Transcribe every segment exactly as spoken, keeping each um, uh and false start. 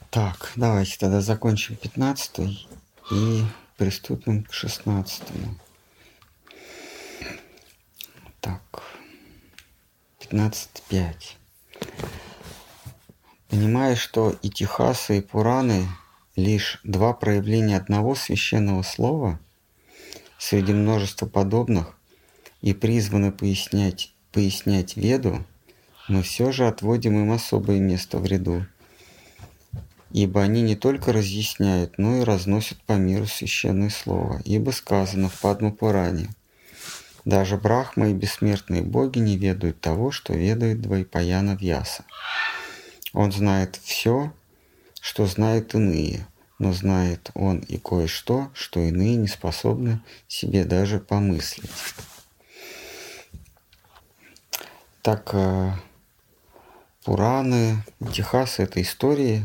Так, давайте тогда закончим пятнадцатый и приступим к шестнадцатому. Так, пятнадцать пять. Понимая, что итихасы и пураны лишь два проявления одного священного слова среди множества подобных и призваны пояснять, пояснять Веду, мы все же отводим им особое место в ряду, ибо они не только разъясняют, но и разносят по миру священное слово, ибо сказано в Падма-пуране: даже Брахма и бессмертные боги не ведают того, что ведает Двайпаяна Вьяса. Он знает все, что знают иные, но знает он и кое-что, что иные не способны себе даже помыслить. Так, Пураны, Итихасы — это истории.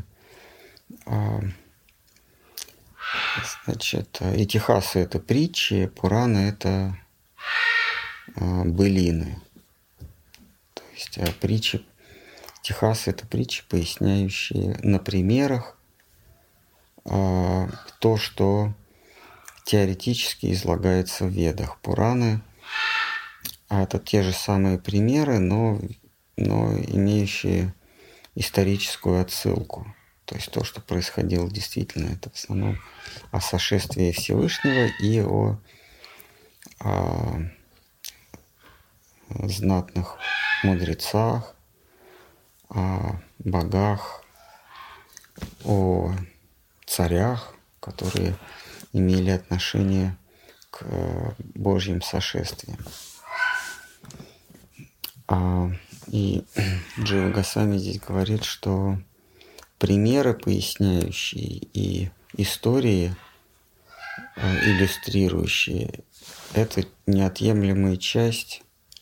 Значит, Итихасы — это притчи, Пураны — это былины. То есть притчи, Итихасы — это притчи, поясняющие на примерах то, что теоретически излагается в Ведах. Пураны — это те же самые примеры, но, но имеющие историческую отсылку. То есть то, что происходило действительно, это в основном о сошествии Всевышнего и о, о знатных мудрецах, о богах, о царях, которые имели отношение к Божьим сошествиям. А, и Джива Госвами здесь говорит, что примеры, поясняющие, и истории, иллюстрирующие, это неотъемлемая часть,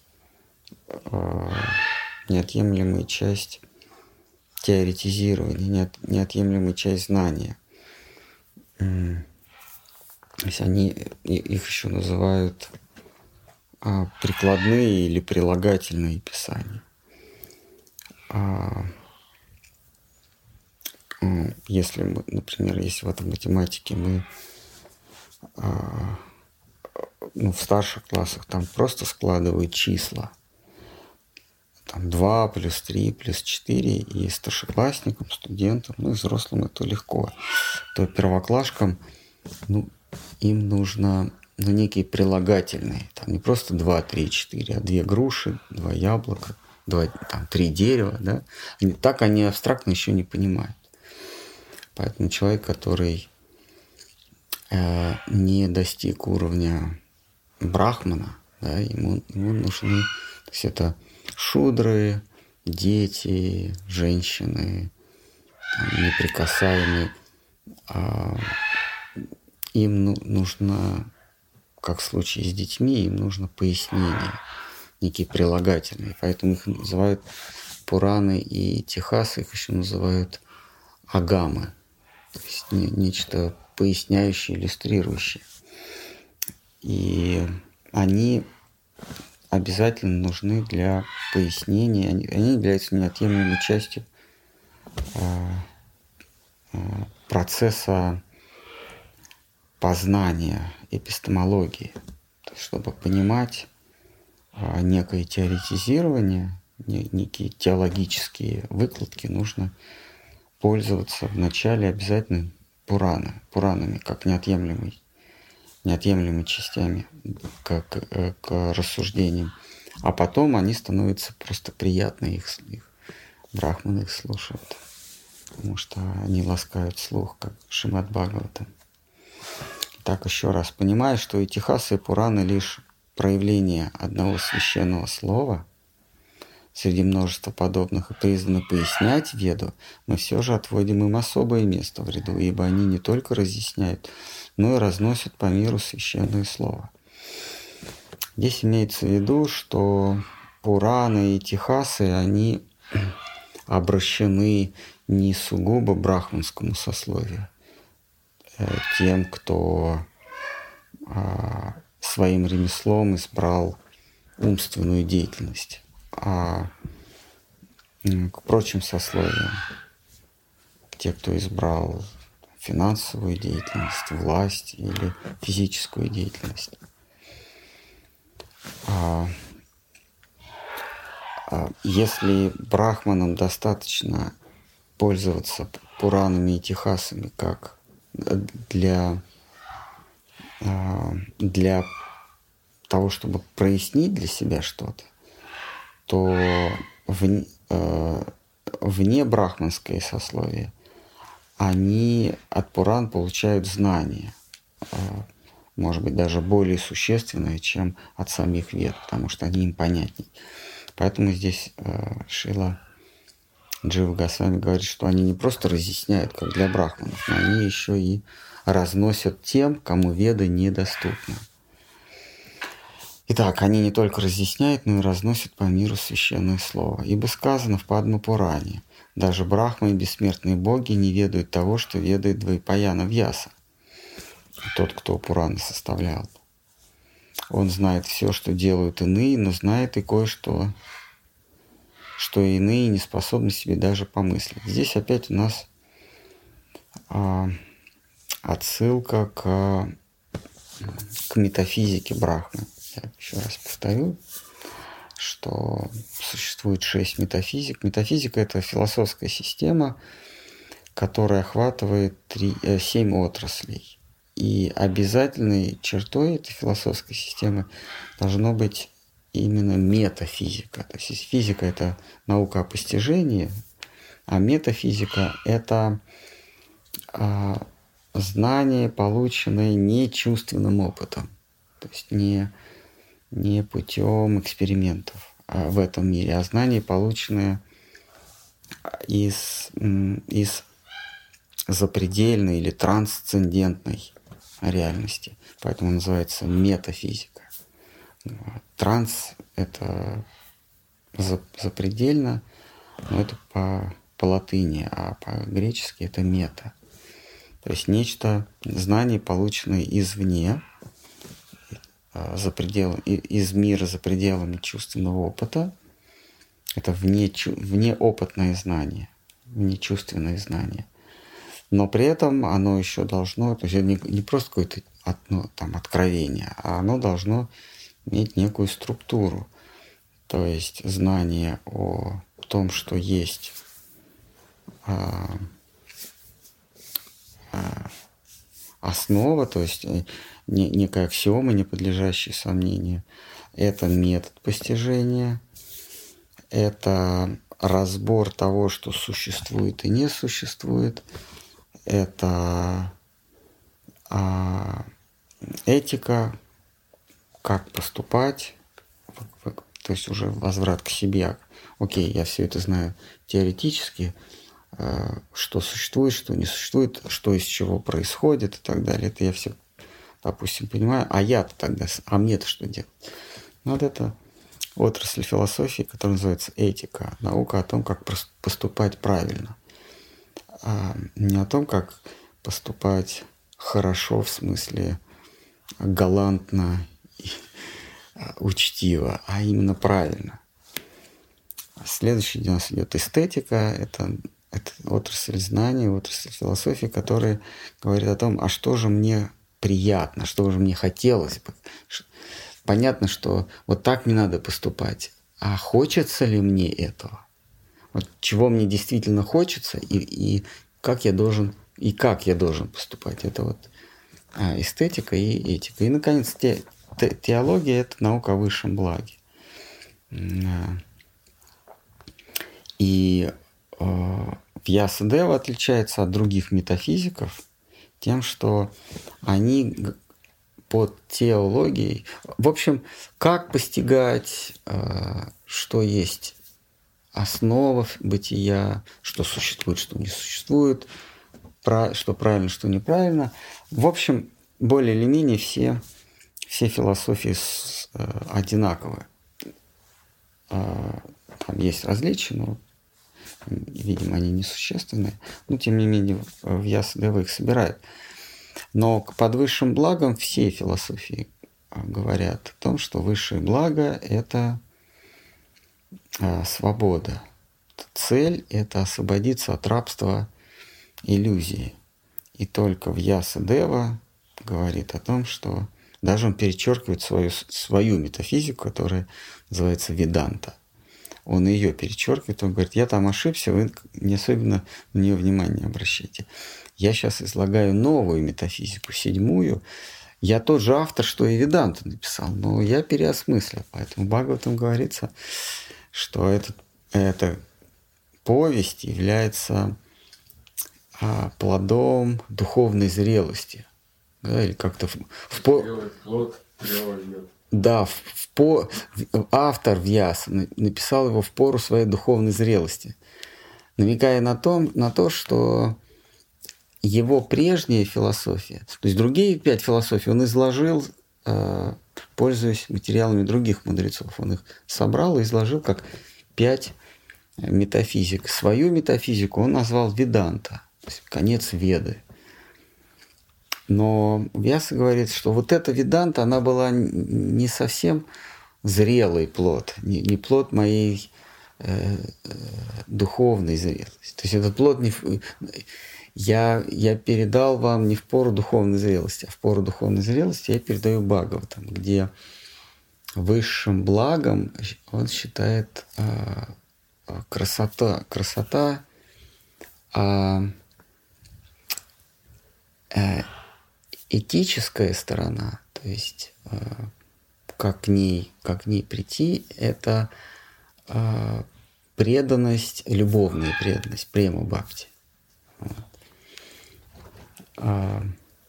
неотъемлемая часть теоретизирования, неотъемлемая часть знания. То есть они, их еще называют прикладные или прилагательные писания. Если мы, например, если в этой математике мы ну, в старших классах там просто складывают числа, там два плюс три плюс четыре, и старшеклассникам, студентам, ну и взрослым это легко, то первоклашкам, ну, им нужно ну, некие прилагательные, там не просто два, три, четыре, а две груши, два яблока, два, там, три дерева, да, они, так они абстрактно еще не понимают. Поэтому человек, который э, не достиг уровня брахмана, да, ему, ему нужны, то есть это шудры, дети, женщины, там, неприкасаемые. А им ну, нужно, как в случае с детьми, им нужно пояснение, некие прилагательные. Поэтому их называют Пураны и Итихасы, их еще называют агамы. То есть не, нечто поясняющее, иллюстрирующее. И они обязательно нужны для пояснения, они, они являются неотъемлемой частью э, э, процесса познания, эпистемологии. То есть, чтобы понимать э, некое теоретизирование, не, некие теологические выкладки, нужно пользоваться вначале обязательно Пураны, Пуранами, как неотъемлемой, неотъемлемыми частями к, к, к рассуждениям. А потом они становятся просто приятны, их, их брахманы их слушают, потому что они ласкают слух, как Шримад Бхагаватам. Так, еще раз, понимая, что Итихасы и Пураны лишь проявление одного священного слова среди множества подобных и призваны пояснять Веду, мы все же отводим им особое место в ряду, ибо они не только разъясняют, но и разносят по миру священное слово. Здесь имеется в виду, что Пураны и Итихасы, они обращены не сугубо брахманскому сословию, тем, кто своим ремеслом избрал умственную деятельность, а к прочим сословиям, к те, кто избрал финансовую деятельность, власть или физическую деятельность. А, а если брахманам достаточно пользоваться Пуранами и Тихасами как для, для того, чтобы прояснить для себя что-то, то вне, вне брахманское сословие они от Пуран получают знания, может быть, даже более существенные, чем от самих Вед, потому что они им понятней. Поэтому здесь Шрила Джива Госвами говорит, что они не просто разъясняют, как для брахманов, но они еще и разносят тем, кому Веды недоступны. Итак, они не только разъясняют, но и разносят по миру священное слово. Ибо сказано в Падма-Пуране: даже Брахма и бессмертные боги не ведают того, что ведает Двайпаяна Вьяса, тот, кто Пураны составлял. Он знает все, что делают иные, но знает и кое-что, что иные не способны себе даже помыслить. Здесь опять у нас а, отсылка к, к метафизике Брахмы. Я еще раз повторю, что существует шесть метафизик. Метафизика – это философская система, которая охватывает три, э, семь отраслей. И обязательной чертой этой философской системы должно быть именно метафизика. То есть физика – это наука о постижении, а метафизика – это а, знание, полученное не чувственным опытом, то есть не, не путем экспериментов а в этом мире, а знание, полученное из, из запредельной или трансцендентной реальности. Поэтому называется метафизика. Транс – это запредельно, но это по, по латыни, а по-гречески это мета. То есть нечто, знание, полученное извне, за пределом, из мира за пределами чувственного опыта. Это вне, внеопытное знание, внечувственное знание. Но при этом оно еще должно, то есть это не, не просто какое-то ну, там, откровение, а оно должно иметь некую структуру. То есть знание о том, что есть а, а, основа, то есть не, некая аксиома, не подлежащая сомнению. Это метод постижения, это разбор того, что существует и не существует, это а, этика, как поступать, то есть уже возврат к себе. Окей, я все это знаю теоретически, что существует, что не существует, что из чего происходит и так далее. Это я все, допустим, понимаю. А я-то тогда, а мне-то что делать? Ну, вот это отрасль философии, которая называется этика, наука о том, как поступать правильно. А не о том, как поступать хорошо, в смысле галантно и учтиво, а именно правильно. Следующий у нас идет эстетика, это, это отрасль знаний, отрасль философии, которая говорит о том, а что же мне приятно, что же мне хотелось бы. Понятно, что вот так не надо поступать, а хочется ли мне этого? Вот чего мне действительно хочется и, и как я должен и как я должен поступать. Это вот а, эстетика и этика. И, наконец, те, те, теология – это наука о высшем благе. И э, Вьясадева отличается от других метафизиков тем, что они под теологией, в общем, как постигать, э, что есть основа бытия, что существует, что не существует, что правильно, что неправильно. В общем, более или менее все, все философии с, э, одинаковые. Э, там есть различия, но, видимо, они несущественные. Но, тем не менее, Вьясадева их собирает. Но под высшим благом все философии говорят о том, что высшее благо – это свобода. Цель – это освободиться от рабства иллюзии. И только Вьясадева говорит о том, что даже он перечеркивает свою, свою метафизику, которая называется веданта. Он ее перечеркивает, он говорит, я там ошибся, вы не особенно на нее внимание обращайте. Я сейчас излагаю новую метафизику, седьмую. Я тот же автор, что и Веданту написал, но я переосмыслил. Поэтому в Бхагаватам говорится, что этот, эта повесть является а, плодом духовной зрелости. Да, или как-то в, в по... плод, да, в, в по... автор Вьяса написал его в пору своей духовной зрелости, намекая на, том, на то, что его прежняя философия, то есть другие пять философий он изложил, э, пользуясь материалами других мудрецов. Он их собрал и изложил как пять метафизик. Свою метафизику он назвал Веданта, то есть конец Веды. Но Вьяса говорит, что вот эта Веданта, она была не совсем зрелый плод, не, не плод моей э, э, духовной зрелости. То есть этот плод не... Я, я передал вам не в пору духовной зрелости, а в пору духовной зрелости я передаю Бхагаватам, где высшим благом он считает а, красота, красота а, а, этическая сторона, то есть а, как к ней, как к ней прийти, это а, преданность, любовная преданность, према бхакти. А,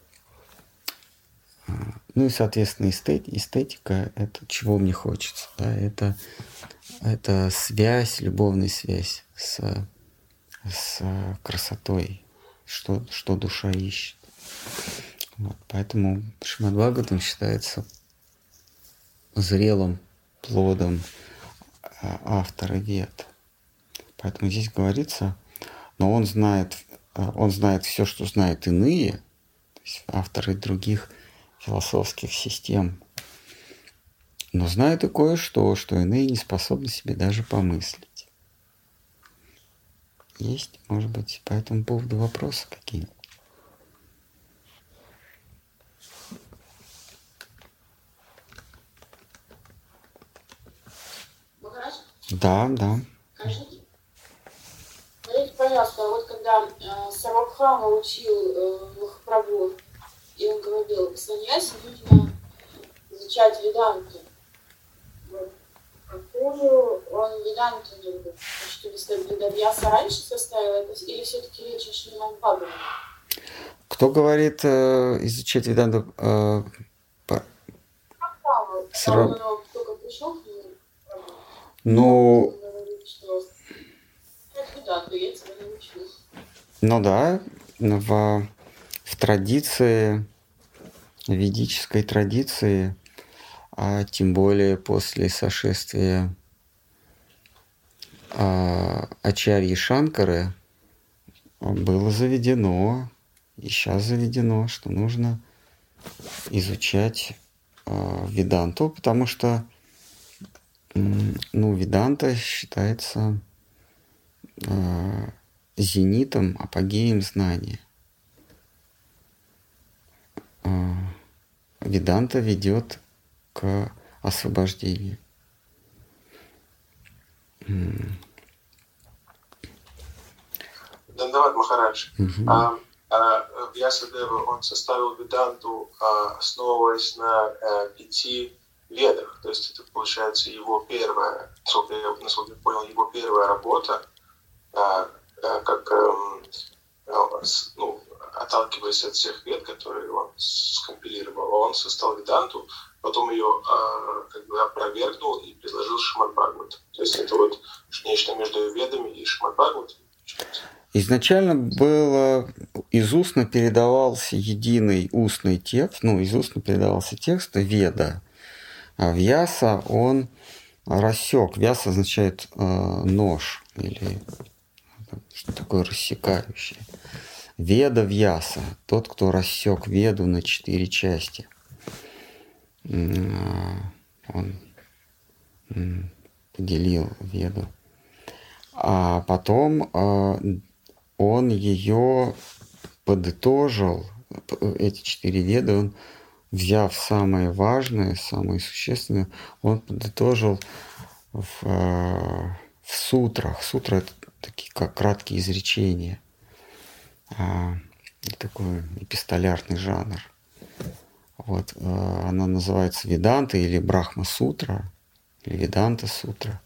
а, ну и, соответственно, эстет, эстетика – это чего мне хочется. Да? Это, это связь, любовная связь с, с красотой, что, что душа ищет. Вот. Поэтому Шримад Бхагаватам считается зрелым плодом автора Вед. Поэтому здесь говорится, но он знает, он знает все, что знают иные, то есть авторы других философских систем, но знает и кое-что, что иные не способны себе даже помыслить. Есть, может быть, по этому поводу вопросы какие-нибудь? Махарадж? Да, да. Скажите, скажите, пожалуйста, вот когда э, Сарвабхама учил э, Махапрабху, и он говорил, саньяси нужно изучать веданту. Вот. Какую он веданту не любит? Что ли, Вьяса раньше составил это, или все-таки речь о Шримад Бхагаватам? Кто говорит э, изучать веданту? Э, по... Сарв... Он только пришел к нему. Ну, он говорит, что веданту я тебя научу. Ну да, в, в традиции, в ведической традиции, а тем более после сошествия а, Ачарьи Шанкары, было заведено, и сейчас заведено, что нужно изучать а, веданту, потому что ну, веданта считается а, зенитом, апогеем знания. А, веданта ведет к освобождению. Дандават Махарадж. Угу. А, а, Вьясадева, он составил веданту, а, основываясь на а, пяти ведах. То есть это, получается, его первая, насколько я, насколько я понял, его первая работа, а, а, как а, ну, отталкиваясь от всех вед, которые он скомпилировал, он составил веданту, потом ее а, как бы опровергнул и предложил Шримад Бхагаватам. То есть это вот нечто между ведами и Шримад Бхагаватом. Изначально было, из устно передавался единый устный текст, ну, из устно передавался текст Веда, а Вьяса он рассек. Вьяса означает э, нож, или что такое рассекающий. Веда Вьяса, тот, кто рассек Веду на четыре части. Он поделил Веду. А потом он ее подытожил, эти четыре веды, он, взяв самое важное, самое существенное, он подытожил в, в сутрах. Сутра — это такие как краткие изречения. Такой эпистолярный жанр. Вот. Она называется Веданта или Брахма-сутра, или Веданта-сутра.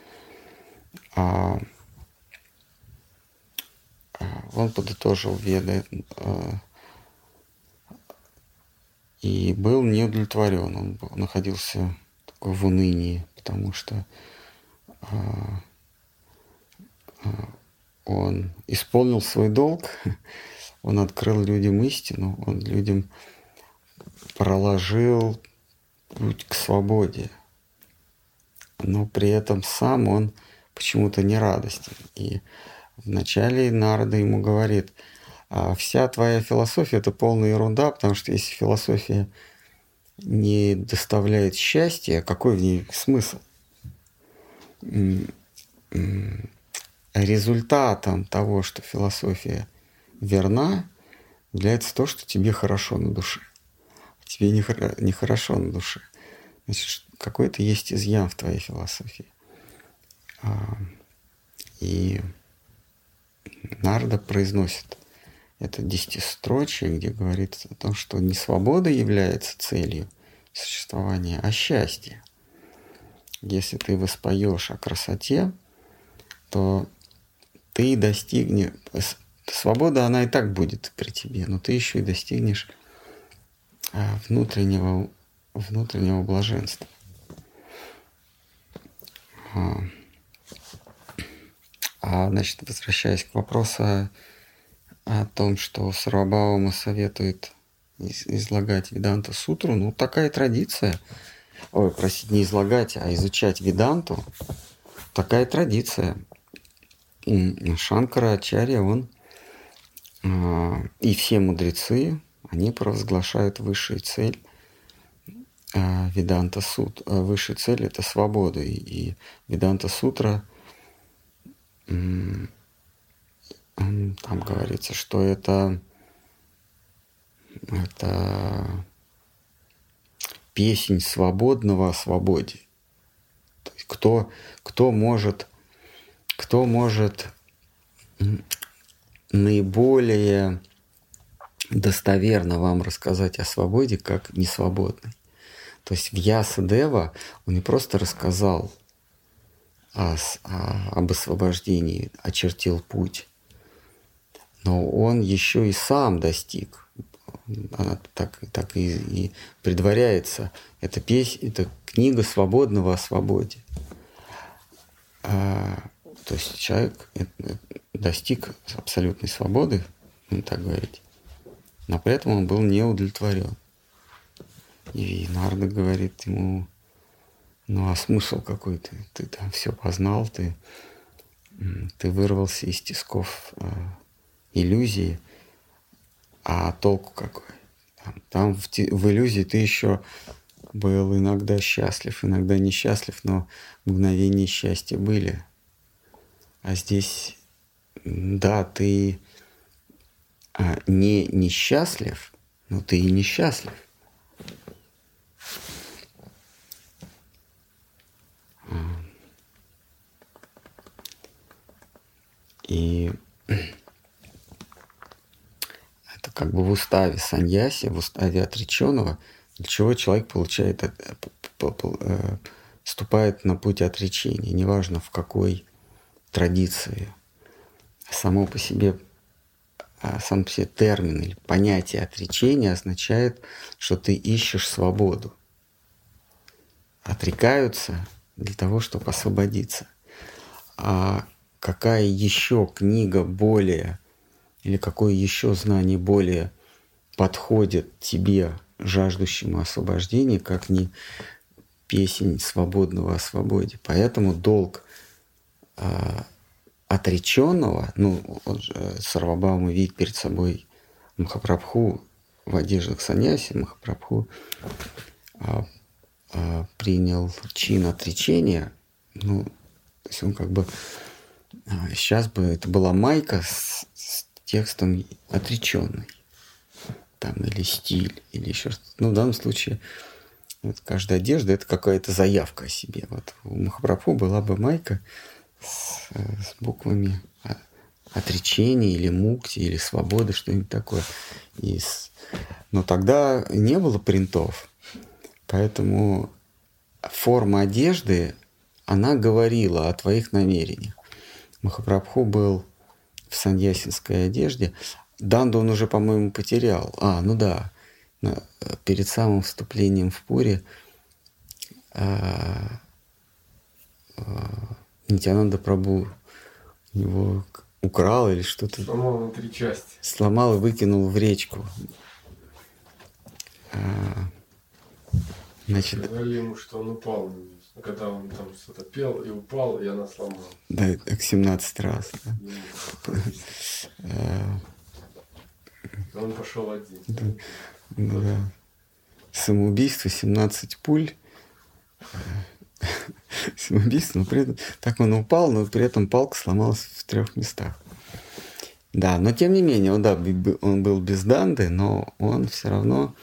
Он подытожил веды и был неудовлетворен. Он находился такой в унынии, потому что он исполнил свой долг, он открыл людям истину, он людям проложил путь к свободе, но при этом сам он почему-то не радостен. И вначале Нарада ему говорит: вся твоя философия — это полная ерунда, потому что если философия не доставляет счастья, какой в ней смысл? Результатом того, что философия верна, является то, что тебе хорошо на душе. Тебе нехорошо на душе. Значит, какой-то есть изъян в твоей философии. И Нарада произносит это десятистрочие, где говорится о том, что не свобода является целью существования, а счастье. Если ты воспоешь о красоте, то ты достигнешь... Свобода, она и так будет при тебе, но ты еще и достигнешь внутреннего, внутреннего блаженства. А, значит, возвращаясь к вопросу о, о том, что Сарвабхаума советует из, излагать Веданта-сутру, ну, такая традиция. Ой, простите, не излагать, а изучать Веданту. Такая традиция. Шанкара Ачарья, он э, и все мудрецы, они провозглашают высшую цель э, Веданта-сут. Высшая цель — это свобода. И, и Веданта-сутра, там говорится, что это, это песнь свободного о свободе. То есть кто, кто может, кто может наиболее достоверно вам рассказать о свободе, как несвободный. То есть Вьясадева, он не просто рассказал О, о, об освобождении, очертил путь, но он еще и сам достиг. Она так, так и, и предваряется. Это песня, это книга свободного о свободе. А, то есть человек достиг абсолютной свободы, так говорить, но при этом он был не удовлетворен. И Нарада говорит ему: ну а смысл какой ты? Ты там все познал, ты, ты вырвался из тисков э, иллюзии, а толку какой? Там, там в, в иллюзии ты еще был иногда счастлив, иногда несчастлив, но мгновения счастья были. А здесь, да, ты а, не несчастлив, но ты и несчастлив. И это как бы в уставе саньяси, в уставе отреченного, для чего человек получает, вступает на путь отречения, неважно в какой традиции. Само по себе, сам по себе термин или понятие отречения означает, что ты ищешь свободу. Отрекаются для того, чтобы освободиться. А какая еще книга более, или какое еще знание более подходит тебе, жаждущему освобождения, как не песнь свободного о свободе. Поэтому долг э, отреченного, ну, он же, Сарвабхаума видит перед собой Махапрабху в одеждах саньяси. Махапрабху э, э, принял чин отречения. Ну, то есть он как бы... Сейчас бы это была майка с, с текстом отреченный. Там или стиль, или еще что-то. Ну, в данном случае вот каждая одежда — это какая-то заявка о себе. Вот у Махапрабху была бы майка с, с буквами отречения или мукти, или свободы, что-нибудь такое. И с... Но тогда не было принтов, поэтому форма одежды, она говорила о твоих намерениях. Махапрабху был в саньясинской одежде. Данду он уже, по-моему, потерял. А, ну да, перед самым вступлением в Пури а, а, Нитьянанда Прабху его украл или что-то. Сломал на три части. Сломал и выкинул в речку. А, значит, сказали ему, что он упал. Когда он там что-то пел и упал, и она сломала. Да, так семнадцать раз. Да. Он пошел один. Да. Да. Самоубийство, семнадцать пуль. Самоубийство, но при этом так он упал, но при этом палка сломалась в трех местах. Да, но тем не менее, он, да, он был без данды, но он все равно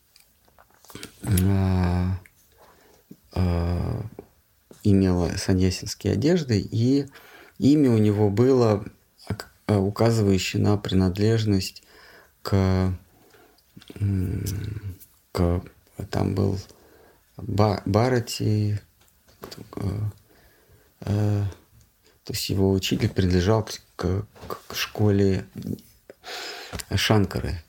а, а, имел саньясинские одежды, и имя у него было указывающее на принадлежность к, к там был Барати, то есть его учитель принадлежал к, к, к школе Шанкары,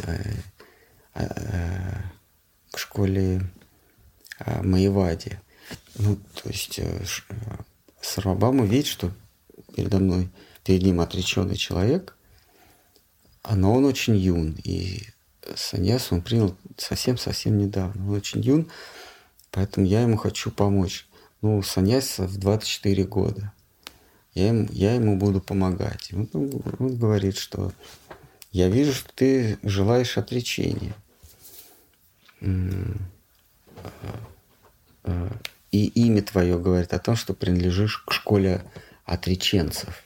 к школе Майявади. Ну, то есть Сарвабхаума видит, что передо мной, перед ним отреченный человек, но он очень юн, и саньясу он принял совсем-совсем недавно. Он очень юн, поэтому я ему хочу помочь. Ну, саньяса в двадцать четыре года. Я ему, я ему буду помогать. И он, он говорит, что я вижу, что ты желаешь отречения. И имя твое говорит о том, что принадлежишь к школе отреченцев,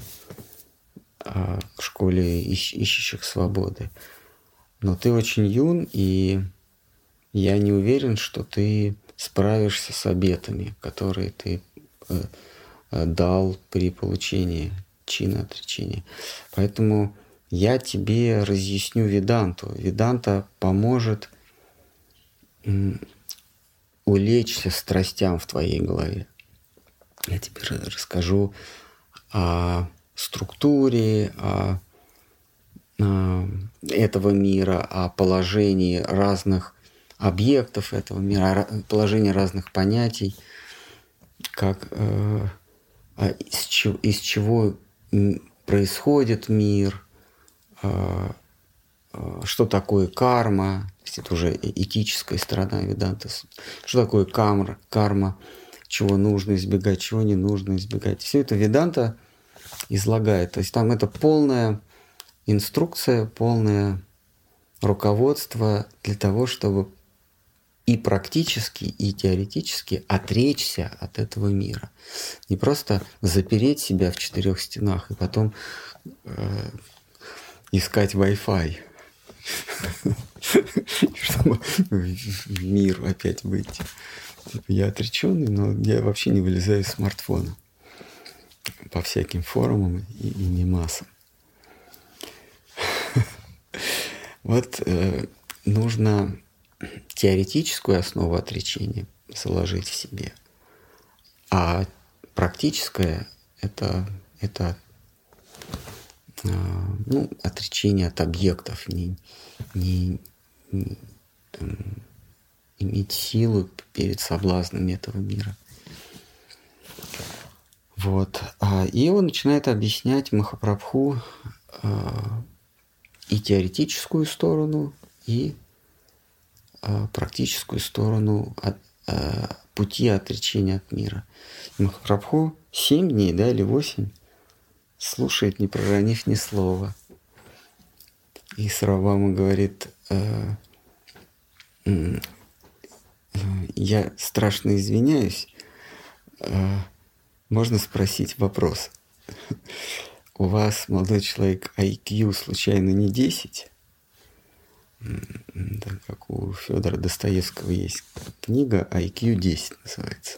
к школе ищущих свободы. Но ты очень юн, и я не уверен, что ты справишься с обетами, которые ты дал при получении чина отречения. Поэтому я тебе разъясню Веданту. Веданта поможет улечься страстям в твоей голове. Я тебе расскажу о структуре, о, о этого мира, о положении разных объектов этого мира, о положении разных понятий, как, э, из, чего, из чего происходит мир, э, что такое карма. Это уже этическая сторона Веданты. Что такое карма, карма, чего нужно избегать, чего не нужно избегать. Все это Веданта излагает. То есть там это полная инструкция, полное руководство для того, чтобы и практически, и теоретически отречься от этого мира. Не просто запереть себя в четырех стенах и потом э, искать Wi-Fi, чтобы в мир опять выйти. Я отреченный, но я вообще не вылезаю из смартфона по всяким форумам и, и мемасам. Вот э, нужно теоретическую основу отречения заложить в себе, а практическое это, это э, ну, отречение от объектов, не, не, не там, иметь силу перед соблазнами этого мира. Вот. И он начинает объяснять Махапрабху э, и теоретическую сторону, и э, практическую сторону от, э, пути отречения от мира. И Махапрабху семь дней, да, или восемь, слушает, не проронив ни слова. И Сарвабхаума говорит: э, э, я страшно извиняюсь, э, можно спросить вопрос? у вас, молодой человек, ай кью случайно не десять? Да, как у Федора Достоевского есть книга ай кью десять называется.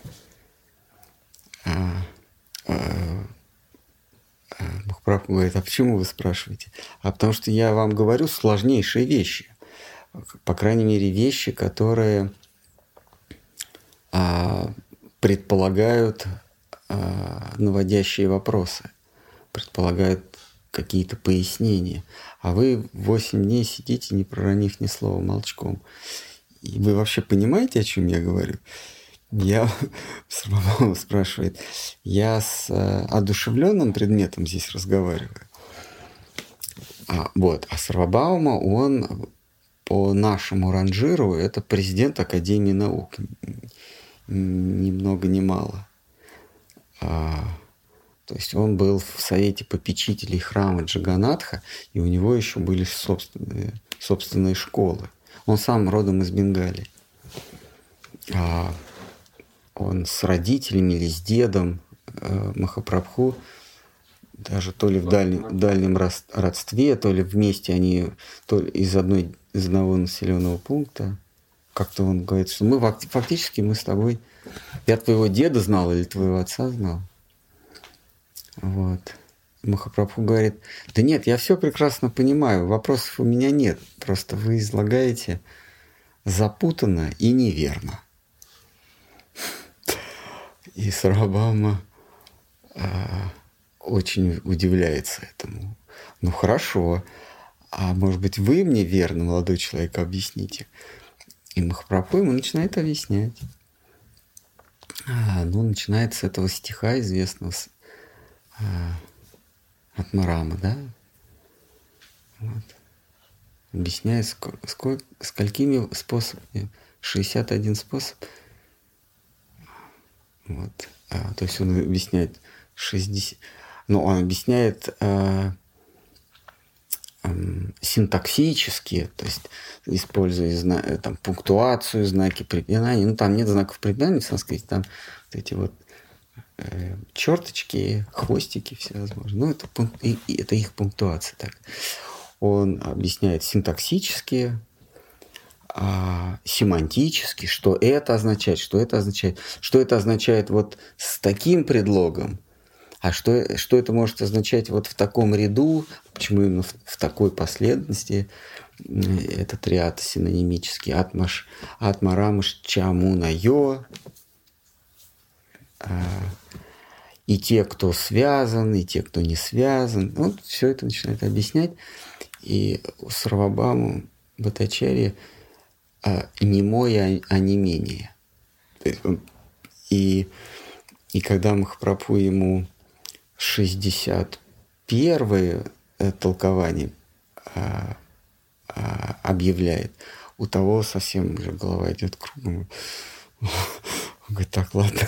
А, а, а, Махапрабху говорит, а почему вы спрашиваете? А потому что я вам говорю сложнейшие вещи. По крайней мере, вещи, которые а, предполагают а, наводящие вопросы, предполагают какие-то пояснения. А вы восемь дней сидите, не проронив ни слова, молчком. И вы вообще понимаете, о чем я говорю? Я, Сарвабхаума спрашивает, я с э, одушевленным предметом здесь разговариваю. А, вот, а Сарвабхаума, он по нашему ранжиру, это президент Академии наук. Ни много ни мало. А, то есть он был в совете попечителей храма Джаганатха, и у него еще были собственные, собственные школы. Он сам родом из Бенгалии. А, он с родителями или с дедом э, Махапрабху, даже то ли в дальнем, дальнем родстве, то ли вместе они, то ли из, одной, из одного населенного пункта. Как-то он говорит, что мы фактически мы с тобой... Я твоего деда знал или твоего отца знал. Вот. Махапрабху говорит, да нет, я все прекрасно понимаю, вопросов у меня нет. Просто вы излагаете запутанно и неверно. И Сарвабхаума а, очень удивляется этому. Ну хорошо, а может быть вы мне верно, молодой человек, объясните? И Махапрабху ему начинает объяснять. А, ну, начинает с этого стиха известного с, а, от Марама, да? Вот. Объясняет, сколько, сколько, сколькими способами. шестьдесят один способ. Вот. А, то есть он объясняет шестьдесят... Ну, он объясняет а, а, синтаксически, то есть используя зна... там, пунктуацию, знаки препинания. Ну, там нет знаков препинания в санскрите, там вот эти вот э, черточки, хвостики всевозможные. Ну, это, пункт... и, и это их пунктуация. Так. Он объясняет синтаксически, а, семантически, что это означает, что это означает, что это означает вот с таким предлогом, а что, что это может означать вот в таком ряду, почему именно в, в такой последовательности. Этот ряд синонимический. Атмаш, атмарамаш чамуна йо. А, и те, кто связан, и те, кто не связан. Вот все это начинает объяснять. И у Сарвабхаумы Бхаттачарьи а, немое, а не менее. И, и когда Махапрабху ему шестьдесят первое толкование а, а, объявляет, у того совсем уже голова идет кругом. Он говорит, так, ладно.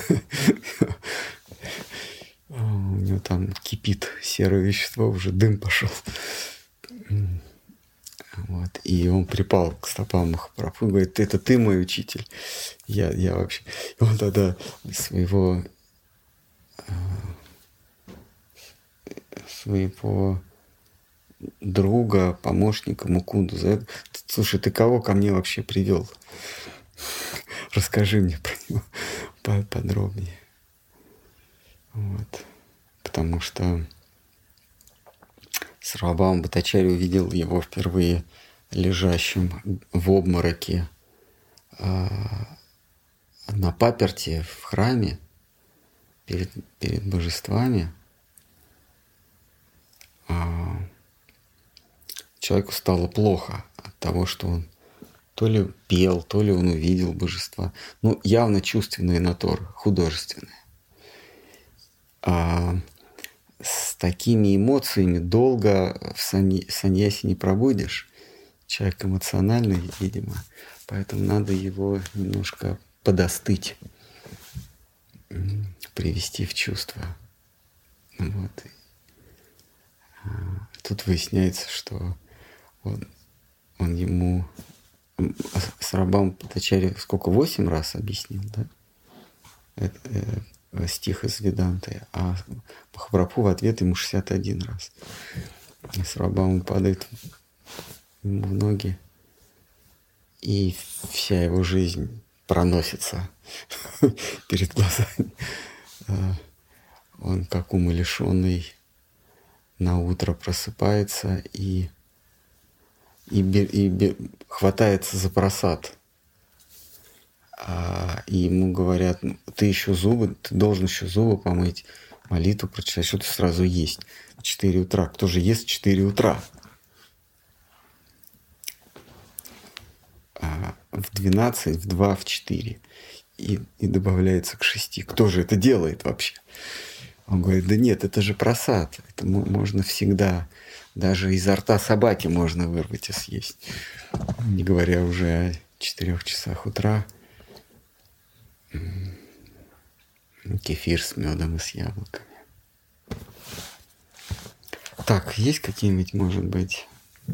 У него там кипит серое вещество, уже дым пошел. Вот. И он припал к стопам Махапрабху и говорит, это ты мой учитель. Я, я вообще... И он тогда своего... своего друга, помощника Мукунду зовет. Слушай, ты кого ко мне вообще привел? Расскажи мне про него подробнее. Вот. Потому что Сарвабхаума Бхаттачарья увидел его впервые лежащим в обмороке а, на паперти в храме перед, перед божествами. А, человеку стало плохо от того, что он то ли пел, то ли он увидел божества. Ну, явно чувственные натуры, художественные. А с такими эмоциями долго в санья- саньясе не пробудешь. Человек эмоциональный, видимо. Поэтому надо его немножко подостыть, привести в чувство. Вот. Тут выясняется, что он, он ему... Сарвабхаума Бхаттачарья сколько? Восемь раз объяснил, да? Это, стих из Веданты, а Махапрабху в ответ ему шестьдесят один раз. И Сарвабхаума падает ему в ноги, и вся его жизнь проносится перед глазами. Он, как умалишенный, на утро просыпается и, и, и, и хватается за просад. А, и ему говорят: ты еще зубы, ты должен еще зубы помыть, молитву прочитать, что ты сразу есть в четыре утра. Кто же ест в четыре утра? А в двенадцать, в два, в четыре. И, и добавляется к шести. Кто же это делает вообще? Он говорит: да нет, это же просад. Это можно всегда, даже изо рта собаки можно вырвать и съесть. Не говоря уже о четырех часах утра. Кефир с медом и с яблоками. Так, есть какие-нибудь, может быть...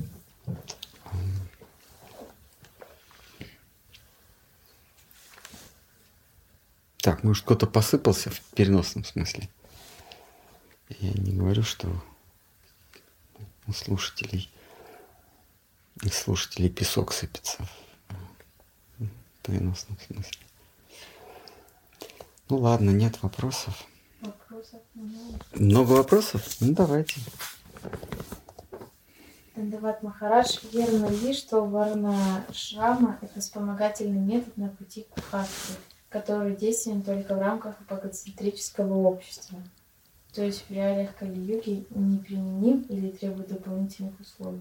Так, может, кто-то посыпался в переносном смысле? Я не говорю, что у слушателей, у слушателей песок сыпется в переносном смысле. Ну ладно, нет вопросов. Вопросов много. Много вопросов? Ну давайте. Дандават Махарадж, верно ли, что варна-шрама – это вспомогательный метод на пути к бхакти, который действенен только в рамках бхагоцентрического общества? То есть в реалиях Кали-юги неприменим или требует дополнительных условий?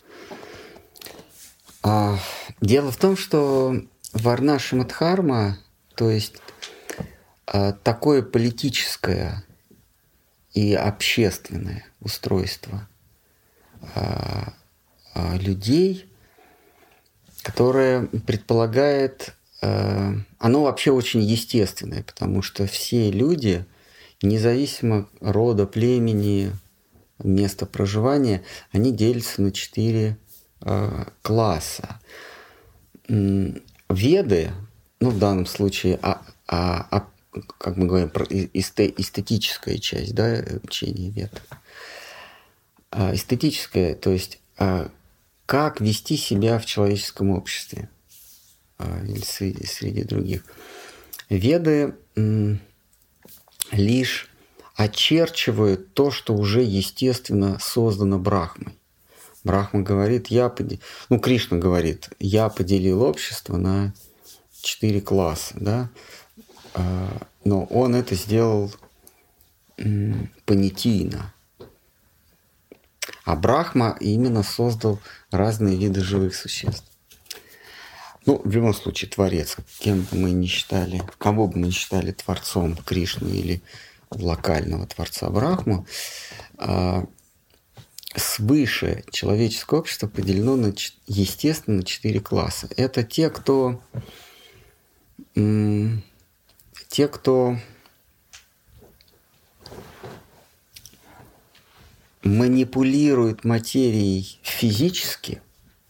А, дело в том, что варна-шрамадхарма, то есть а, такое политическое и общественное устройство а, а, людей, которое предполагает, а, оно вообще очень естественное, потому что все люди, независимо рода, племени, места проживания, они делятся на четыре э, класса. Веды, ну в данном случае, а, а, а, как мы говорим, про эстетическая часть, да, учения вед. А, эстетическая, то есть а, как вести себя в человеческом обществе а, или среди, среди других. Веды м, лишь очерчивают то, что уже естественно создано Брахмой. Брахма говорит, я поделил, ну Кришна говорит, я поделил общество на четыре класса, да, но он это сделал понятийно. А Брахма именно создал разные виды живых существ. Ну, в любом случае, Творец, кем бы мы ни считали, кого бы мы ни считали Творцом, Кришну или локального Творца Брахму, свыше человеческое общество поделено, на, естественно, на четыре класса. Это те, кто, те, кто манипулирует материей физически,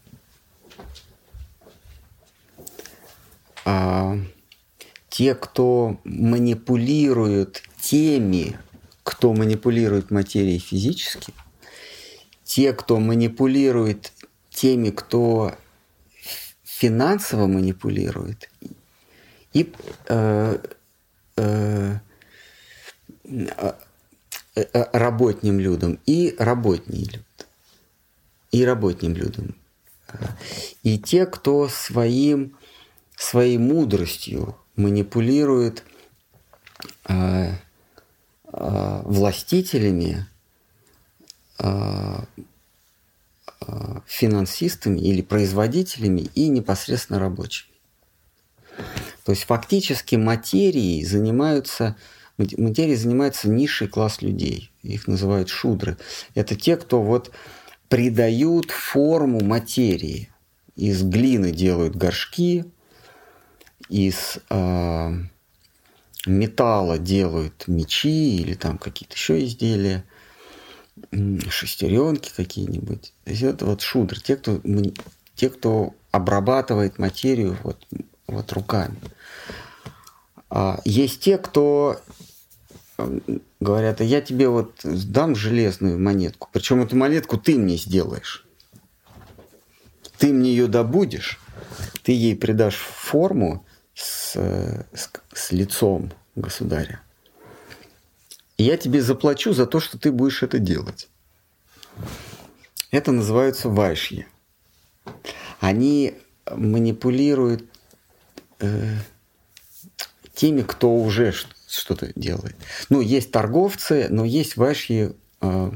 а те, кто манипулирует теми, кто манипулирует материей физически, те, кто манипулирует теми, кто финансово манипулирует, и э, э, э, работным людям, и работнее людям, и работним людям, и те, кто своим своей мудростью манипулирует э, э, властителями, э, э, финансистами или производителями и непосредственно рабочими. То есть фактически материей занимаются, материей занимается низший класс людей. Их называют шудры. Это те, кто вот придают форму материи. Из глины делают горшки, из э, металла делают мечи или там какие-то еще изделия, шестеренки какие-нибудь. То есть это вот шудры, те, кто, те, кто обрабатывает материю вот, вот руками. А есть те, кто говорят, а я тебе вот дам железную монетку, причем эту монетку ты мне сделаешь. Ты мне ее добудешь, ты ей придашь форму с, с, с лицом государя. И я тебе заплачу за то, что ты будешь это делать. Это называются вайшьи. Они манипулируют э, теми, кто уже что-то делает. Ну, есть торговцы, но есть вайшьи, э,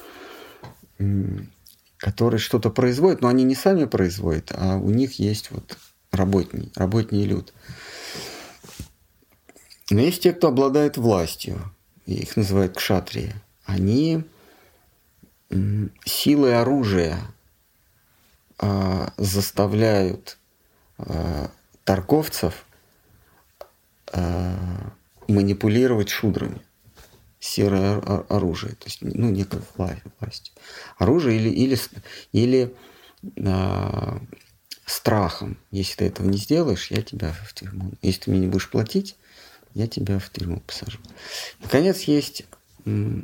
которые что-то производят, но они не сами производят, а у них есть вот работний, работний люд. Но есть те, кто обладает властью, их называют кшатрии. Они м, силой оружия э, заставляют э, торговцев э, манипулировать шудрами. Серое оружие, то есть, ну, некая власть. Оружие или, или, или э, страхом. Если ты этого не сделаешь, я тебя в тюрьму. Если ты мне не будешь платить, я тебя в тюрьму посажу. Наконец, есть э,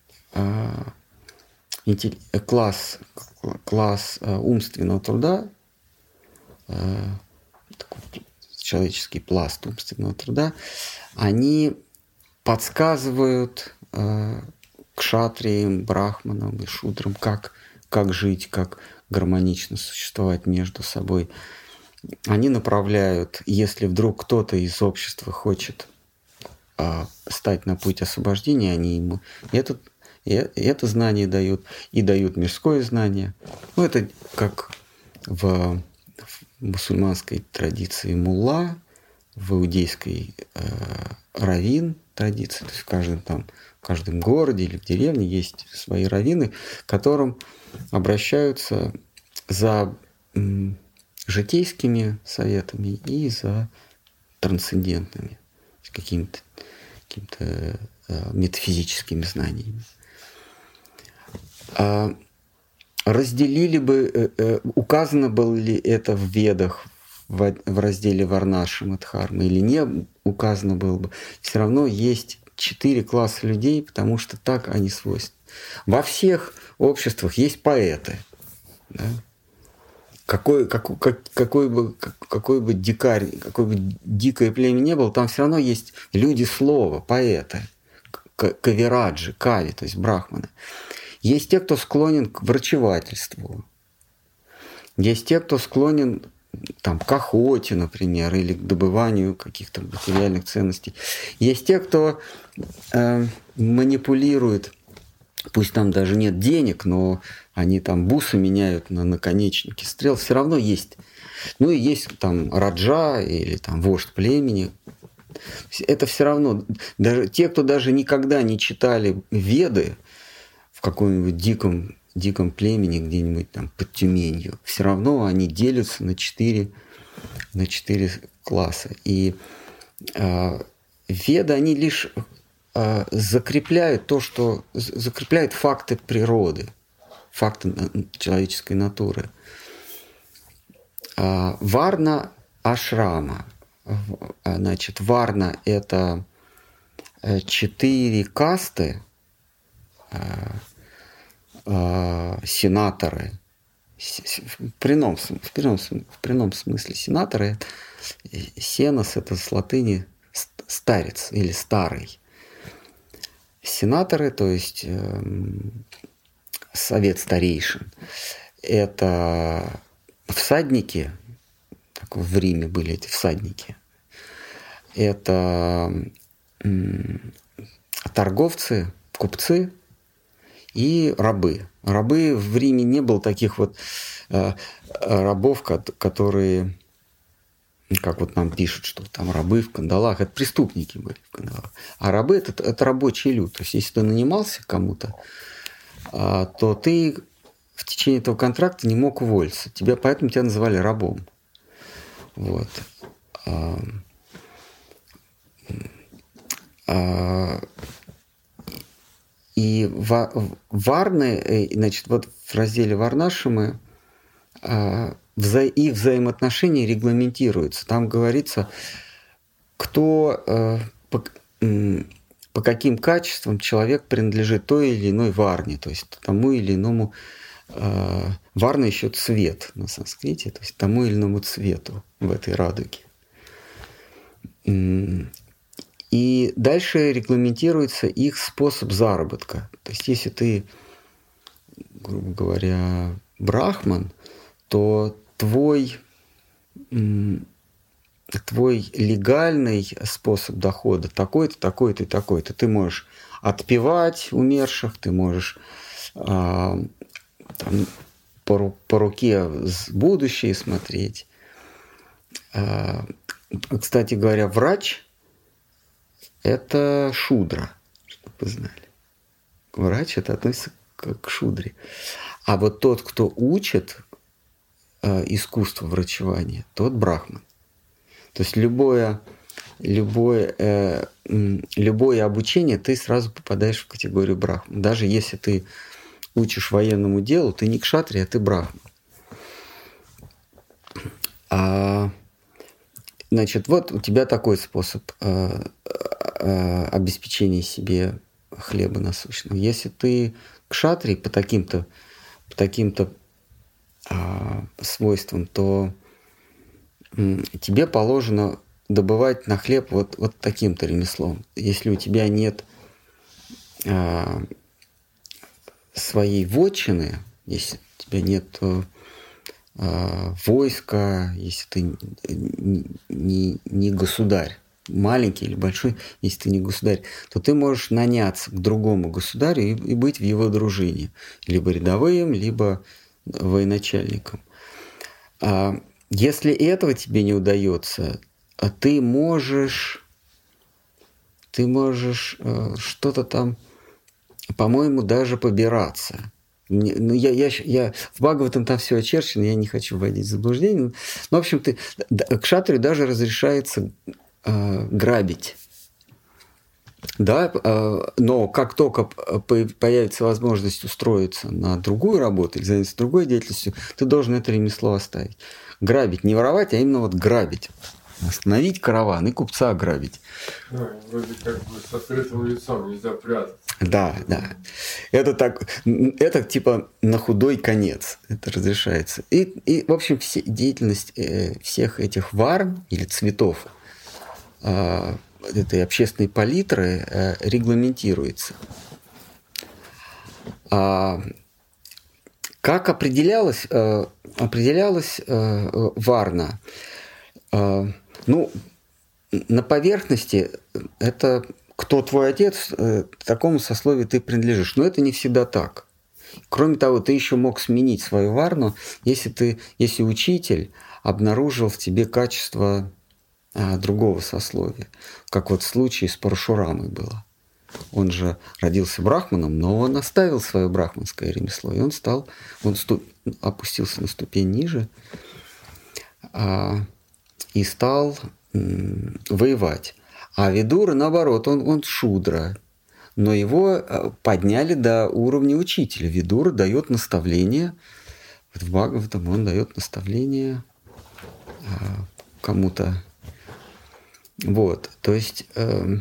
э, класс, класс э, умственного труда, э, такой человеческий пласт умственного труда. Они подсказывают э, кшатриям, брахманам и шудрам, как, как жить, как гармонично существовать между собой. Они направляют, если вдруг кто-то из общества хочет э, стать на путь освобождения, они ему этот, это знание дают, и дают мирское знание. Ну, это как в, в мусульманской традиции мулла, в иудейской э, раввин традиции, то есть в каждом, там, в каждом городе или в деревне есть свои раввины, к которым обращаются за м, житейскими советами и за трансцендентными, какими-то, какими-то э, метафизическими знаниями. А разделили бы, э, э, указано было ли это в Ведах, в, в разделе Варнашрама Дхармы или не указано было бы, все равно есть четыре класса людей, потому что так они свойственны. Во всех обществах есть поэты. Да? Какой, какой, как, какой, бы, какой бы дикарь, какой бы дикое племя не было, там все равно есть люди слова, поэты, кавираджи, кави, то есть брахманы. Есть те, кто склонен к врачевательству. Есть те, кто склонен там, к охоте, например, или к добыванию каких-то материальных ценностей. Есть те, кто э, манипулирует, пусть там даже нет денег, но они там бусы меняют на наконечники стрел, все равно есть. Ну и есть там раджа или там вождь племени. Это все равно, даже те, кто даже никогда не читали Веды в каком-нибудь диком диком племени где-нибудь там под Тюменью, все равно они делятся на четыре, на четыре класса. И э, Веды, они лишь э, закрепляют то, что закрепляют факты природы, факты человеческой натуры. Э, варна ашрама. Значит, варна – это четыре касты, э, сенаторы, в прямом, в, прямом, в прямом смысле сенаторы, сенос – это с латыни старец или старый. Сенаторы, то есть э, совет старейшин, это всадники, как в Риме были эти всадники, это э, торговцы, купцы, и рабы. Рабы в Риме не было таких вот э, рабов, которые, как вот нам пишут, что там рабы в кандалах, это преступники были в кандалах. А рабы это, это рабочий люд. То есть, если ты нанимался кому-то, э, то ты в течение этого контракта не мог уволиться. Тебя, поэтому тебя называли рабом. Вот. А, а, И варны, значит, вот в разделе Варнашрамы их взаимоотношения регламентируются. Там говорится, кто по каким качествам человек принадлежит той или иной варне, то есть тому или иному. Э, варна еще цвет на санскрите, то есть тому или иному цвету в этой радуге. И дальше регламентируется их способ заработка. То есть если ты, грубо говоря, брахман, то твой, твой легальный способ дохода такой-то, такой-то и такой-то. Ты можешь отпевать умерших, ты можешь а, там, по, по руке с будущее смотреть. А, кстати говоря, врач – это шудра, чтобы вы знали. Врач – это относится к, к шудре. А вот тот, кто учит э, искусство врачевания, тот брахман. То есть любое, любое, э, любое обучение, ты сразу попадаешь в категорию брахман. Даже если ты учишь военному делу, ты не кшатри, а ты брахман. А, значит, вот у тебя такой способ э, э, обеспечения себе хлеба насущного. Если ты кшатри по таким-то, по таким-то а, свойствам, то м, тебе положено добывать на хлеб вот, вот таким-то ремеслом. Если у тебя нет а, своей вотчины, если у тебя нет а, войска, если ты не, не, не государь, маленький или большой, если ты не государь, то ты можешь наняться к другому государю и, и быть в его дружине. Либо рядовым, либо военачальником. А если этого тебе не удается, ты можешь, ты можешь э, что-то там, по-моему, даже побираться. Ну, я, я, я, в Бхагаватам там все очерчено, я не хочу вводить в заблуждение. Но, в общем, ты, кшатрию даже разрешается грабить. Да, но как только появится возможность устроиться на другую работу или заняться другой деятельностью, ты должен это ремесло оставить. Грабить, не воровать, а именно вот грабить. Остановить караван и купца ограбить. Ну, вроде как бы с открытым лицом нельзя прятаться. Да, да. Это так, это типа на худой конец. Это разрешается. И, и в общем, все, деятельность э, всех этих варн или цветов этой общественной палитры э, регламентируется. А как определялась, э, определялась э, варна? Э, ну, на поверхности это кто твой отец, э, такому сословию ты принадлежишь. Но это не всегда так. Кроме того, ты еще мог сменить свою варну, если, ты, если учитель обнаружил в тебе качество другого сословия, как вот в случае с Парашурамой было. Он же родился брахманом, но он оставил свое брахманское ремесло, и он стал, он ступ, опустился на ступень ниже а, и стал м, воевать. А Видура, наоборот, он, он шудра, но его подняли до уровня учителя. Видура дает наставление, вот в Бхагаватам он дает наставление а, кому-то. Вот, то есть, э,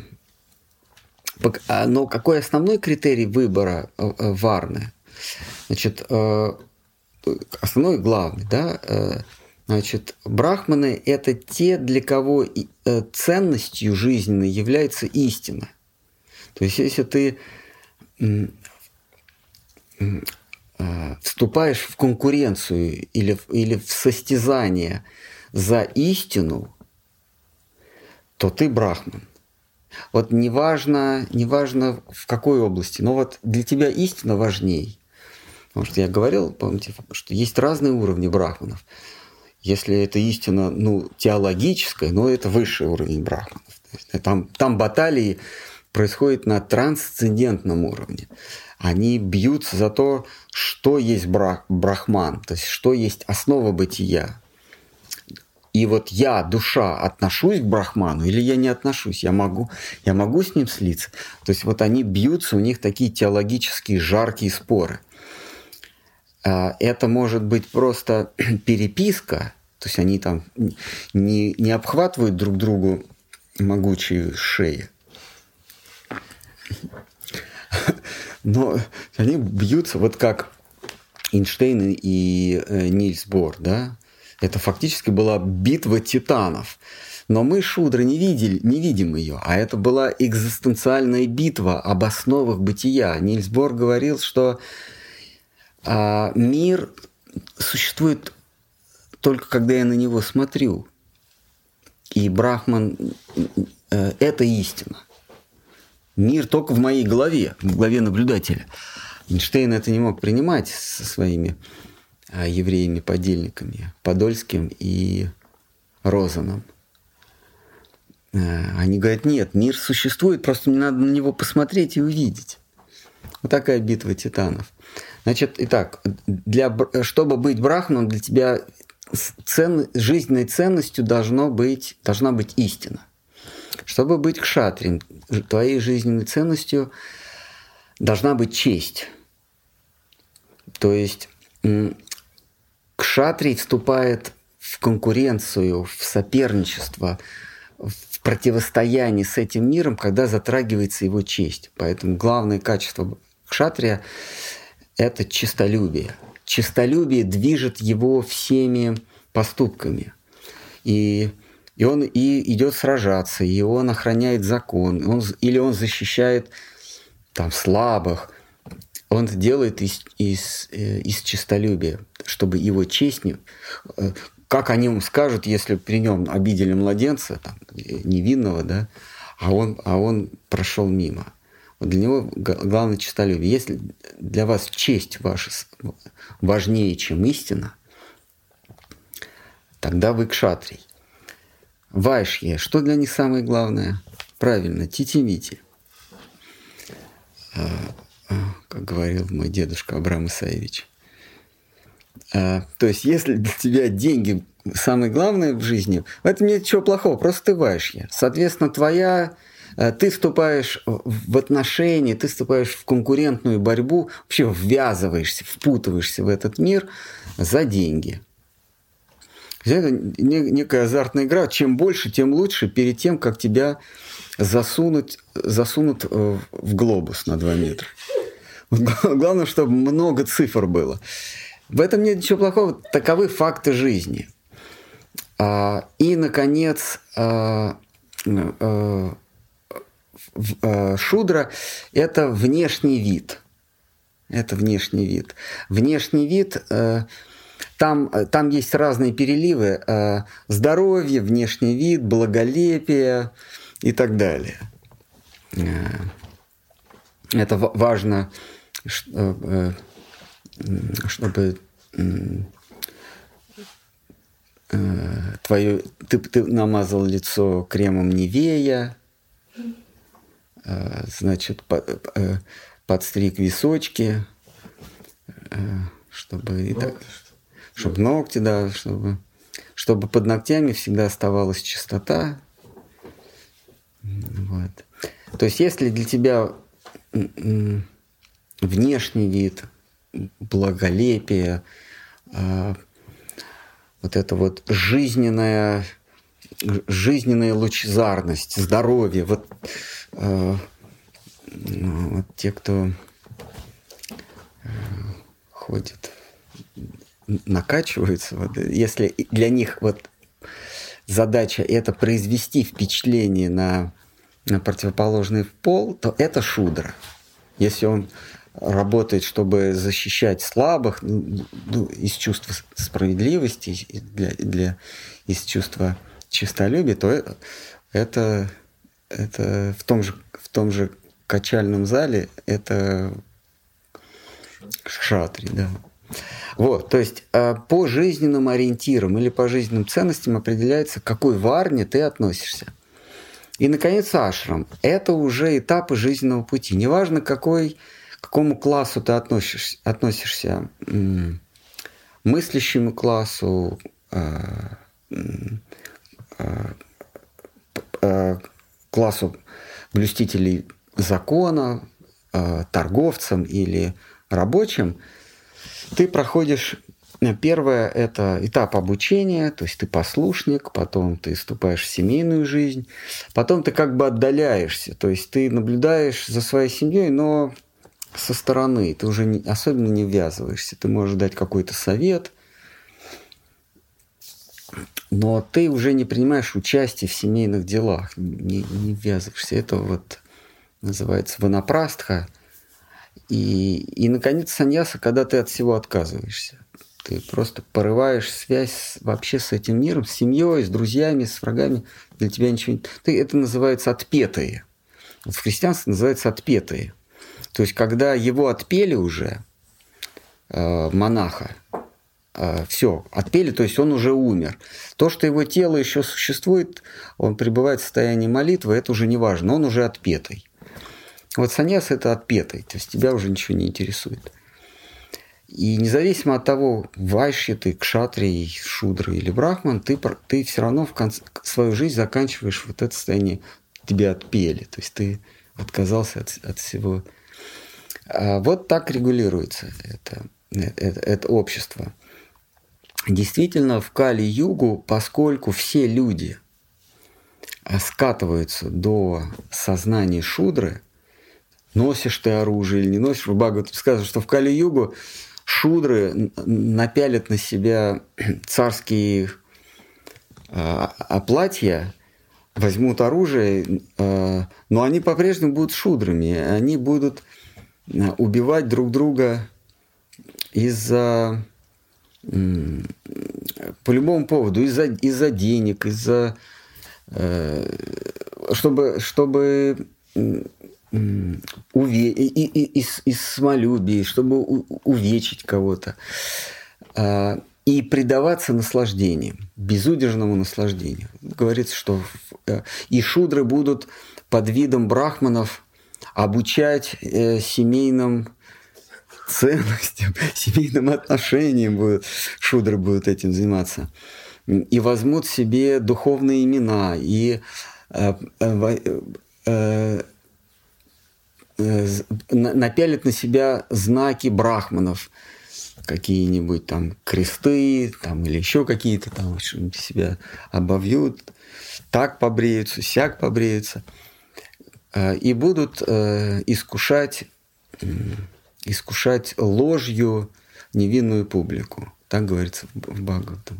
но какой основной критерий выбора э, варны? Значит, э, основной и главный, да, э, значит, брахманы – это те, для кого э, ценностью жизненной является истина. То есть, если ты э, э, вступаешь в конкуренцию или, или в состязание за истину, то ты брахман. Вот неважно, неважно в какой области, но вот для тебя истина важней. Потому что я говорил, помните, что есть разные уровни брахманов. Если это истина, ну, теологическая, но это высший уровень брахманов. То есть, там, там баталии происходят на трансцендентном уровне. Они бьются за то, что есть брах, брахман, то есть что есть основа бытия. И вот я, душа, отношусь к брахману или я не отношусь? Я могу, я могу с ним слиться? То есть вот они бьются, у них такие теологические жаркие споры. Это может быть просто переписка, то есть они там не, не обхватывают друг другу могучие шеи. но они бьются вот как Эйнштейн и э, Нильс Бор, да? Это фактически была битва титанов. Но мы, шудры, не, видели, не видим ее, а это была экзистенциальная битва об основах бытия. Нильс Бор говорил, что э, мир существует только когда я на него смотрю. И Брахман э, – это истина. Мир только в моей голове, в голове наблюдателя. Эйнштейн это не мог принимать со своими э, евреями-подельниками, Подольским и Розаном. Э, они говорят, нет, мир существует, просто мне надо на него посмотреть и увидеть. Вот такая битва титанов. Значит, итак, для, чтобы быть брахманом, для тебя цен, жизненной ценностью должно быть, должна быть истина. Чтобы быть кшатрием, твоей жизненной ценностью должна быть честь. То есть кшатрий вступает в конкуренцию, в соперничество, в противостояние с этим миром, когда затрагивается его честь. Поэтому главное качество кшатрия – это честолюбие. Честолюбие движет его всеми поступками. И, и он и идет сражаться, и он охраняет закон, он, или он защищает там, слабых. Он это делает из, из, из честолюбия, чтобы его честь не... Как о нем скажут, если при нем обидели младенца, там, невинного, да, а он, а он прошел мимо. Вот для него главное честолюбие. Если для вас честь ваша важнее, чем истина, тогда вы кшатрий. Вайшье, что для них самое главное? Правильно, тити-мити. Как говорил мой дедушка Абрам Исаевич. То есть, если для тебя деньги самое главное в жизни, в этом нет ничего плохого, просто ты вайшья. Соответственно, твоя... Ты вступаешь в отношения, ты вступаешь в конкурентную борьбу, вообще ввязываешься, впутываешься в этот мир за деньги. Это некая азартная игра. Чем больше, тем лучше, перед тем, как тебя засунуть, засунут в глобус на два метра. Главное, чтобы много цифр было. В этом нет ничего плохого. Таковы факты жизни. И, наконец, шудра – это внешний вид. Это внешний вид. Внешний вид, там, там есть разные переливы. Здоровье, внешний вид, благолепие и так далее. Это важно, чтобы твое, ты, ты намазал лицо кремом Нивея, значит, подстриг височки, чтобы, и так, чтобы ногти, да, чтобы, чтобы под ногтями всегда оставалась чистота. Вот. То есть, если для тебя внешний вид, благолепие, вот это вот жизненная, жизненная лучезарность, здоровье, вот, э, вот те, кто э, ходит, накачиваются, вот, если для них вот задача это произвести впечатление на, на противоположный пол, то это шудра. Если он работает, чтобы защищать слабых, ну, из чувства справедливости, для, для, из чувства честолюбия, то это, это в, том же, в том же качальном зале это кшатри, да. Вот, то есть по жизненным ориентирам или по жизненным ценностям определяется, к какой варне ты относишься. И, наконец, ашрам. Это уже этапы жизненного пути. Неважно, какой... к какому классу ты относишься, относишься мыслящему классу, классу блюстителей закона, торговцам или рабочим, ты проходишь, первое, это этап обучения, то есть ты послушник, потом ты вступаешь в семейную жизнь, потом ты как бы отдаляешься, то есть ты наблюдаешь за своей семьей, но со стороны, ты уже не, особенно не ввязываешься. Ты можешь дать какой-то совет, но ты уже не принимаешь участие в семейных делах, не, не ввязываешься. Это вот называется ванапрастха. И, и, наконец, саньяса, когда ты от всего отказываешься. Ты просто порываешь связь вообще с этим миром, с семьей, с друзьями, с врагами. Для тебя ничего не... Ты, это называется отпетые. Вот в христианстве называется отпетые. То есть, когда его отпели уже, э, монаха, э, все, отпели, то есть он уже умер. То, что его тело еще существует, он пребывает в состоянии молитвы, это уже не важно, он уже отпетый. Вот саньяс – это отпетый, то есть тебя уже ничего не интересует. И независимо от того, вайшья ты, кшатрий, шудра или брахман, ты, ты все равно в конце, свою жизнь заканчиваешь вот это состояние, тебя отпели, то есть ты отказался от, от всего. А вот так регулируется это, это, это общество. Действительно, в Кали-югу, поскольку все люди скатываются до сознания шудры, носишь ты оружие или не носишь, в Бхагаватам сказано, что в Кали-югу шудры напялят на себя царские э, платья, возьмут оружие, э, но они по-прежнему будут шудрами. Они будут убивать друг друга из-за э, по любому поводу, из-за, из-за денег, из-за э, чтобы, чтобы уве... и, и, и, из, из самолюбия, чтобы увечить кого-то. И предаваться наслаждениям, безудержному наслаждению. Говорится, что и шудры будут под видом брахманов обучать семейным ценностям, семейным отношениям. Будут, шудры будут этим заниматься. И возьмут себе духовные имена, и напялят на себя знаки брахманов, какие-нибудь там кресты, там, или еще какие-то там, себя обовьют, так побреются, сяк побреются, и будут искушать, искушать ложью невинную публику. Так говорится в Бхагаватам.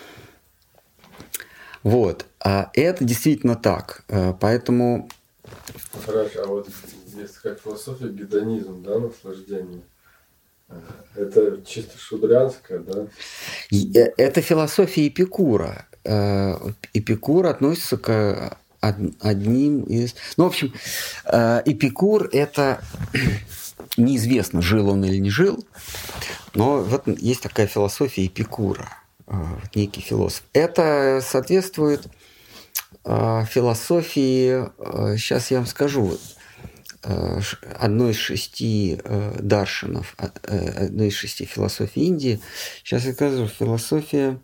Вот. А это действительно так. Поэтому... Хорошо, а вот есть такая философия гедонизм, да, наслаждение. Это чисто шудрянская, да? Это философия Эпикура. Эпикур относится к одним из... Ну, в общем, Эпикур – это... Неизвестно, жил он или не жил, но вот есть такая философия Эпикура, некий философ. Это соответствует философии, сейчас я вам скажу, одной из шести даршанов, одной из шести философий Индии. Сейчас я скажу, философия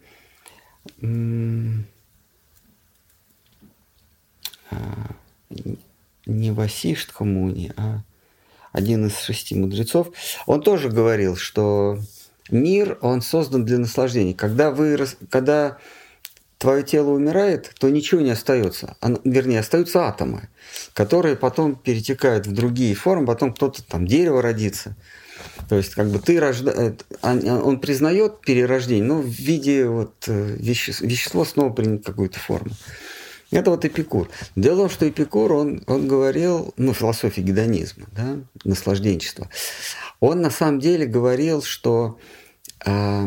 не Васиштха Муни, а один из шести мудрецов. Он тоже говорил, что мир, он создан для наслаждения. Когда, вы, когда твое тело умирает, то ничего не остается. Вернее, остаются атомы, которые потом перетекают в другие формы, потом кто-то там, дерево родится. То есть, как бы ты рожда... он признает перерождение, но в виде вот, веще... вещество снова принято какую-то форму. Это вот Эпикур. Дело в том, что Эпикур, он, он говорил, ну, философия гедонизма, да, наслажденчества. Он на самом деле говорил, что э,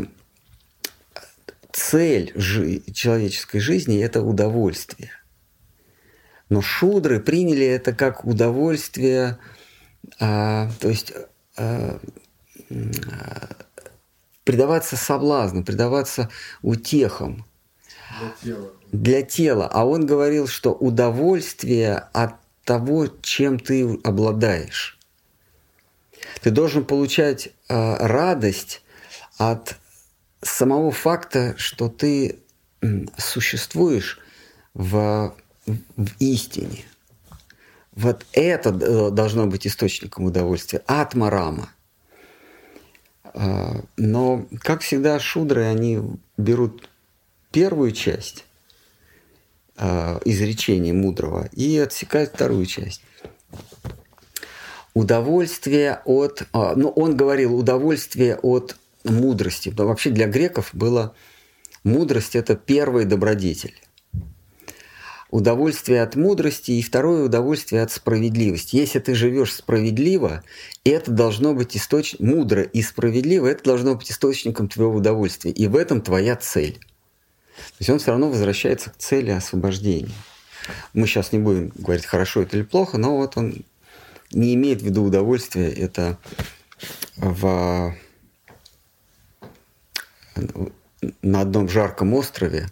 цель жи- человеческой жизни – это удовольствие. Но шудры приняли это как удовольствие, э, то есть э, э, предаваться соблазну, предаваться утехам. Для тела. Для тела. А он говорил, что удовольствие от того, чем ты обладаешь. Ты должен получать э, радость от самого факта, что ты существуешь в, в истине. Вот это должно быть источником удовольствия. Атма-рама. Э, но, как всегда, шудры, они берут первую часть изречения мудрого и отсекает вторую часть. удовольствие от... Ну, он говорил удовольствие от мудрости. Но вообще для греков было... Мудрость – это первый добродетель. Удовольствие от мудрости и второе – удовольствие от справедливости. Если ты живешь справедливо, это должно быть источником... Мудро и справедливо – это должно быть источником твоего удовольствия. И в этом твоя цель. То есть он все равно возвращается к цели освобождения. Мы сейчас не будем говорить, хорошо это или плохо, но вот он не имеет в виду удовольствия. Это в... на одном жарком острове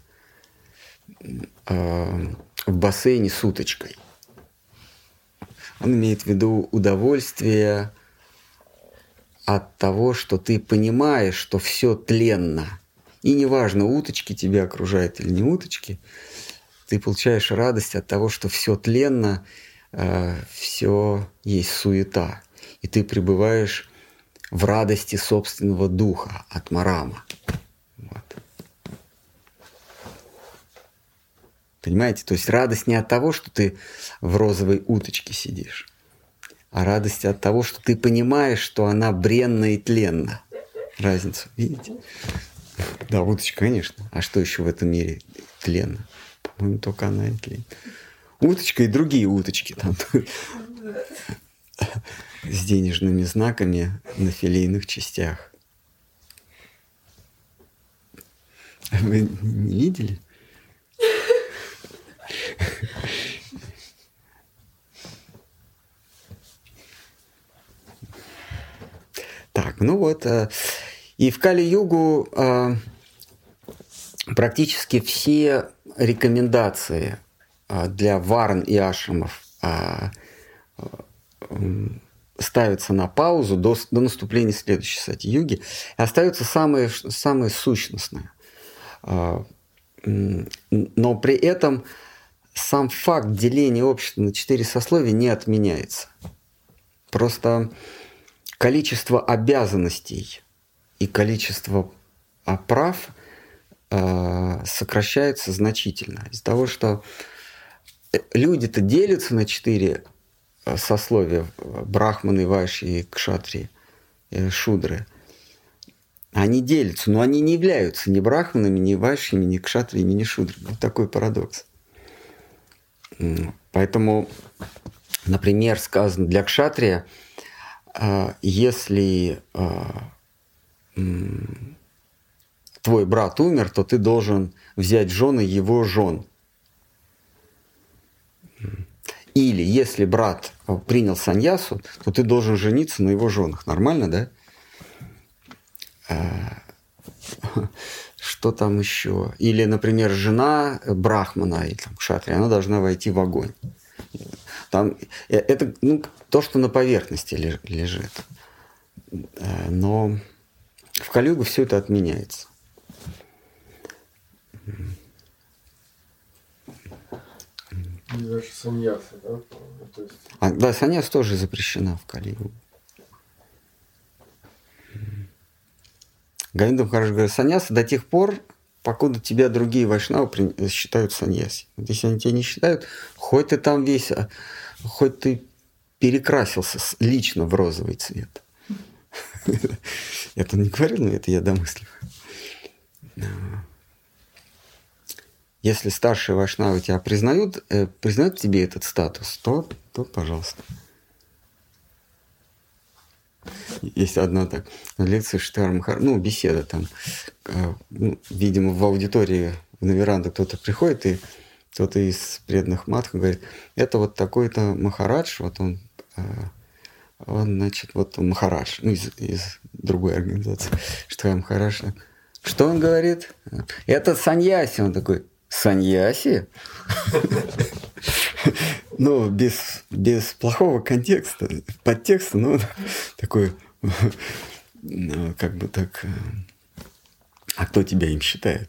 э, в бассейне с уточкой. Он имеет в виду удовольствие от того, что ты понимаешь, что все тленно. И неважно, уточки тебя окружают или не уточки, ты получаешь радость от того, что все тленно, э, все есть суета. И ты пребываешь в радости собственного духа от марама. Вот. Понимаете? То есть радость не от того, что ты в розовой уточке сидишь, а радость от того, что ты понимаешь, что она бренна и тленна. Разницу, видите? Да, уточка, конечно. А что еще в этом мире тленно? По-моему, только она и тлен. Уточка и другие уточки там с денежными знаками на филейных частях. Вы не видели? Так, ну вот, и в Кали-югу практически все рекомендации для варн и ашрамов ставятся на паузу до, до наступления следующей сати-юги, и остаются самые, самые сущностные. Но при этом сам факт деления общества на четыре сословия не отменяется. Просто количество обязанностей и количество прав сокращается значительно. Из-за того, что люди-то делятся на четыре сословия: брахманы, вайши, кшатри, шудры. Они делятся, но они не являются ни брахманами, ни вайшами, ни кшатриями, ни шудрами. Вот такой парадокс. Поэтому, например, сказано для кшатрия, если твой брат умер, то ты должен взять в жены его жен. Или если брат принял саньясу, то ты должен жениться на его женах. Нормально, да? Что там еще? Или, например, жена брахмана или там, кшатрия, она должна войти в огонь. Там, это ну, то, что на поверхности лежит. Но в Кали-югу все это отменяется. И даже саньяса, да? То есть... А, да, саньяса тоже запрещена в Кали-югу. Говиндам Махарадж говорит, саньяса до тех пор, покуда тебя другие вайшнавы считают саньяси. Вот если они тебя не считают, хоть ты там весь, хоть ты перекрасился лично в розовый цвет. Это не говорил, но это я домыслил. Если старшие вайшнавы тебя признают, признают тебе этот статус, то, то пожалуйста. Есть одна так лекция Штар Махарадж, ну, беседа там. Ну, видимо, в аудитории в Наверанда кто-то приходит, и кто-то из преданных матха говорит, это вот такой-то Махарадж, вот он, он значит, вот он Махарадж, ну, из, из другой организации, Штар Махарадж. Что он говорит? Это саньяси. Он такой, саньяси? Ну, без, без плохого контекста, подтекста, но такой, как бы так, а кто тебя им считает?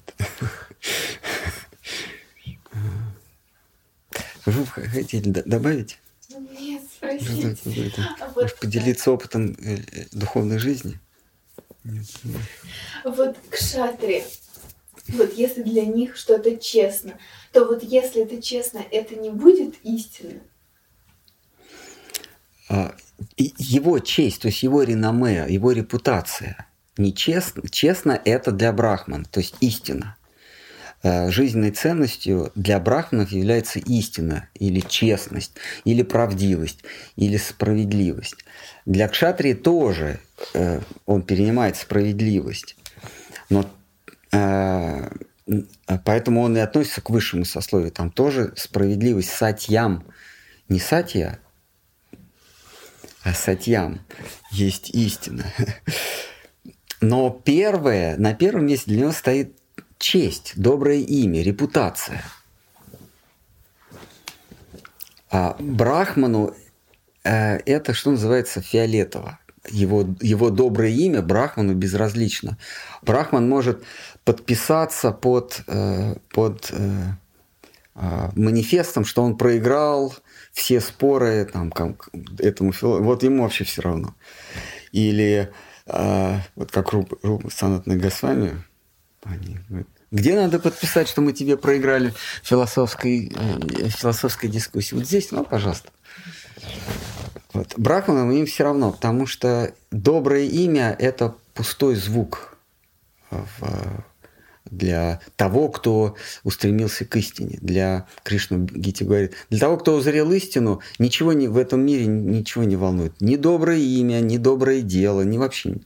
Вы хотели добавить? Нет, спросите. Может, поделиться опытом духовной жизни? Нет. Вот кшатри. Вот если для них что-то честно, то вот если это честно, это не будет истинно? А, его честь, то есть его реноме, его репутация. Нечестно, честно это для брахман, то есть истина. Жизненной ценностью для брахманов является истина, или честность, или правдивость, или справедливость. Для кшатрии тоже он перенимает справедливость, но поэтому он и относится к высшему сословию. Там тоже справедливость сатьям, не сатья, а сатьям есть истина. Но первое, на первом месте для него стоит честь, доброе имя, репутация. А брахману э, это, что называется, фиолетово. Его, его доброе имя брахману безразлично. Брахман может подписаться под, э, под э, э, манифестом, что он проиграл все споры там, как, этому философу. Вот ему вообще все равно. Или э, вот как Рупа Санатана Госвами, они говорят, где надо подписать, что мы тебе проиграли в философской, э, философской дискуссии? Вот здесь, ну, пожалуйста. Вот. Брахманам им все равно, потому что доброе имя – это пустой звук в, для того, кто устремился к истине. Для Кришна Гити говорит, для того, кто узрел истину, ничего не, в этом мире ничего не волнует. Ни доброе имя, ни доброе дело, ни вообще.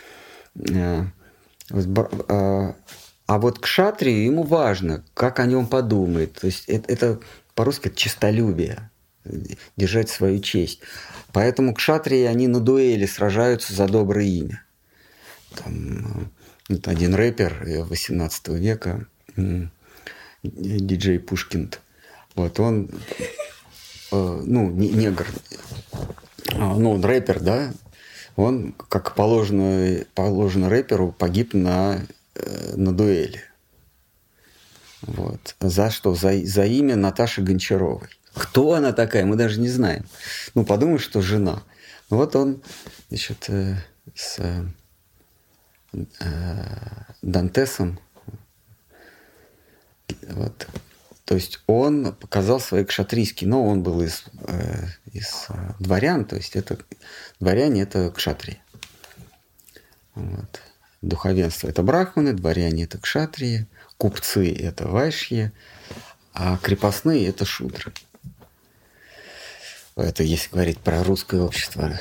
А вот кшатрию ему важно, как о нем подумает. То есть это, это по-русски честолюбие, держать свою честь. Поэтому кшатрии, они на дуэли сражаются за доброе имя. Там, вот один рэпер восемнадцатого века, диджей Пушкин, вот он, ну, негр, ну, он рэпер, да, он, как положено, положено рэперу, погиб на, на дуэли. Вот. За что? За, за имя Наташи Гончаровой. Кто она такая, мы даже не знаем. Ну, подумай, что жена. Ну, вот он, значит, с э, Дантесом, вот, то есть он показал свои кшатрийские, но он был из, э, из дворян, то есть это дворяне – это кшатрии. Вот. Духовенство – это брахманы, дворяне – это кшатрии, купцы – это вайшьи, а крепостные – это шудры. Это если говорить про русское общество.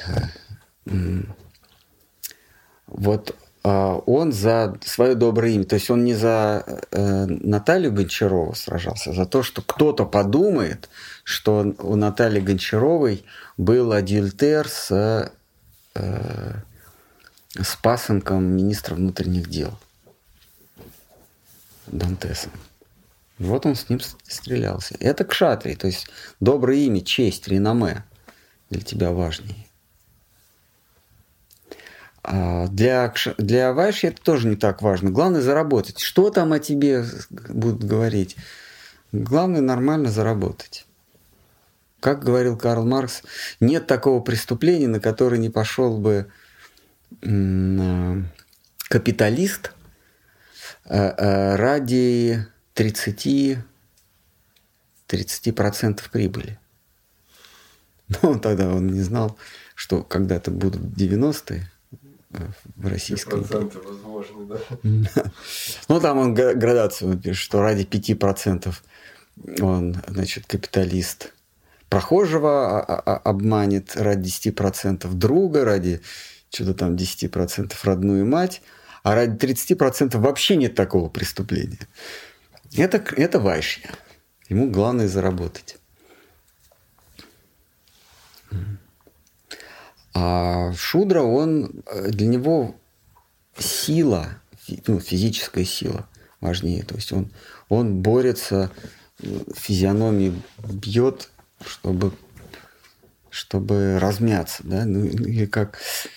Вот он за свое доброе имя, то есть он не за Наталью Гончарову сражался, а за то, что кто-то подумает, что у Натальи Гончаровой был адюльтер с, с пасынком министра внутренних дел Дантесом. Вот он с ним стрелялся. Это кшатрий, то есть доброе имя, честь, реноме для тебя важнее. А для, для вайши это тоже не так важно. Главное заработать. Что там о тебе будут говорить? Главное нормально заработать. Как говорил Карл Маркс, нет такого преступления, на которое не пошел бы капиталист ради тридцать процентов прибыли. Но тогда он не знал, что когда-то будут девяностые в российской. проценты возможны, да? Ну, там он градацию пишет, что ради пяти процентов он, значит, капиталист прохожего обманет, ради десяти процентов друга, ради что-то там десяти процентов родную мать, а ради тридцати процентов вообще нет такого преступления. Это, это вайшья. Ему главное заработать. А шудра, он, для него сила, ну, физическая сила важнее. То есть он, он борется, физиономией бьет, чтобы, чтобы размяться. Да? Ну, или как,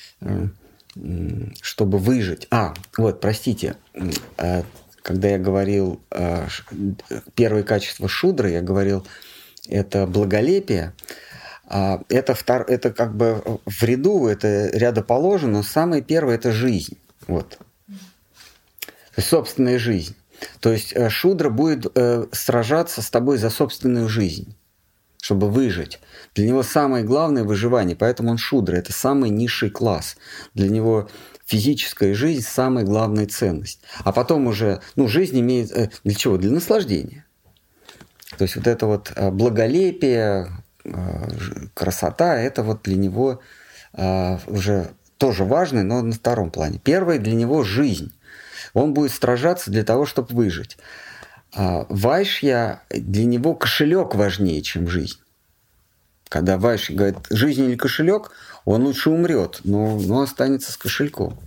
чтобы выжить. А, вот, простите, когда я говорил э, первое качество шудры, я говорил, это благолепие. Э, это, втор, это как бы в ряду, это рядоположено, но самое первое – это жизнь. Вот. Собственная жизнь. То есть э, шудра будет э, сражаться с тобой за собственную жизнь. чтобы выжить. Для него самое главное выживание, поэтому он шудра, это самый низший класс. Для него физическая жизнь – самая главная ценность. А потом уже, ну, жизнь имеет, для чего? Для наслаждения. То есть вот это вот благолепие, красота – это вот для него уже тоже важно, но на втором плане. Первое для него – жизнь. Он будет сражаться для того, чтобы выжить. Вайшья, для него кошелек важнее, чем жизнь. Когда Вайшья говорит, жизнь или кошелек, он лучше умрет, но, но останется с кошельком.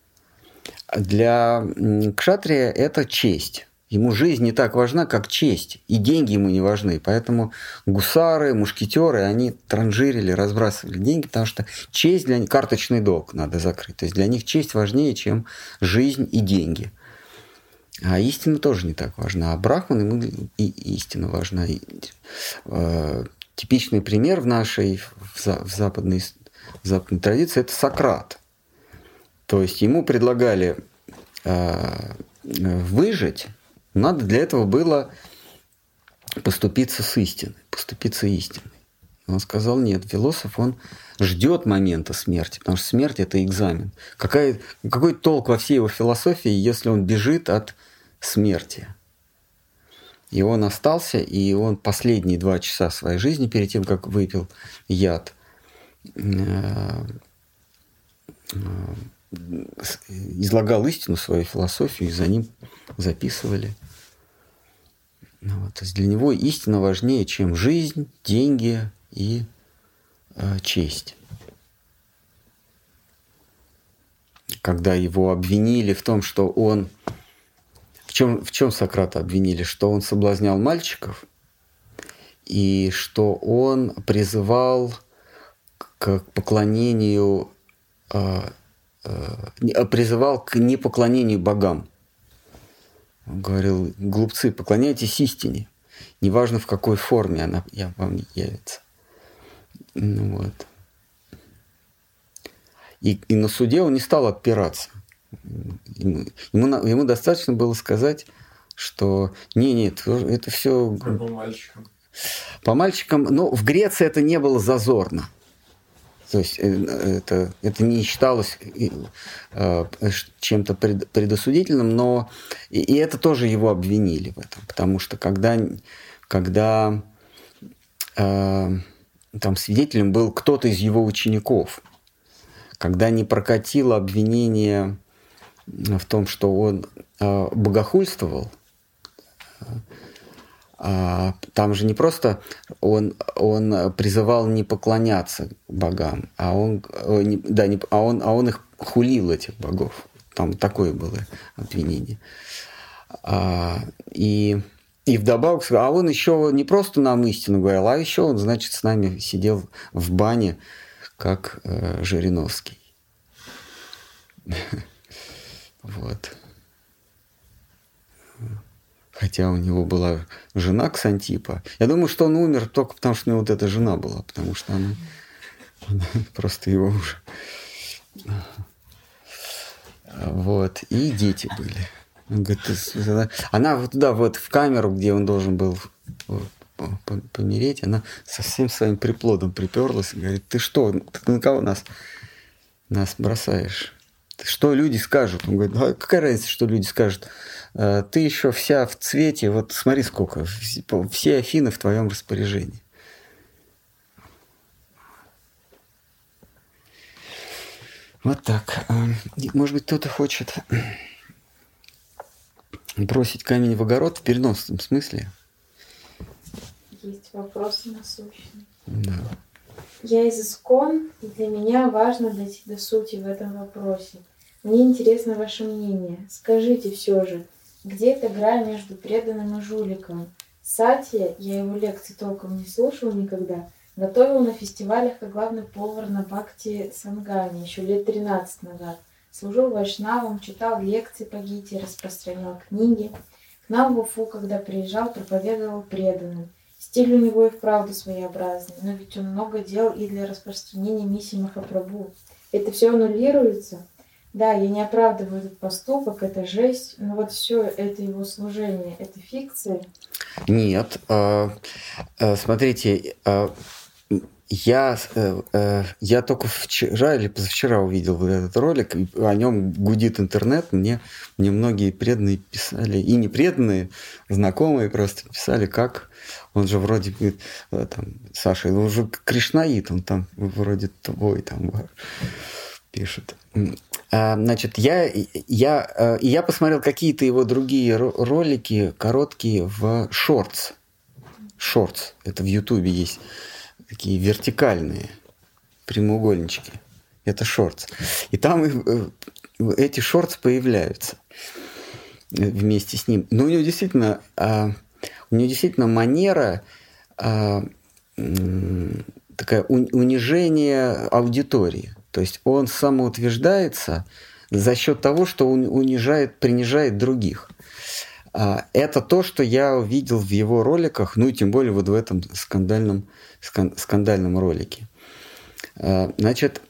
Для кшатрия это честь. Ему жизнь не так важна, как честь. И деньги ему не важны. Поэтому гусары, мушкетеры, они транжирили, разбрасывали деньги, потому что честь для них, карточный долг надо закрыть. То есть для них честь важнее, чем жизнь и деньги. А истина тоже не так важна. А брахман, ему и истина важна. И, э, типичный пример в нашей, в, за, в, западной, в западной традиции – это Сократ. То есть ему предлагали э, выжить, надо для этого было поступиться с истиной, поступиться истиной. Он сказал, нет, философ, он ждет момента смерти, потому что смерть – это экзамен. Какая, какой толк во всей его философии, если он бежит от смерти? И он остался, и он последние два часа своей жизни, перед тем, как выпил яд, излагал истину, свою философию, и за ним записывали. Вот. То есть для него истина важнее, чем жизнь, деньги и э, честь. Когда его обвинили в том, что он... В чем, в чем Сократа обвинили? Что он соблазнял мальчиков и что он призывал к поклонению... Э, призывал к непоклонению богам. Он говорил, глупцы, поклоняйтесь истине. Неважно, в какой форме она вам явится. Ну, вот. И, и на суде он не стал отпираться. Ему, ему, ему достаточно было сказать, что не, нет, это все... По мальчикам. По мальчикам, ну, в Греции это не было зазорно. То есть это, это не считалось чем-то предосудительным, но и это тоже его обвинили в этом. Потому что когда, когда э, там свидетелем был кто-то из его учеников, когда не прокатило обвинение в том, что он э, богохульствовал, А, там же не просто он, он призывал не поклоняться богам, а он, да, не, а, он, а он их хулил, этих богов. Там такое было обвинение. А, и, и вдобавок, а он еще не просто нам истину говорил, а еще он, значит, с нами сидел в бане, как э, Жириновский. Вот. Хотя у него была жена Ксантипа. Я думаю, что он умер только потому, что у него вот эта жена была, потому что она, она просто его уже... Вот. И дети были. Он говорит, она вот туда, вот в камеру, где он должен был помереть, она со всем своим приплодом приперлась и говорит, ты что, ты на кого нас, нас бросаешь? Что люди скажут? Он говорит, а какая разница, что люди скажут? Ты еще вся в цвете, вот смотри сколько, все Афины в твоем распоряжении. Вот так. Может быть, кто-то хочет бросить камень в огород в переносном смысле? Есть вопросы насущные. Да. Я из ИСККОН, и для меня важно дойти до сути в этом вопросе. Мне интересно ваше мнение. Скажите все же, где эта грань между преданным и жуликом? Сатья, я его лекции толком не слушал никогда, готовил на фестивалях как главный повар на Бхакти Сангаме еще лет тринадцать назад. Служил вайшнавам, читал лекции по Гите, распространял книги. К нам в Уфу, когда приезжал, проповедовал преданным. Стиль у него и вправду своеобразный, но ведь он много делал и для распространения миссии Махапрабху. Это все аннулируется? Да, я не оправдываю этот поступок, это жесть, но вот все это его служение, это фикция. Нет. Э, э, смотрите, э, я, э, я только вчера или позавчера увидел вот этот ролик, и о нем гудит интернет. Мне, мне многие преданные писали, и не преданные, знакомые просто писали, как он же вроде бы, там, Саша, он же кришнаит, он там вроде твой там пишет. Значит, я, я, я посмотрел какие-то его другие ролики, короткие, в Shorts. Shorts, это в Ютубе есть. Такие вертикальные прямоугольнички. Это шортс. И там эти шортс появляются вместе с ним. Но у него действительно, у него действительно манера такая унижение аудитории. То есть он самоутверждается за счет того, что он унижает, принижает других. Это то, что я увидел в его роликах, ну и тем более вот в этом скандальном, скандальном ролике. Значит,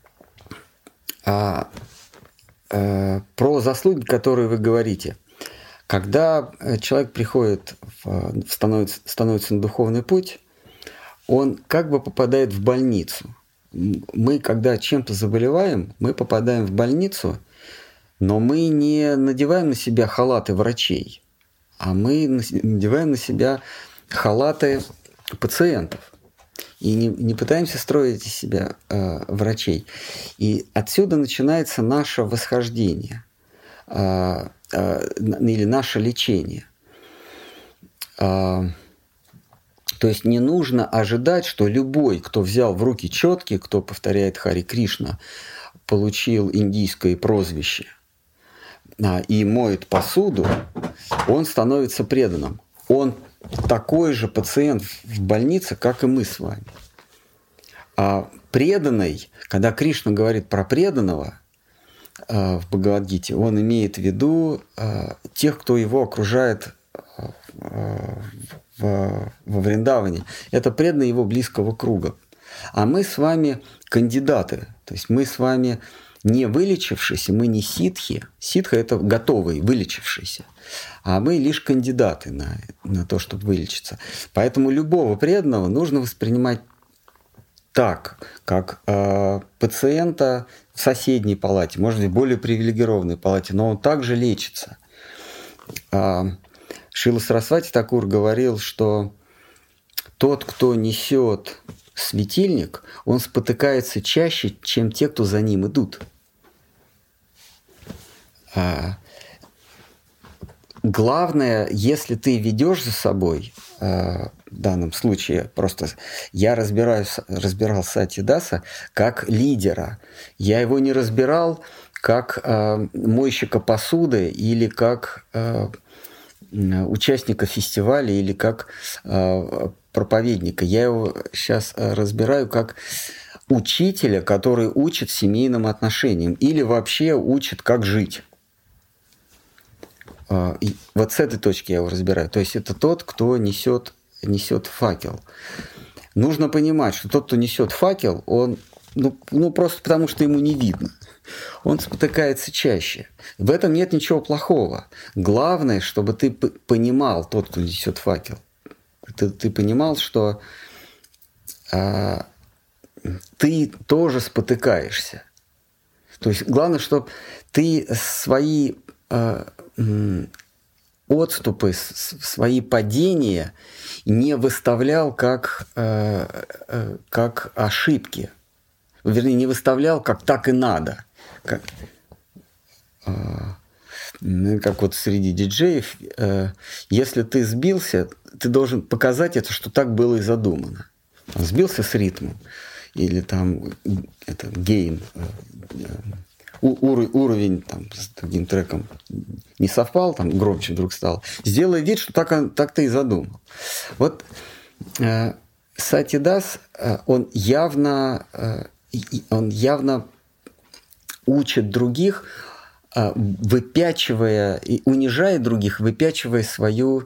про заслуги, которые вы говорите. Когда человек приходит, в, становится, становится на духовный путь, он как бы попадает в больницу. Мы, когда чем-то заболеваем, мы попадаем в больницу, но мы не надеваем на себя халаты врачей, а мы надеваем на себя халаты пациентов. И не, не пытаемся строить из себя э, врачей. И отсюда начинается наше восхождение э, э, или наше лечение. Э, то есть не нужно ожидать, что любой, кто взял в руки четки, кто повторяет Хари Кришна, получил индийское прозвище и моет посуду, он становится преданным. Он такой же пациент в больнице, как и мы с вами. А преданный, когда Кришна говорит про преданного э, в Бхагавад-гите, он имеет в виду э, тех, кто его окружает э, в, во Вриндаване. Это преданные его близкого круга. А мы с вами кандидаты. То есть мы с вами не вылечившиеся, мы не ситхи. Ситха – это готовые, вылечившиеся. А мы лишь кандидаты на, на то, чтобы вылечиться. Поэтому любого преданного нужно воспринимать так, как э, пациента в соседней палате, может быть, более привилегированной палате, но он также лечится. Э, Шрила Сарасвати Такур говорил, что тот, кто несет светильник, он спотыкается чаще, чем те, кто за ним идут. А, главное, если ты ведешь за собой, а, в данном случае просто я разбираюсь, разбирал Сати Даса как лидера. Я его не разбирал как а, мойщика посуды или как а, участника фестиваля или как а, проповедника. Я его сейчас разбираю как учителя, который учит семейным отношениям или вообще учит, как жить. И вот с этой точки я его разбираю. То есть это тот, кто несет, несет факел. Нужно понимать, что тот, кто несет факел, он ну, ну просто потому, что ему не видно. Он спотыкается чаще. В этом нет ничего плохого. Главное, чтобы ты понимал, тот, кто несет факел, Ты, ты понимал, что а, ты тоже спотыкаешься. То есть главное, чтобы ты свои а, отступы, свои падения не выставлял как, а, а, как ошибки. Вернее, не выставлял как так и надо. Как, а, как вот среди диджеев, а, если ты сбился, ты должен показать это, что так было и задумано. Он сбился с ритмом. Или там это, гейн, ур, уровень там, с другим треком не совпал, там громче вдруг стал. Сделай вид, что так, так ты и задумал. Вот э, Сати Дас, э, он явно, э, он явно учит других, э, выпячивая, и унижает других, выпячивая свою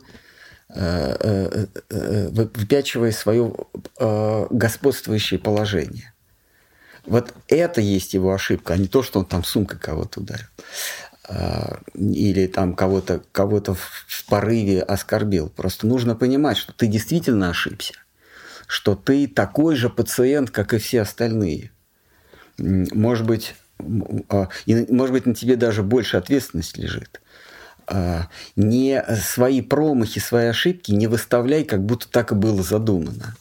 выпячивая свое господствующее положение. Вот это есть его ошибка, а не то, что он там сумкой кого-то ударил. или там кого-то, кого-то в порыве оскорбил. Просто нужно понимать, что ты действительно ошибся, что ты такой же пациент, как и все остальные. Может быть, и, может быть, на тебе даже больше ответственность лежит. Не свои промахи, свои ошибки не выставляй, как будто так и было задумано.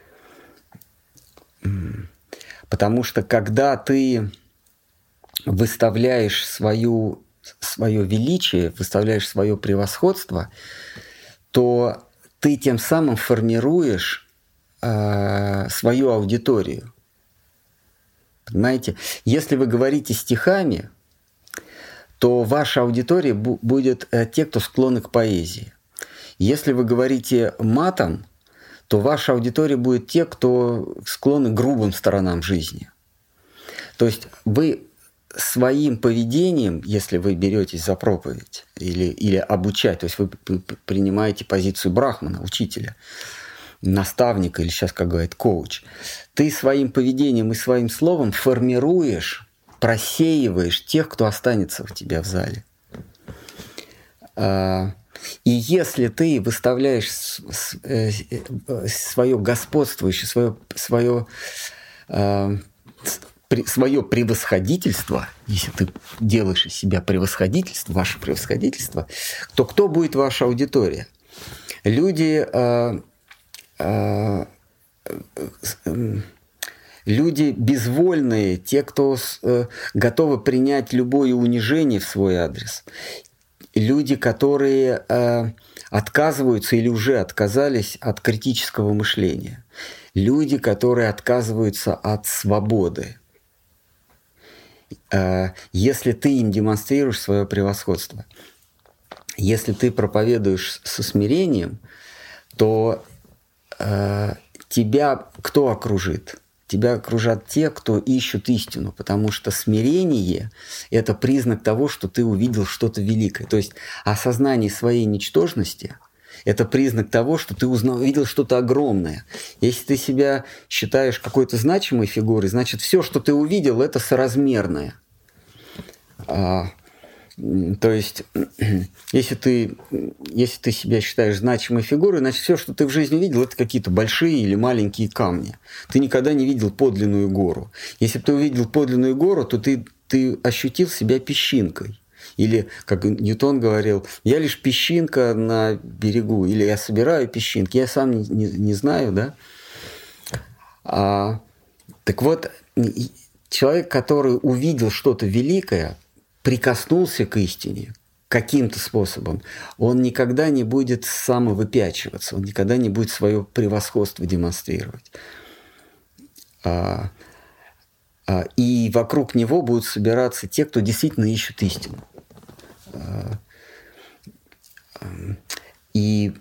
Потому что когда ты выставляешь свою, свое величие, выставляешь свое превосходство, то ты тем самым формируешь э, свою аудиторию. Понимаете? Если вы говорите стихами, то ваша аудитория бу- будет э, те, кто склонны к поэзии. Если вы говорите матом, то ваша аудитория будет те, кто склонны к грубым сторонам жизни. То есть вы своим поведением, если вы беретесь за проповедь или, или обучать, то есть вы принимаете позицию брахмана, учителя, наставника или сейчас, как говорят, коуч, ты своим поведением и своим словом формируешь, просеиваешь тех, кто останется у тебя в зале. И если ты выставляешь свое господствующее, свое, свое, свое превосходительство, если ты делаешь из себя превосходительство, ваше превосходительство, то кто будет ваша аудитория? Люди, люди безвольные, те, кто готовы принять любое унижение в свой адрес. Люди, которые э, отказываются или уже отказались от критического мышления. Люди, которые отказываются от свободы. Э, если ты им демонстрируешь свое превосходство, если ты проповедуешь со смирением, то э, тебя кто окружит? Тебя окружат те, кто ищут истину, потому что смирение – это признак того, что ты увидел что-то великое. То есть осознание своей ничтожности – это признак того, что ты узнал, увидел что-то огромное. Если ты себя считаешь какой-то значимой фигурой, значит, все, что ты увидел, это соразмерное. То есть, если ты, если ты себя считаешь значимой фигурой, значит, все, что ты в жизни видел, это какие-то большие или маленькие камни. Ты никогда не видел подлинную гору. Если бы ты увидел подлинную гору, то ты, ты ощутил себя песчинкой. Или, как Ньютон говорил, я лишь песчинка на берегу, или я собираю песчинки, я сам не, не, не знаю, да? А, так вот, человек, который увидел что-то великое, прикоснулся к истине каким-то способом, он никогда не будет самовыпячиваться, он никогда не будет свое превосходство демонстрировать. И вокруг него будут собираться те, кто действительно ищут истину. И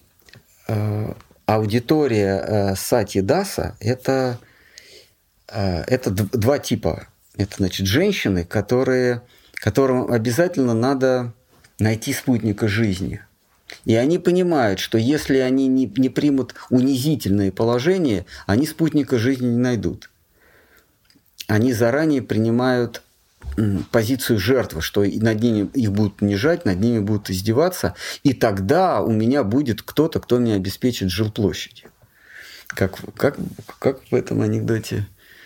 аудитория Сати Даса – это, это два типа. Это, значит, женщины, которые... которым обязательно надо найти спутника жизни. И они понимают, что если они не, не примут унизительное положение, они спутника жизни не найдут. Они заранее принимают позицию жертвы, что над ними их будут унижать, над ними будут издеваться, и тогда у меня будет кто-то, кто мне обеспечит жилплощадь. Как, как, как в этом анекдоте...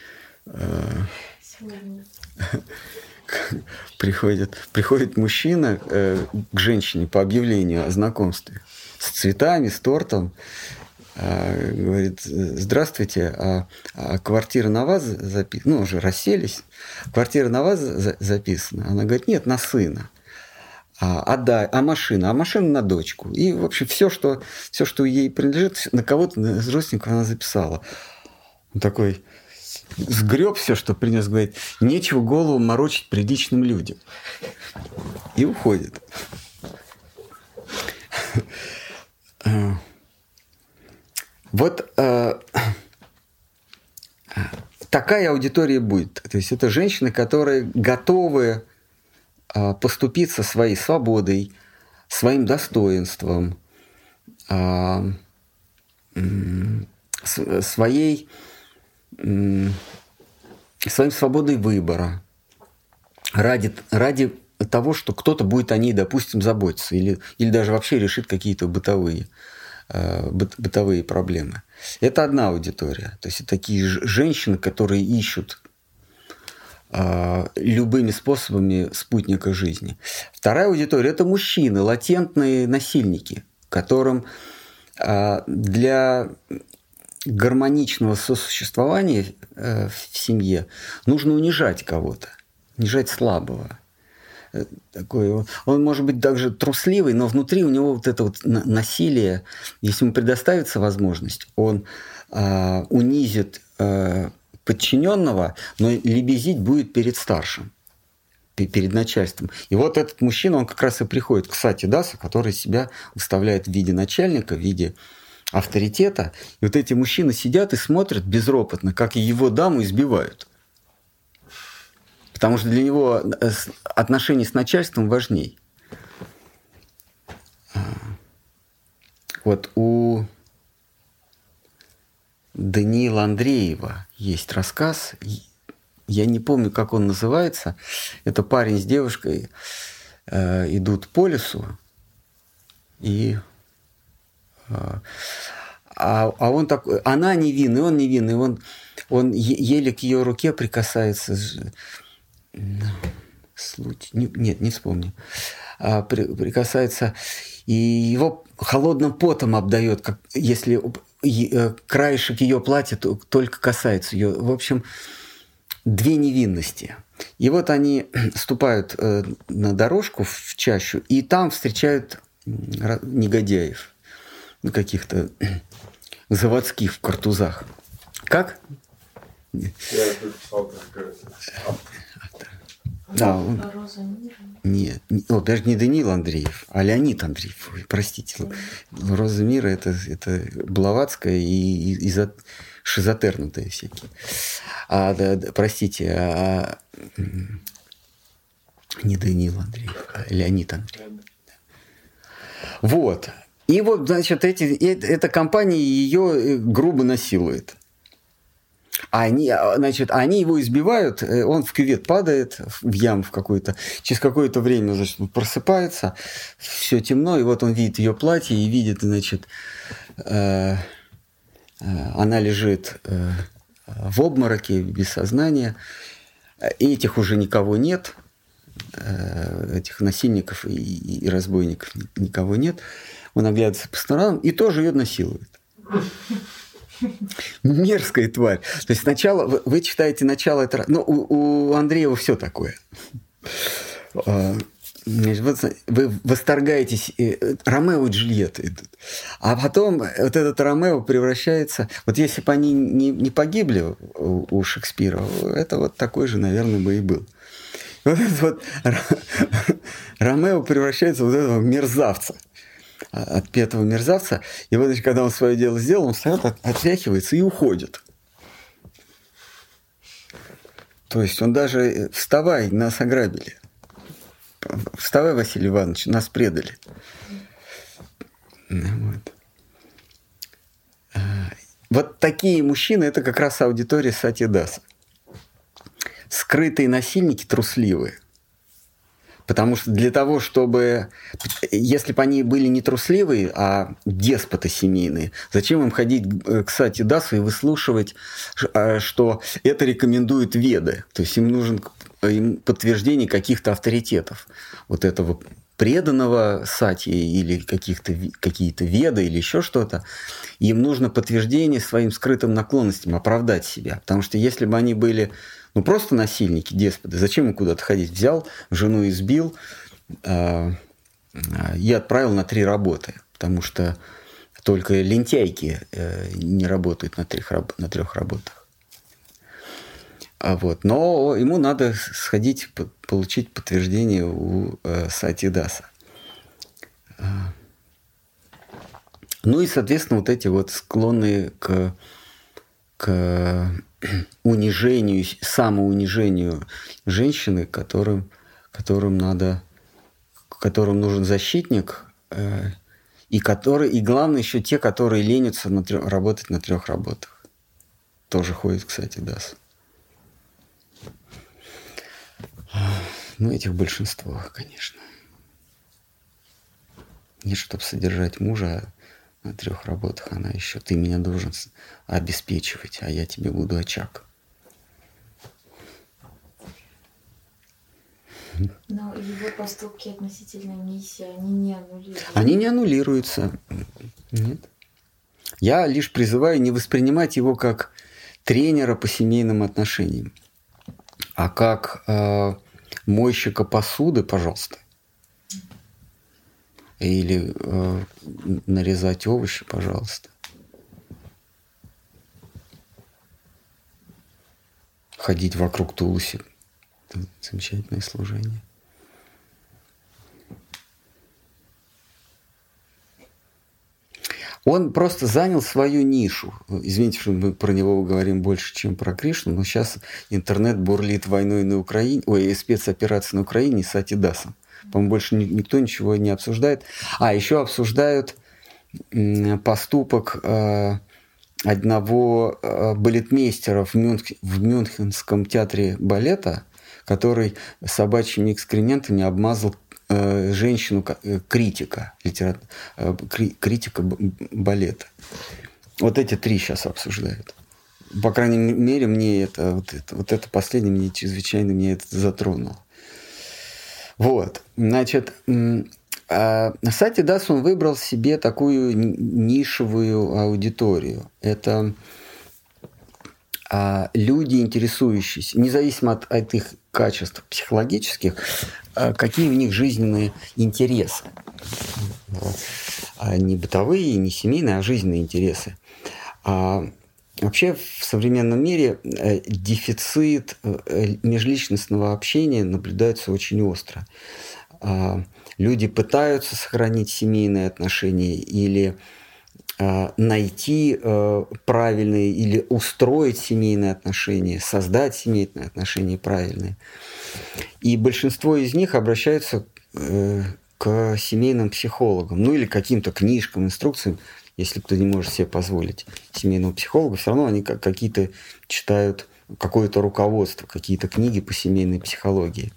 Приходит, приходит мужчина э, к женщине по объявлению о знакомстве с цветами, с тортом, э, говорит: здравствуйте, а, а квартира на вас записана? Ну, уже расселись. Квартира на вас за- записана? Она говорит: нет, на сына. А, а, да, а машина? А машина на дочку. И, в общем, все, что, все, что ей принадлежит, на кого-то из родственников она записала. Он такой... сгреб все, что принес, говорит: нечего голову морочить приличным людям. И уходит. Вот э, такая аудитория будет. То есть это женщины, которые готовы э, поступиться своей свободой, своим достоинством, э, э, своей... своей свободой выбора, ради, ради того, что кто-то будет о ней, допустим, заботиться или, или даже вообще решит какие-то бытовые, э, быт, бытовые проблемы. Это одна аудитория. То есть это такие женщины, которые ищут э, любыми способами спутника жизни. Вторая аудитория – это мужчины, латентные насильники, которым э, для гармоничного сосуществования э, в семье нужно унижать кого-то, унижать слабого. Такой, он, он может быть также трусливый, но внутри у него вот это вот насилие, если ему предоставится возможность, он э, унизит э, подчиненного, но лебезить будет перед старшим, перед начальством. И вот этот мужчина, он как раз и приходит к Сати Даса, который себя выставляет в виде начальника, в виде авторитета. И вот эти мужчины сидят и смотрят безропотно, как его даму избивают. Потому что для него отношения с начальством важней. Вот у Даниила Андреева есть рассказ. Я не помню, как он называется. Это парень с девушкой э, идут по лесу, и э, а, а он такой, она невинный, он невинный, он, он еле к ее руке прикасается. Случай, нет, не вспомню. А, при, прикасается, и его холодным потом обдает, как если краешек ее платья только касается ее. В общем, две невинности. И вот они ступают на дорожку в чащу, и там встречают негодяев, каких-то заводских в картузах. Как? Я написал, как да, он... Роза мира? Нет, о, даже не Даниил Андреев, а Леонид Андреев. Ой, простите. Роза мира это, это Блаватская и, и, и за... шизотернутые всякие. А, да, да, простите, а... не Даниил Андреев, а Леонид Андреев. Вот. И вот, значит, эти, эта компания ее грубо насилует. Они, значит, они его избивают, он в кювет падает, в яму в какую-то. Через какое-то время, значит, он просыпается, все темно, и вот он видит ее платье и видит, значит, э, э, она лежит э, в обмороке, без сознания. И этих уже никого нет, э, этих насильников и, и разбойников никого нет. Он оглядывается по сторонам и тоже ее насилует. Мерзкая тварь. То есть сначала, вы, вы читаете начало этого... Ну, у, у Андреева все такое. Вот вы восторгаетесь, Ромео и Джульетта идут. А потом вот этот Ромео превращается... Вот если бы они не, не погибли у, у Шекспира, это вот такой же, наверное, бы и был. Вот этот вот Ромео превращается в вот этого мерзавца. Отпетого мерзавца. И вот, когда он свое дело сделал, он встает, отряхивается и уходит. То есть он даже... Вставай, нас ограбили. Вставай, Василий Иванович, нас предали. Вот. Вот такие мужчины, это как раз аудитория Сати Даса. Скрытые насильники, трусливые. Потому что для того, чтобы... Если бы они были не трусливые, а деспоты семейные, зачем им ходить к Сати Дасу и выслушивать, что это рекомендуют веды? То есть им нужен им подтверждение каких-то авторитетов. Вот этого преданного Сати или каких-то, какие-то веды или еще что-то. Им нужно подтверждение своим скрытым наклонностям, оправдать себя. Потому что если бы они были... Ну, просто насильники, деспоты. Зачем им куда-то ходить? Взял, жену избил э, э, и отправил на три работы. Потому что только лентяйки э, не работают на трех, на трех работах. А вот. Но ему надо сходить, получить подтверждение у э, Сати Даса. Ну и, соответственно, вот эти вот склонные к... к унижению, самоунижению женщины, которым, которым надо, которым нужен защитник, э, и, который, и главное еще те, которые ленятся на трё, работать на трех работах. Тоже ходит, кстати, Дас. Ну, этих большинство, конечно. Не чтобы содержать мужа на трех работах, она еще, ты меня должен обеспечивать, а я тебе буду очаг. Но его поступки относительно миссии, они не аннулируются. Они не аннулируются. Нет. Я лишь призываю не воспринимать его как тренера по семейным отношениям, а как э, мойщика посуды, пожалуйста. Или э, нарезать овощи, пожалуйста. Ходить вокруг Тулуси. Это замечательное служение. Он просто занял свою нишу. Извините, что мы про него говорим больше, чем про Кришну, но сейчас интернет бурлит войной на Украине, ой, спецоперацией на Украине с Сатидасом. По-моему, больше никто ничего не обсуждает. А, еще обсуждают поступок одного балетмейстера в, Мюнх... в Мюнхенском театре балета, который собачьими экскрементами обмазал женщину критика, литература, критика балета. Вот эти три сейчас обсуждают. По крайней мере, мне это вот это, вот это последнее мне чрезвычайно меня это затронуло. Вот, значит, Сатидас, он выбрал себе такую нишевую аудиторию. Это люди, интересующиеся, независимо от, от их качеств психологических, какие у них жизненные интересы. Не бытовые, не семейные, а жизненные интересы. А вообще в современном мире дефицит межличностного общения наблюдается очень остро. Люди пытаются сохранить семейные отношения или найти правильные или устроить семейные отношения, создать семейные отношения правильные. И большинство из них обращаются к семейным психологам, ну или каким-то книжкам, инструкциям. Если кто не может себе позволить семейного психолога, все равно они какие-то читают какое-то руководство, какие-то книги по семейной психологии.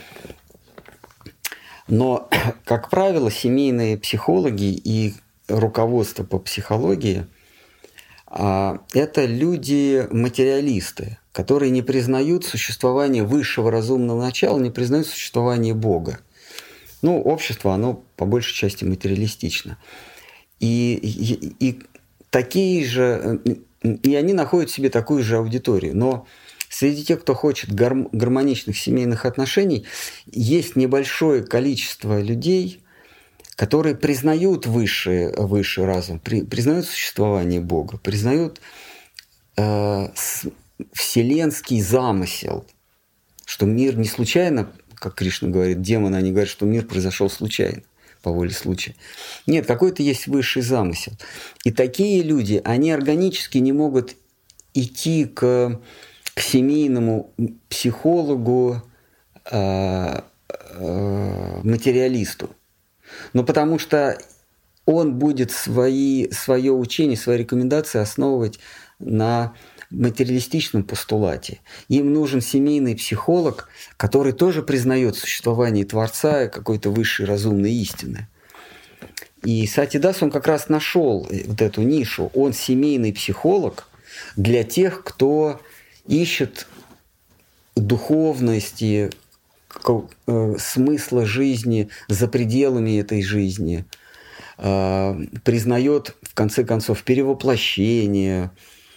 Но, как правило, семейные психологи и руководство по психологии – это люди-материалисты, которые не признают существование высшего разумного начала, не признают существование Бога. Ну, общество, оно по большей части материалистично. И, и, и такие же, и они находят в себе такую же аудиторию. Но среди тех, кто хочет гарм, гармоничных семейных отношений, есть небольшое количество людей, которые признают высший, высший разум, при, признают существование Бога, признают э, с, вселенский замысел, что мир не случайно, как Кришна говорит, демоны, они говорят, что мир произошел случайно, по воле случая. Нет, какой-то есть высший замысел. И такие люди, они органически не могут идти к, к семейному психологу, э, э, материалисту. Ну, потому что он будет свои, свое учение, свои рекомендации основывать на материалистичном постулате. Им нужен семейный психолог, который тоже признает существование Творца и какой-то высшей разумной истины. И Сатидас, он как раз нашел вот эту нишу. Он семейный психолог для тех, кто ищет духовности, смысла жизни за пределами этой жизни, признает, в конце концов, перевоплощение,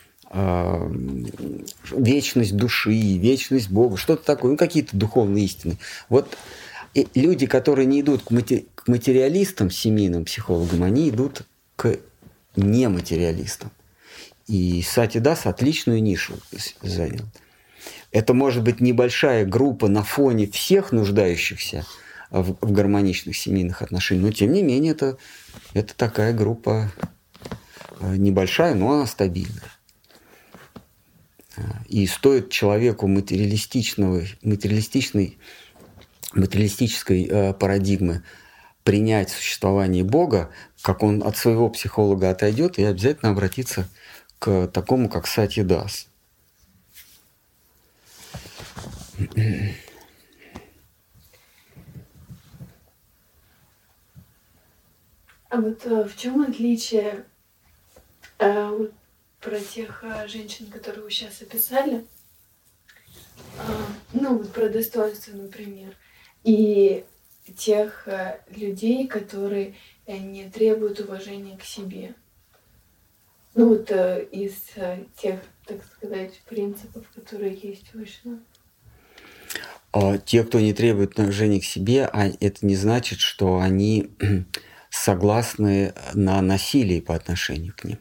вечность души, вечность Бога, что-то такое, ну, какие-то духовные истины. Вот люди, которые не идут к материалистам, семейным психологам, они идут к нематериалистам. И Сатидас отличную нишу занял. Это может быть небольшая группа на фоне всех нуждающихся в, в гармоничных семейных отношениях, но тем не менее это, это такая группа небольшая, но она стабильная. И стоит человеку материалистичного, материалистичной, материалистической парадигмы принять существование Бога, как он от своего психолога отойдет, и обязательно обратиться к такому, как Сатидас. А вот э, в чем отличие э, вот про тех э, женщин, которые вы сейчас описали, э, ну вот про достоинство, например, и тех э, людей, которые э, не требуют уважения к себе? Ну вот э, из э, тех, так сказать, принципов, которые есть у Вайшнав. А те, кто не требует уважения к себе, а это не значит, что они согласны на насилие по отношению к ним.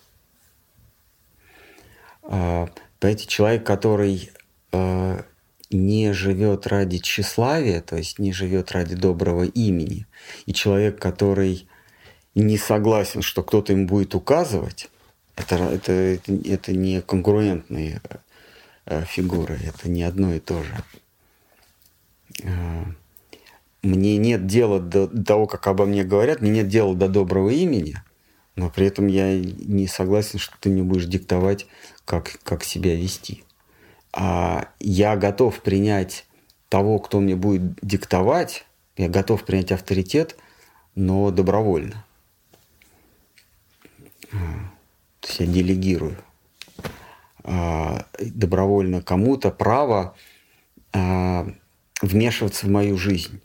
Понимаете, человек, который не живет ради тщеславия, то есть не живет ради доброго имени, и человек, который не согласен, что кто-то им будет указывать, это, это, это, это не конкурентные фигуры, это не одно и то же. Мне нет дела до того, как обо мне говорят, мне нет дела до доброго имени, но при этом я не согласен, что ты мне будешь диктовать, как, как себя вести. А я готов принять того, кто мне будет диктовать, я готов принять авторитет, но добровольно. То есть я делегирую добровольно кому-то право вмешиваться в мою жизнь.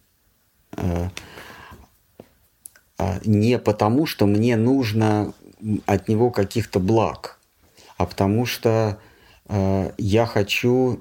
Не потому, что мне нужно от него каких-то благ, а потому что я хочу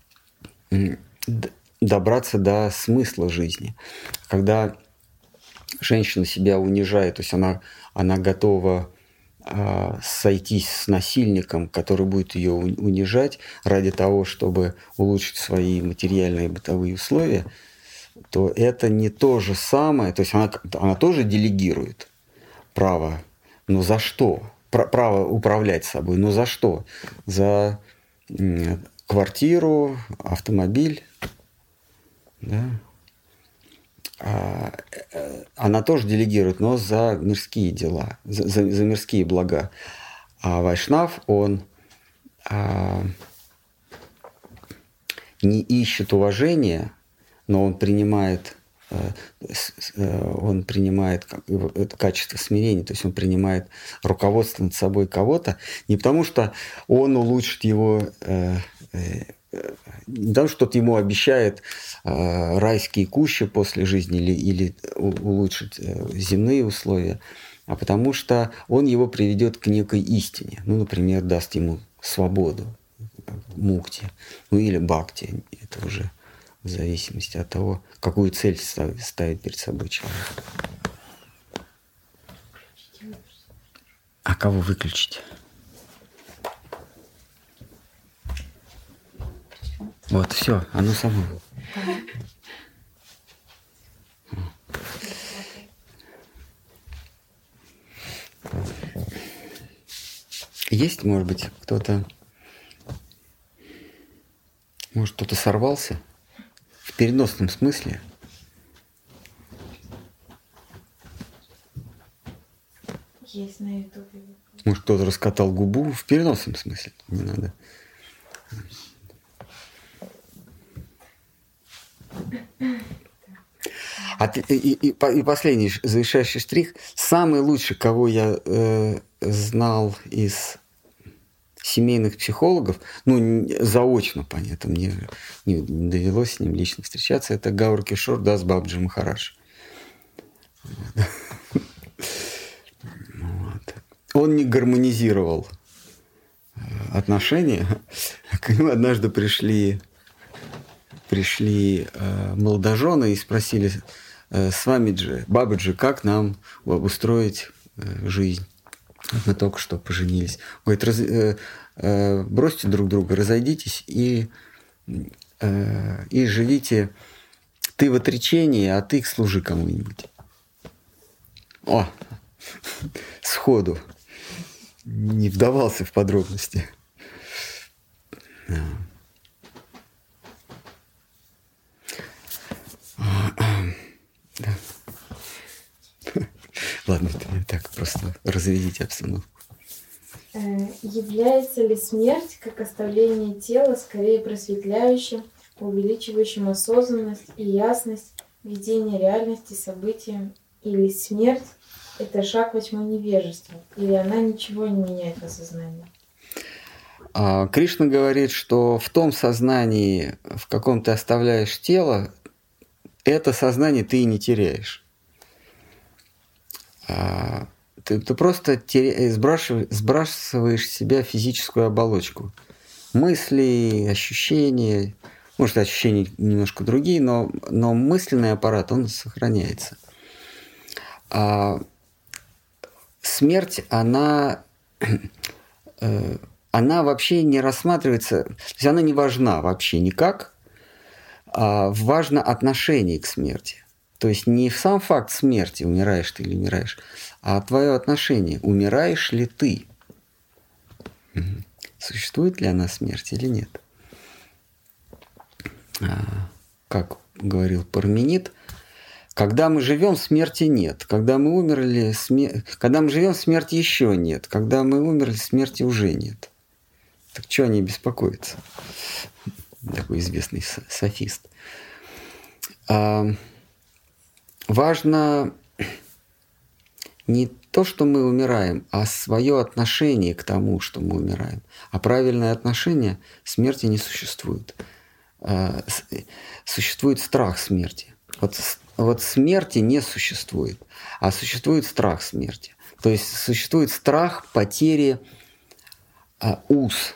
добраться до смысла жизни. Когда женщина себя унижает, то есть она, она готова сойтись с насильником, который будет ее унижать ради того, чтобы улучшить свои материальные и бытовые условия, то это не то же самое. То есть она, она тоже делегирует право, но за что? Право управлять собой, но за что? За квартиру, автомобиль. Да? Она тоже делегирует, но за мирские дела, за, за, за мирские блага. А Вайшнав, он а, не ищет уважения, но он принимает, он принимает это качество смирения, то есть он принимает руководство над собой кого-то, не потому что он улучшит его, не потому что тот ему обещает райские кущи после жизни или, или улучшит земные условия, а потому что он его приведет к некой истине, ну, например, даст ему свободу, мукти, ну или бхакти, это уже в зависимости от того, какую цель ставит перед собой человек. А кого выключить? Вот, все, оно само. Есть, может быть, кто-то, может, кто-то сорвался? В переносном смысле. Есть на ютубе. Может, кто-то раскатал губу в переносном смысле. Не надо. А, и, и, и последний завершающий штрих. Самый лучший, кого я э, знал из семейных психологов, ну, заочно, понятно, мне не, не довелось с ним лично встречаться, это Гаур Кишор Дас Бабджи Махарадж. Вот. Он не гармонизировал отношения. К нему однажды пришли, пришли э, молодожены и спросили: Свамиджи, Бабаджи, как нам устроить э, жизнь? Мы только что поженились. Он говорит: Раз, э, э, бросьте друг друга, разойдитесь и, э, и живите. Ты в отречении, а ты служи кому-нибудь. О, сходу. Не вдавался в подробности. Да. Ладно, так просто разведите обстановку. Является ли смерть как оставление тела скорее просветляющим, увеличивающим осознанность и ясность видения реальности событиям, или смерть это шаг во тьму невежества, или она ничего не меняет в осознании? А Кришна говорит, что в том сознании, в каком ты оставляешь тело, это сознание ты и не теряешь. А ты, ты просто теря... сбрасываешь, сбрасываешь с себя физическую оболочку. Мысли, ощущения, может, ощущения немножко другие, но, но мысленный аппарат, он сохраняется. А смерть, она... она вообще не рассматривается, то есть она не важна вообще никак, а важно отношение к смерти. То есть не сам факт смерти, умираешь ты или умираешь, а твое отношение, умираешь ли ты. Существует ли она смерть или нет. Как говорил Парменид, когда мы живем, смерти нет. Когда мы умерли, смер... когда мы живем, смерти еще нет. Когда мы умерли, смерти уже нет. Так что они беспокоятся? Такой известный софист. А, важно не то, что мы умираем, а свое отношение к тому, что мы умираем. А правильное отношение смерти не существует. А, существует страх смерти. Вот, вот смерти не существует, а существует страх смерти. То есть существует страх потери а, уз.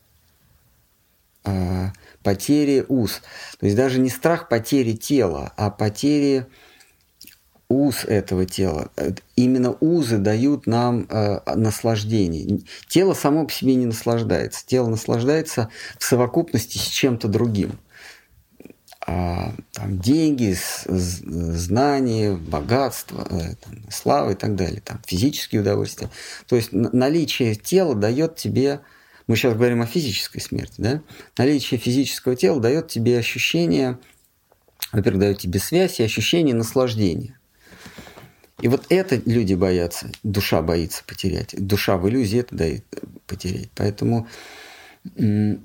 Потери уз. То есть даже не страх потери тела, а потери уз этого тела. Именно узы дают нам э, наслаждение. Тело само по себе не наслаждается. Тело наслаждается в совокупности с чем-то другим. А, там, деньги, с, с, знания, богатство, э, там, слава и так далее. Там, физические удовольствия. То есть наличие тела дает тебе... Мы сейчас говорим о физической смерти, да? Наличие физического тела дает тебе ощущение, во-первых, дает тебе связь и ощущение наслаждения. И вот это люди боятся, душа боится потерять. Душа в иллюзии это дает потерять. Поэтому э,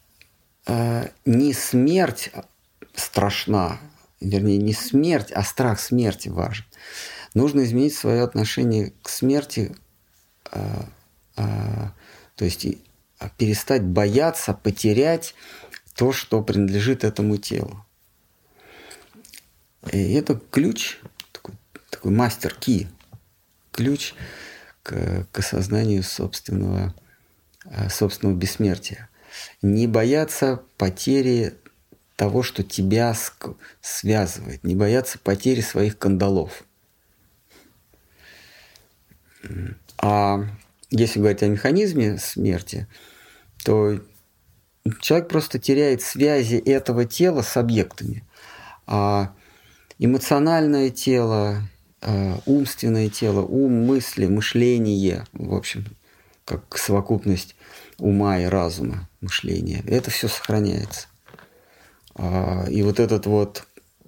не смерть страшна, вернее, не смерть, а страх смерти важен. Нужно изменить свое отношение к смерти, э, э, то есть перестать бояться потерять то, что принадлежит этому телу. И это ключ, такой, такой мастер-ки, ключ к, к осознанию собственного, собственного бессмертия. Не бояться потери того, что тебя связывает, не бояться потери своих кандалов. А если говорить о механизме смерти, то человек просто теряет связи этого тела с объектами. А эмоциональное тело, умственное тело, ум, мысли, мышление, в общем, как совокупность ума и разума, мышления, это все сохраняется. И вот этот вот,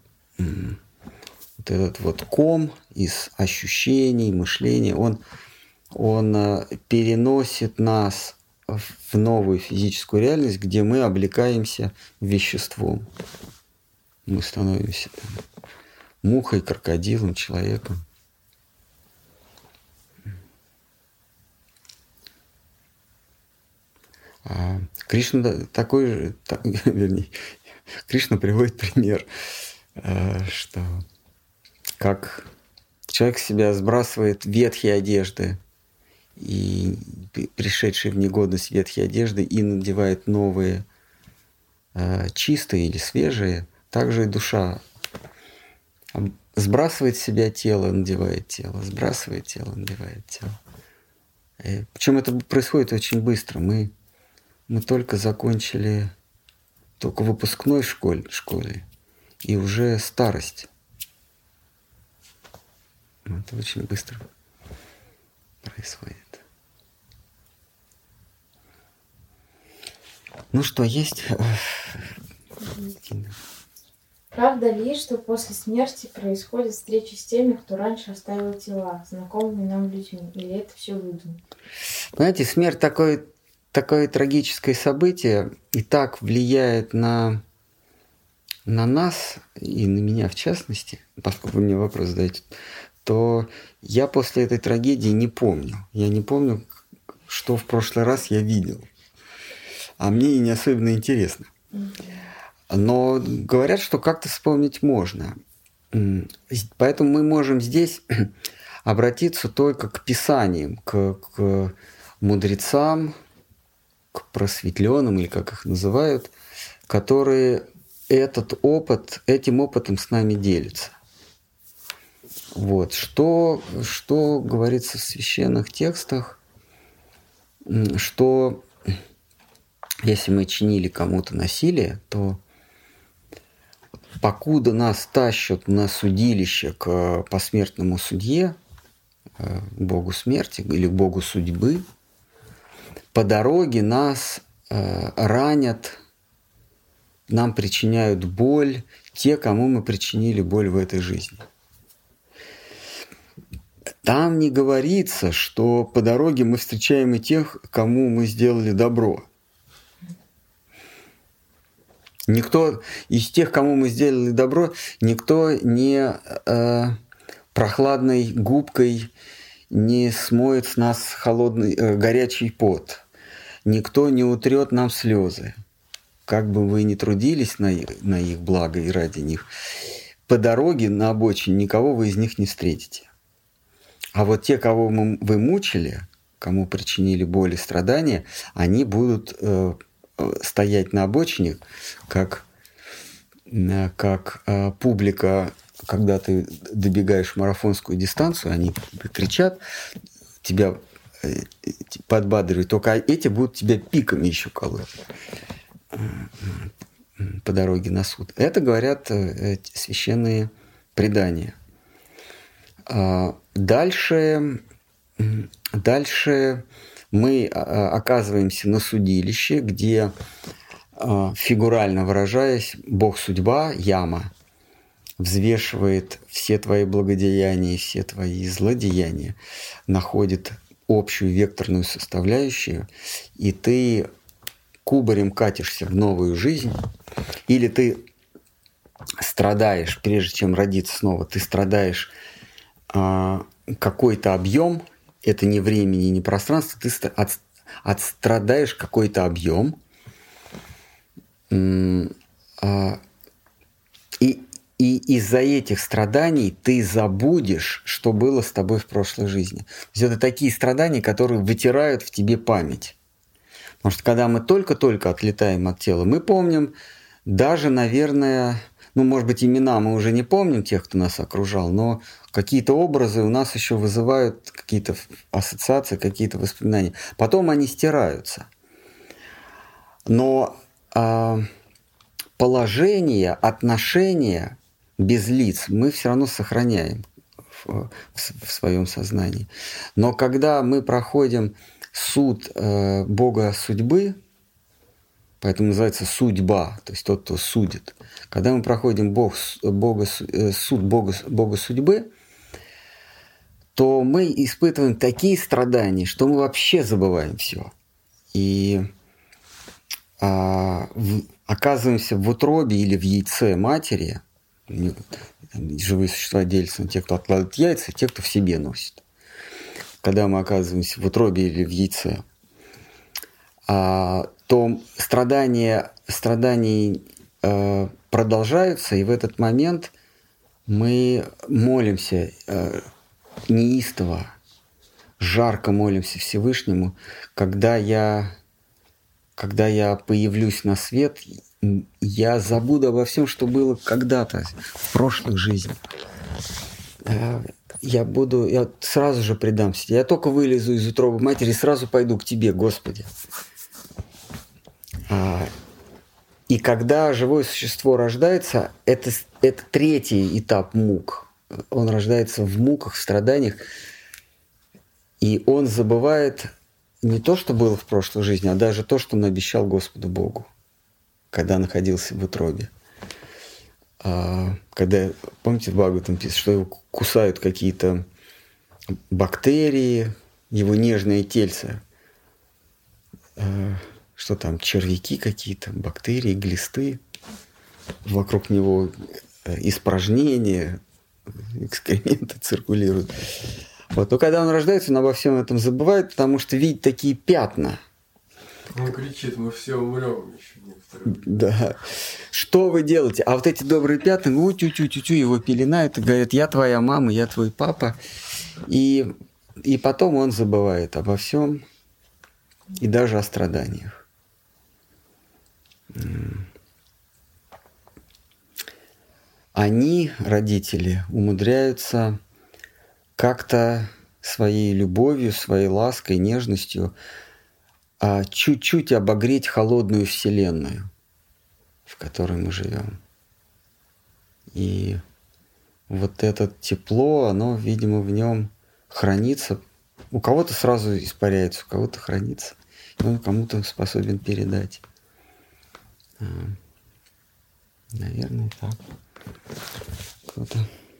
вот этот вот ком из ощущений, мышления, он Он переносит нас в новую физическую реальность, где мы облекаемся веществом. Мы становимся там, мухой, крокодилом, человеком. А Кришна такой же, так, вернее, Кришна приводит пример, что как человек с себя сбрасывает ветхие одежды, и пришедшие в негодность ветхие одежды и надевает новые, чистые или свежие, также и душа сбрасывает с себя тело, надевает тело, сбрасывает тело, надевает тело. Причем это происходит очень быстро. Мы, мы только закончили только выпускной школе, школе, и уже старость. Это очень быстро происходит. Ну что, есть? Правда ли, что после смерти происходит встреча с теми, кто раньше оставил тела, знакомыми нам людьми? Или это все выдумано? Знаете, смерть такое, такое трагическое событие и так влияет на, на нас и на меня в частности, поскольку вы мне вопрос задаете, то я после этой трагедии не помню. Я не помню, что в прошлый раз я видел. А мне и не особенно интересно. Но говорят, что как-то вспомнить можно. Поэтому мы можем здесь обратиться только к писаниям, к, к мудрецам, к просветленным, или как их называют, которые этот опыт, этим опытом с нами делятся. Вот. Что, что говорится в священных текстах, что если мы чинили кому-то насилие, то покуда нас тащат на судилище к посмертному судье, к богу смерти или к богу судьбы, по дороге нас ранят, нам причиняют боль те, кому мы причинили боль в этой жизни. Там не говорится, что по дороге мы встречаем и тех, кому мы сделали добро. Никто из тех, кому мы сделали добро, никто не э, прохладной губкой не смоет с нас холодный, э, горячий пот. Никто не утрет нам слезы. Как бы вы ни трудились на, на их благо и ради них, по дороге на обочине никого вы из них не встретите. А вот те, кого мы, вы мучили, кому причинили боль и страдания, они будут э, стоять на обочине, как, как э, публика, когда ты добегаешь марафонскую дистанцию, они кричат, тебя э, подбадривают, только эти будут тебя пиками еще колоть по дороге на суд. Это говорят э, священные предания. А дальше, дальше мы оказываемся на судилище, где, фигурально выражаясь, Бог-судьба, Яма, взвешивает все твои благодеяния и все твои злодеяния, находит общую векторную составляющую, и ты кубарем катишься в новую жизнь, или ты страдаешь, прежде чем родиться снова, ты страдаешь а, какой-то объем, это не времени, не пространство, ты от, отстрадаешь какой-то объем, а, и, и из-за этих страданий ты забудешь, что было с тобой в прошлой жизни. То есть это такие страдания, которые вытирают в тебе память. Потому что когда мы только-только отлетаем от тела, мы помним даже, наверное, ну, может быть, имена мы уже не помним тех, кто нас окружал, но какие-то образы у нас еще вызывают какие-то ассоциации, какие-то воспоминания. Потом они стираются. Но а, положение, отношения без лиц мы все равно сохраняем в, в, в своем сознании. Но когда мы проходим суд э, Бога судьбы, поэтому называется судьба, то есть тот, кто судит. Когда мы проходим Бог, Бога, суд Бога, Бога судьбы, то мы испытываем такие страдания, что мы вообще забываем все. И а, в, оказываемся в утробе или в яйце матери. Живые существа делятся на тех, кто откладывает яйца, и тех, кто в себе носит. Когда мы оказываемся в утробе или в яйце, а, то страдания, страдания э, продолжаются, и в этот момент мы молимся э, неистово, жарко молимся Всевышнему, когда я, когда я появлюсь на свет, я забуду обо всем, что было когда-то в прошлых жизнях. Я буду, я сразу же предамся. Я только вылезу из утробы матери и сразу пойду к Тебе, Господи. И когда живое существо рождается, это, это третий этап мук. Он рождается в муках, в страданиях, и он забывает не то, что было в прошлой жизни, а даже то, что он обещал Господу Богу, когда находился в утробе. Когда, помните, в Бхагаватам пишет, что его кусают какие-то бактерии, его нежное тельце, что там, червяки какие-то, бактерии, глисты, вокруг него испражнения, экскременты циркулируют. Вот. Но когда он рождается, он обо всем этом забывает, потому что видит такие пятна. Он кричит, мы все умрем еще некоторые. Да. Что вы делаете? А вот эти добрые пятна, ну, тю-тю-тю-тю, его пеленают и говорят, я твоя мама, я твой папа. И, и потом он забывает обо всем и даже о страданиях. Они, родители, умудряются как-то своей любовью, своей лаской, нежностью а чуть-чуть обогреть холодную вселенную, в которой мы живем. И вот это тепло, оно, видимо, в нем хранится. У кого-то сразу испаряется, у кого-то хранится. И он кому-то способен передать. Наверное, так. Круто.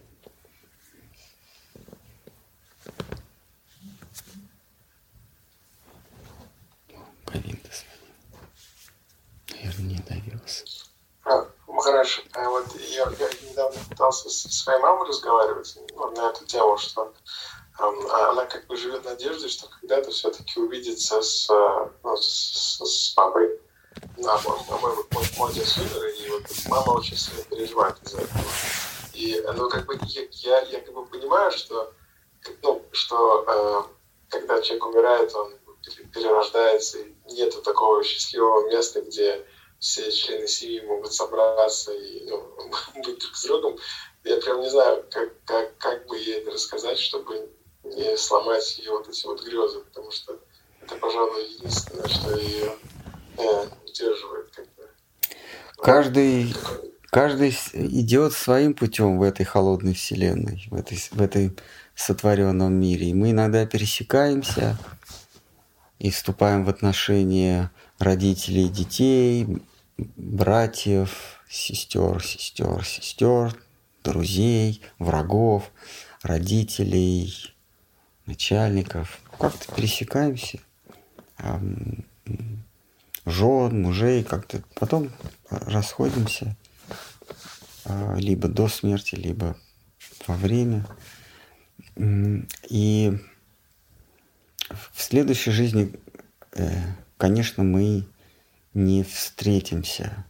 Ковид, наверное, не добился. А, Махарадж, а вот я, я недавно пытался со своей мамой разговаривать ну, на эту тему, что эм, она как бы живет в надежде, что когда-то все-таки увидится с, ну, с, с папой. На, на мой, мой, мой отец умер, и вот мама очень сильно переживает из-за этого. И ну, как бы, я, я, я как бы понимаю, что, ну, что э, когда человек умирает, он перерождается, и нету такого счастливого места, где все члены семьи могут собраться и ну, быть друг с другом. Я прям не знаю, как, как, как бы ей это рассказать, чтобы не сломать ее вот эти вот грезы, потому что это, пожалуй, единственное, что ее э, удерживает. Как-то. Каждый, каждый идет своим путем в этой холодной вселенной, в этой, в этой сотворенном мире. И мы иногда пересекаемся и вступаем в отношения родителей, детей, братьев, сестер, сестер, сестер, друзей, врагов, родителей, начальников. Как-то пересекаемся. Жен, мужей, как-то потом расходимся. Либо до смерти, либо во время. И в следующей жизни, конечно, мы не встретимся.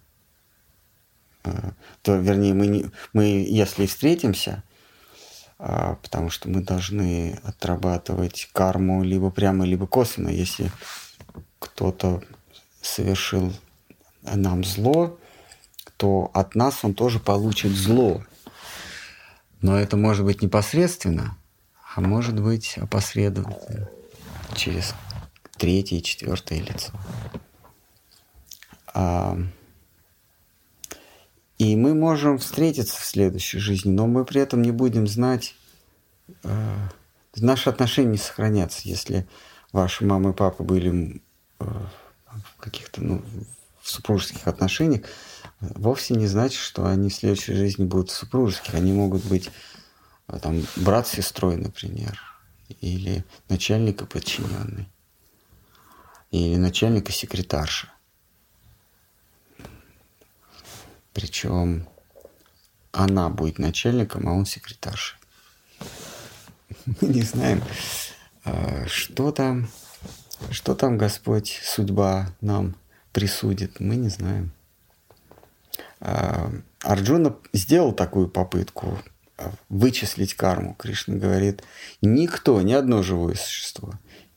То, вернее, мы, не, мы если встретимся, потому что мы должны отрабатывать карму либо прямо, либо косвенно. Если кто-то совершил нам зло, то от нас он тоже получит зло. Но это может быть непосредственно, а может быть опосредованно, через третье и четвертое лицо. И мы можем встретиться в следующей жизни, но мы при этом не будем знать, наши отношения не сохранятся, если ваши мама и папа были в каких-то, ну, в супружеских отношениях, вовсе не значит, что они в следующей жизни будут в супружеских. Они могут быть там брат с сестрой, например, или начальник и подчиненный, или начальник и секретарша. Причем она будет начальником, а он секретаршей. Мы не знаем, что там, что там Господь, судьба нам присудит. Мы не знаем. Арджуна сделал такую попытку вычислить карму. Кришна говорит, никто, ни одно живое существо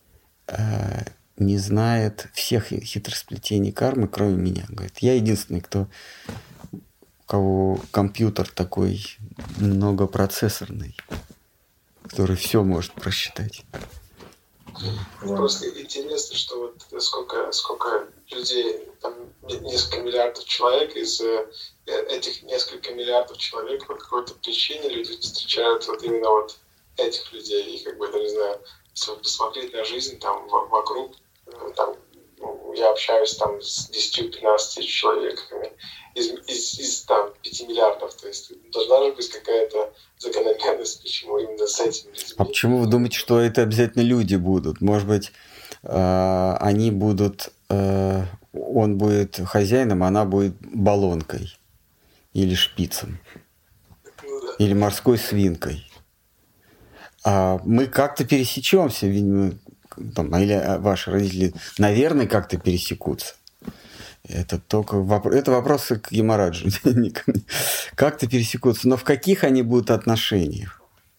не знает всех хитросплетений кармы, кроме меня. Говорит, я единственный, кто, у кого компьютер такой многопроцессорный, который все может просчитать. Просто интересно, что вот сколько, сколько людей, там несколько миллиардов человек, из этих несколько миллиардов человек по какой-то причине люди встречают вот именно вот этих людей. И как бы, не знаю, если посмотреть на жизнь там вокруг, там, я общаюсь там с десятью-пятнадцатью человеками из, из, из там, пяти миллиардов. То есть должна же быть какая-то закономерность, почему именно с этими людьми. А почему вы думаете, что это обязательно люди будут? Может быть, э, они будут, э, он будет хозяином, а она будет баллонкой или шпицем. Ну да. или морской свинкой. А мы как-то пересечемся, видимо, там, или ваши родители, наверное, как-то пересекутся. Это только вопрос, это вопросы к Ямараджу. Как-то пересекутся. Но в каких они будут отношениях?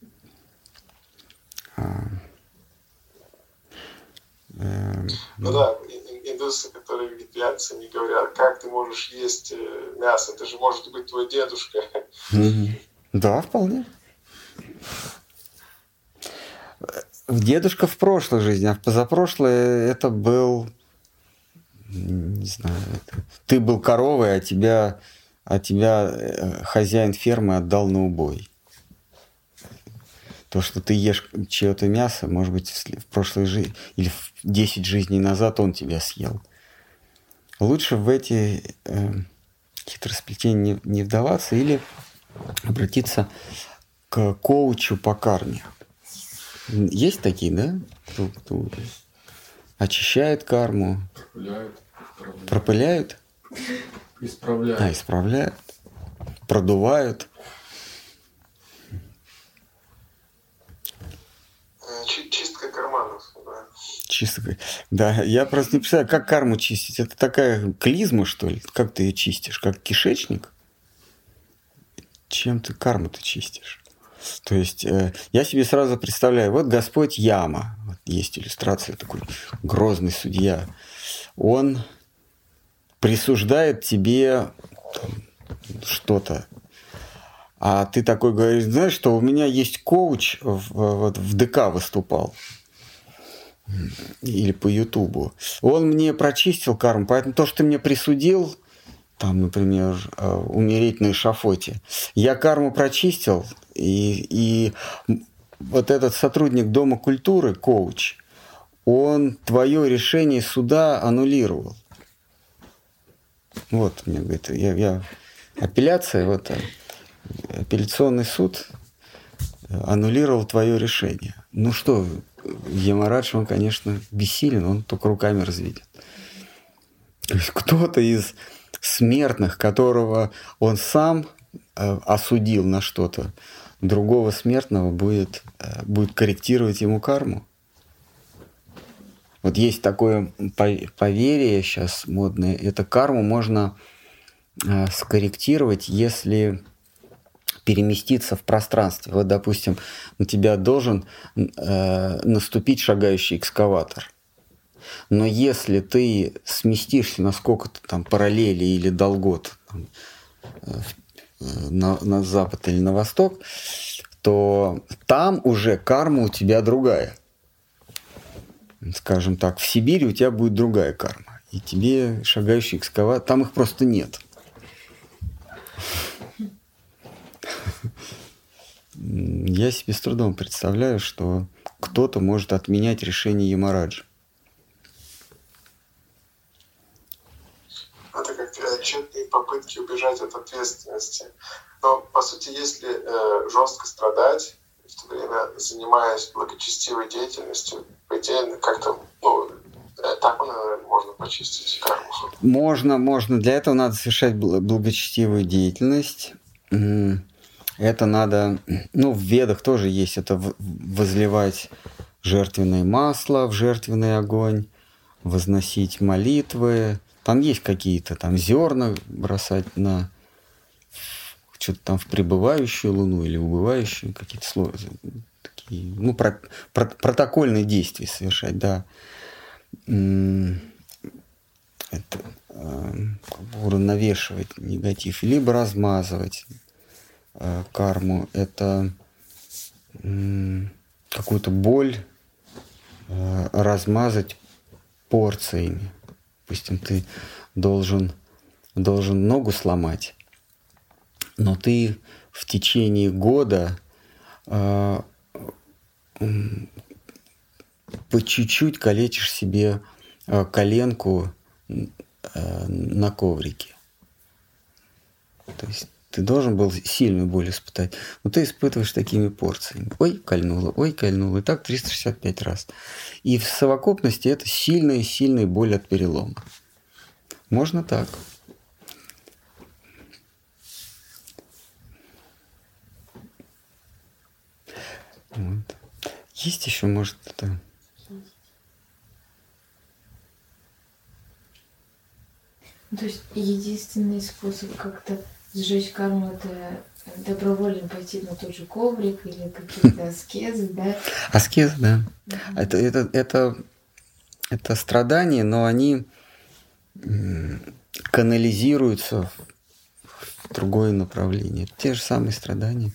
Ну да, индусы, которые вегетарианцы, они говорят, как ты можешь есть мясо, это же может быть твой дедушка. Да, вполне. Дедушка в прошлой жизни, а в позапрошлой это был, не знаю, это, ты был коровой, а тебя, а тебя хозяин фермы отдал на убой. То, что ты ешь чье-то мясо, может быть, в прошлой жизни или в десять жизней назад он тебя съел. Лучше в эти э, хитросплетения не, не вдаваться или обратиться к коучу по карме. Есть такие, да? Кто, кто очищает карму. Пропыляют. Пропыляют? Исправляют. А, исправляют. Продувают. Чистка карманов, да. Чистка. Да, я просто не представляю, как карму чистить. Это такая клизма, что ли? Как ты ее чистишь? Как кишечник? Чем ты карму-то чистишь? То есть э, я себе сразу представляю, вот Господь Яма, вот есть иллюстрация, такой грозный судья, он присуждает тебе там, что-то, а ты такой говоришь, знаешь, что у меня есть коуч, в, вот в ДК выступал, или по Ютубу, он мне прочистил карму, поэтому то, что ты мне присудил, там, например, умереть на эшафоте, я карму прочистил, и, и вот этот сотрудник Дома культуры, коуч, он твое решение суда аннулировал. Вот, мне говорит, я, я апелляция, вот апелляционный суд аннулировал твое решение. Ну что, Ямарадж, он, конечно, бессилен, он только руками разведет. То есть кто-то из смертных, которого он сам э, осудил на что-то, другого смертного будет, э, будет корректировать ему карму. Вот есть такое поверье сейчас модное, это карму можно э, скорректировать, если переместиться в пространстве. Вот, допустим, на тебя должен э, наступить шагающий экскаватор. Но если ты сместишься на сколько-то там параллели или долгот там, на, на запад или на восток, то там уже карма у тебя другая. Скажем так, в Сибири у тебя будет другая карма. И тебе шагающий экскаватор, там их просто нет. Я себе с трудом представляю, что кто-то может отменять решение Ямараджа. Это как тщетные попытки убежать от ответственности. Но, по сути, если э, жестко страдать, в то время занимаясь благочестивой деятельностью, по идее, как-то, ну, так, наверное, можно почистить карму. Можно, можно. Для этого надо совершать благочестивую деятельность. Это надо, ну, в ведах тоже есть, это возливать жертвенное масло в жертвенный огонь, возносить молитвы. Там есть какие-то там зерна бросать на что-то там в пребывающую луну или убывающую, какие-то сложные, такие, ну, про, про, протокольные действия совершать, да. Это уравновешивать негатив, либо размазывать э, карму. Это э, какую-то боль э, размазать порциями. Допустим, ты должен, должен ногу сломать, но ты в течение года э, по чуть-чуть калечишь себе э, коленку э, на коврике. То есть ты должен был сильную боль испытать, но ты испытываешь такими порциями. Ой, кольнуло, ой, кольнуло. И так триста шестьдесят пять раз. И в совокупности это сильная-сильная боль от перелома. Можно так. Вот. Есть еще, может, это... То есть единственный способ как-то сжечь карму — это добровольно пойти на тот же коврик или какие-то аскезы, да? Аскезы, да. Мгм. Это, это, это, это страдания, но они канализируются в, в другое направление. Те же самые страдания.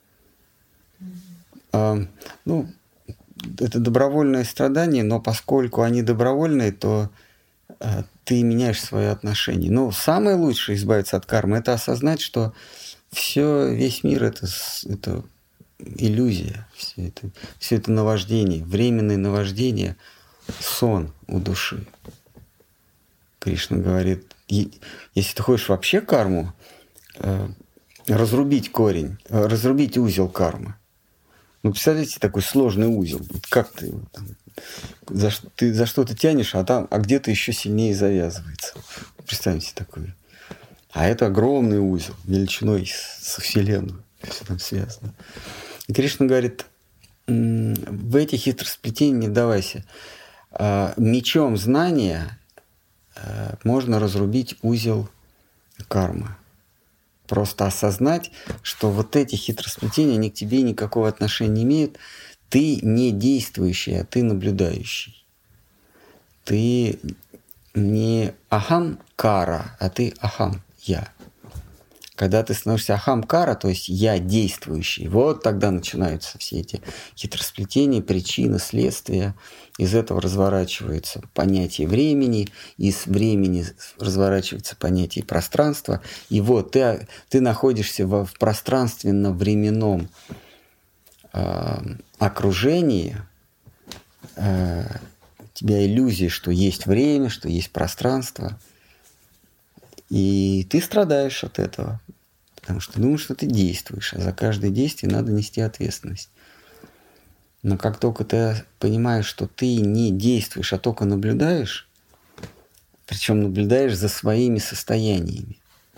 А, ну, это добровольные страдания, но поскольку они добровольные, то а, ты меняешь свое отношение. Но самое лучшее избавиться от кармы — это осознать, что все, весь мир это, это иллюзия, все это, все это наваждение, временное наваждение, сон у души. Кришна говорит, если ты хочешь вообще карму, э, разрубить корень, э, разрубить узел кармы. Ну, представляете, такой сложный узел. Как ты его там, за, ты за что-то тянешь, а там, а где-то еще сильнее завязывается. Представьте такое. А это огромный узел, величиной со Вселенной. Все там связано. И Кришна говорит, в эти хитросплетения не вдавайся. Мечом знания можно разрубить узел кармы. Просто осознать, что вот эти хитросплетения, они к тебе никакого отношения не имеют. Ты не действующий, а ты наблюдающий. Ты не ахам кара, а ты ахам я. Когда ты становишься ахам кара, то есть я действующий, вот тогда начинаются все эти хитросплетения, причины, следствия. Из этого разворачивается понятие времени, из времени разворачивается понятие пространства. И вот ты, ты находишься в, в пространственно-временном э, окружении. Э, у тебя иллюзия, что есть время, что есть пространство. И ты страдаешь от этого, потому что думаешь, что ты действуешь, а за каждое действие надо нести ответственность. Но как только ты понимаешь, что ты не действуешь, а только наблюдаешь, причем наблюдаешь за своими состояниями,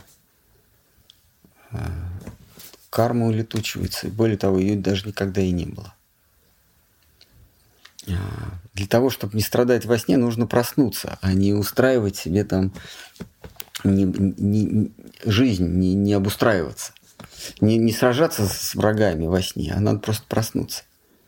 карма улетучивается, и более того, ее даже никогда и не было. Для того, чтобы не страдать во сне, нужно проснуться, а не устраивать себе там не, не, жизнь, не, не обустраиваться, не, не сражаться с врагами во сне, а надо просто проснуться.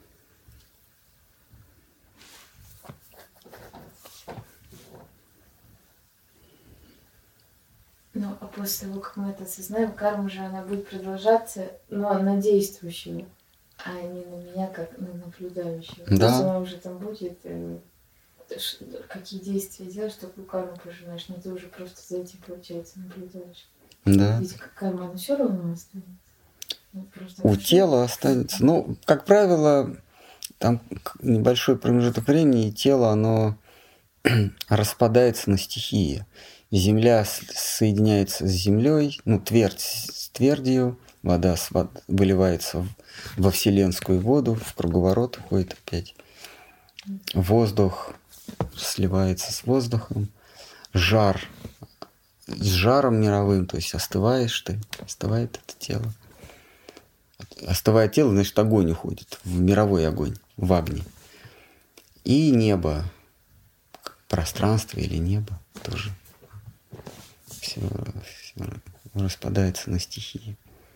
Ну, а после того, как мы это осознаем, карма же, она будет продолжаться, но на действующего, а не на меня, как на наблюдающего. Да. То есть она уже там будет, э, ш- какие действия делаешь, такую карму пожинаешь, но ты уже просто за этим, получается, наблюдаешь. Да. Ведь карма, она все равно останется. Ну, просто У она всё- тела останется. Ну, как правило, там небольшой промежуток времени, и тело, оно распадается на стихии. Земля с- соединяется с землей, ну, твердь с твердью, вода с вод... выливается в- во вселенскую воду, в круговорот уходит опять. Воздух сливается с воздухом, жар с жаром мировым, то есть остываешь ты, остывает это тело. Остывает тело, значит, огонь уходит, в мировой огонь, в огне. И небо, пространство или небо тоже все, все распадается на стихии.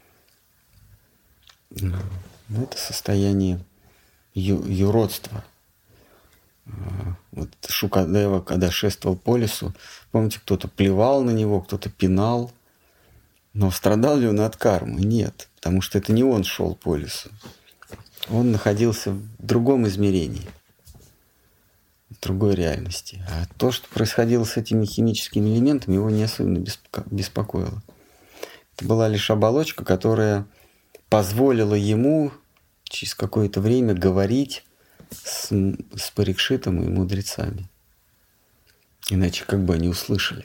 Ну, это состояние ю, юродства. Вот Шукадева, когда шествовал по лесу, помните, кто-то плевал на него, кто-то пинал. Но страдал ли он от кармы? Нет, потому что это не он шел по лесу. Он находился в другом измерении, в другой реальности. А то, что происходило с этими химическими элементами, его не особенно беспокоило. Это была лишь оболочка, которая позволила ему через какое-то время говорить с, с Парикшитом и мудрецами. Иначе как бы они услышали.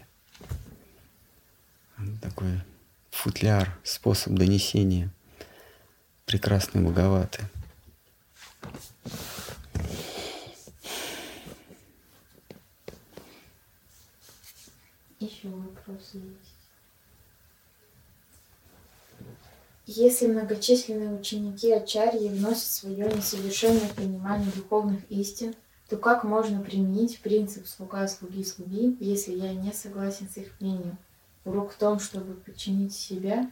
Такой футляр, способ донесения прекрасной Бхагаваты. Еще вопросы есть. Если многочисленные ученики Ачарьи вносят свое несовершенное понимание духовных истин, то как можно применить принцип слуга, слуги, слуги, если я не согласен с их мнением? Урок в том, чтобы подчинить себя.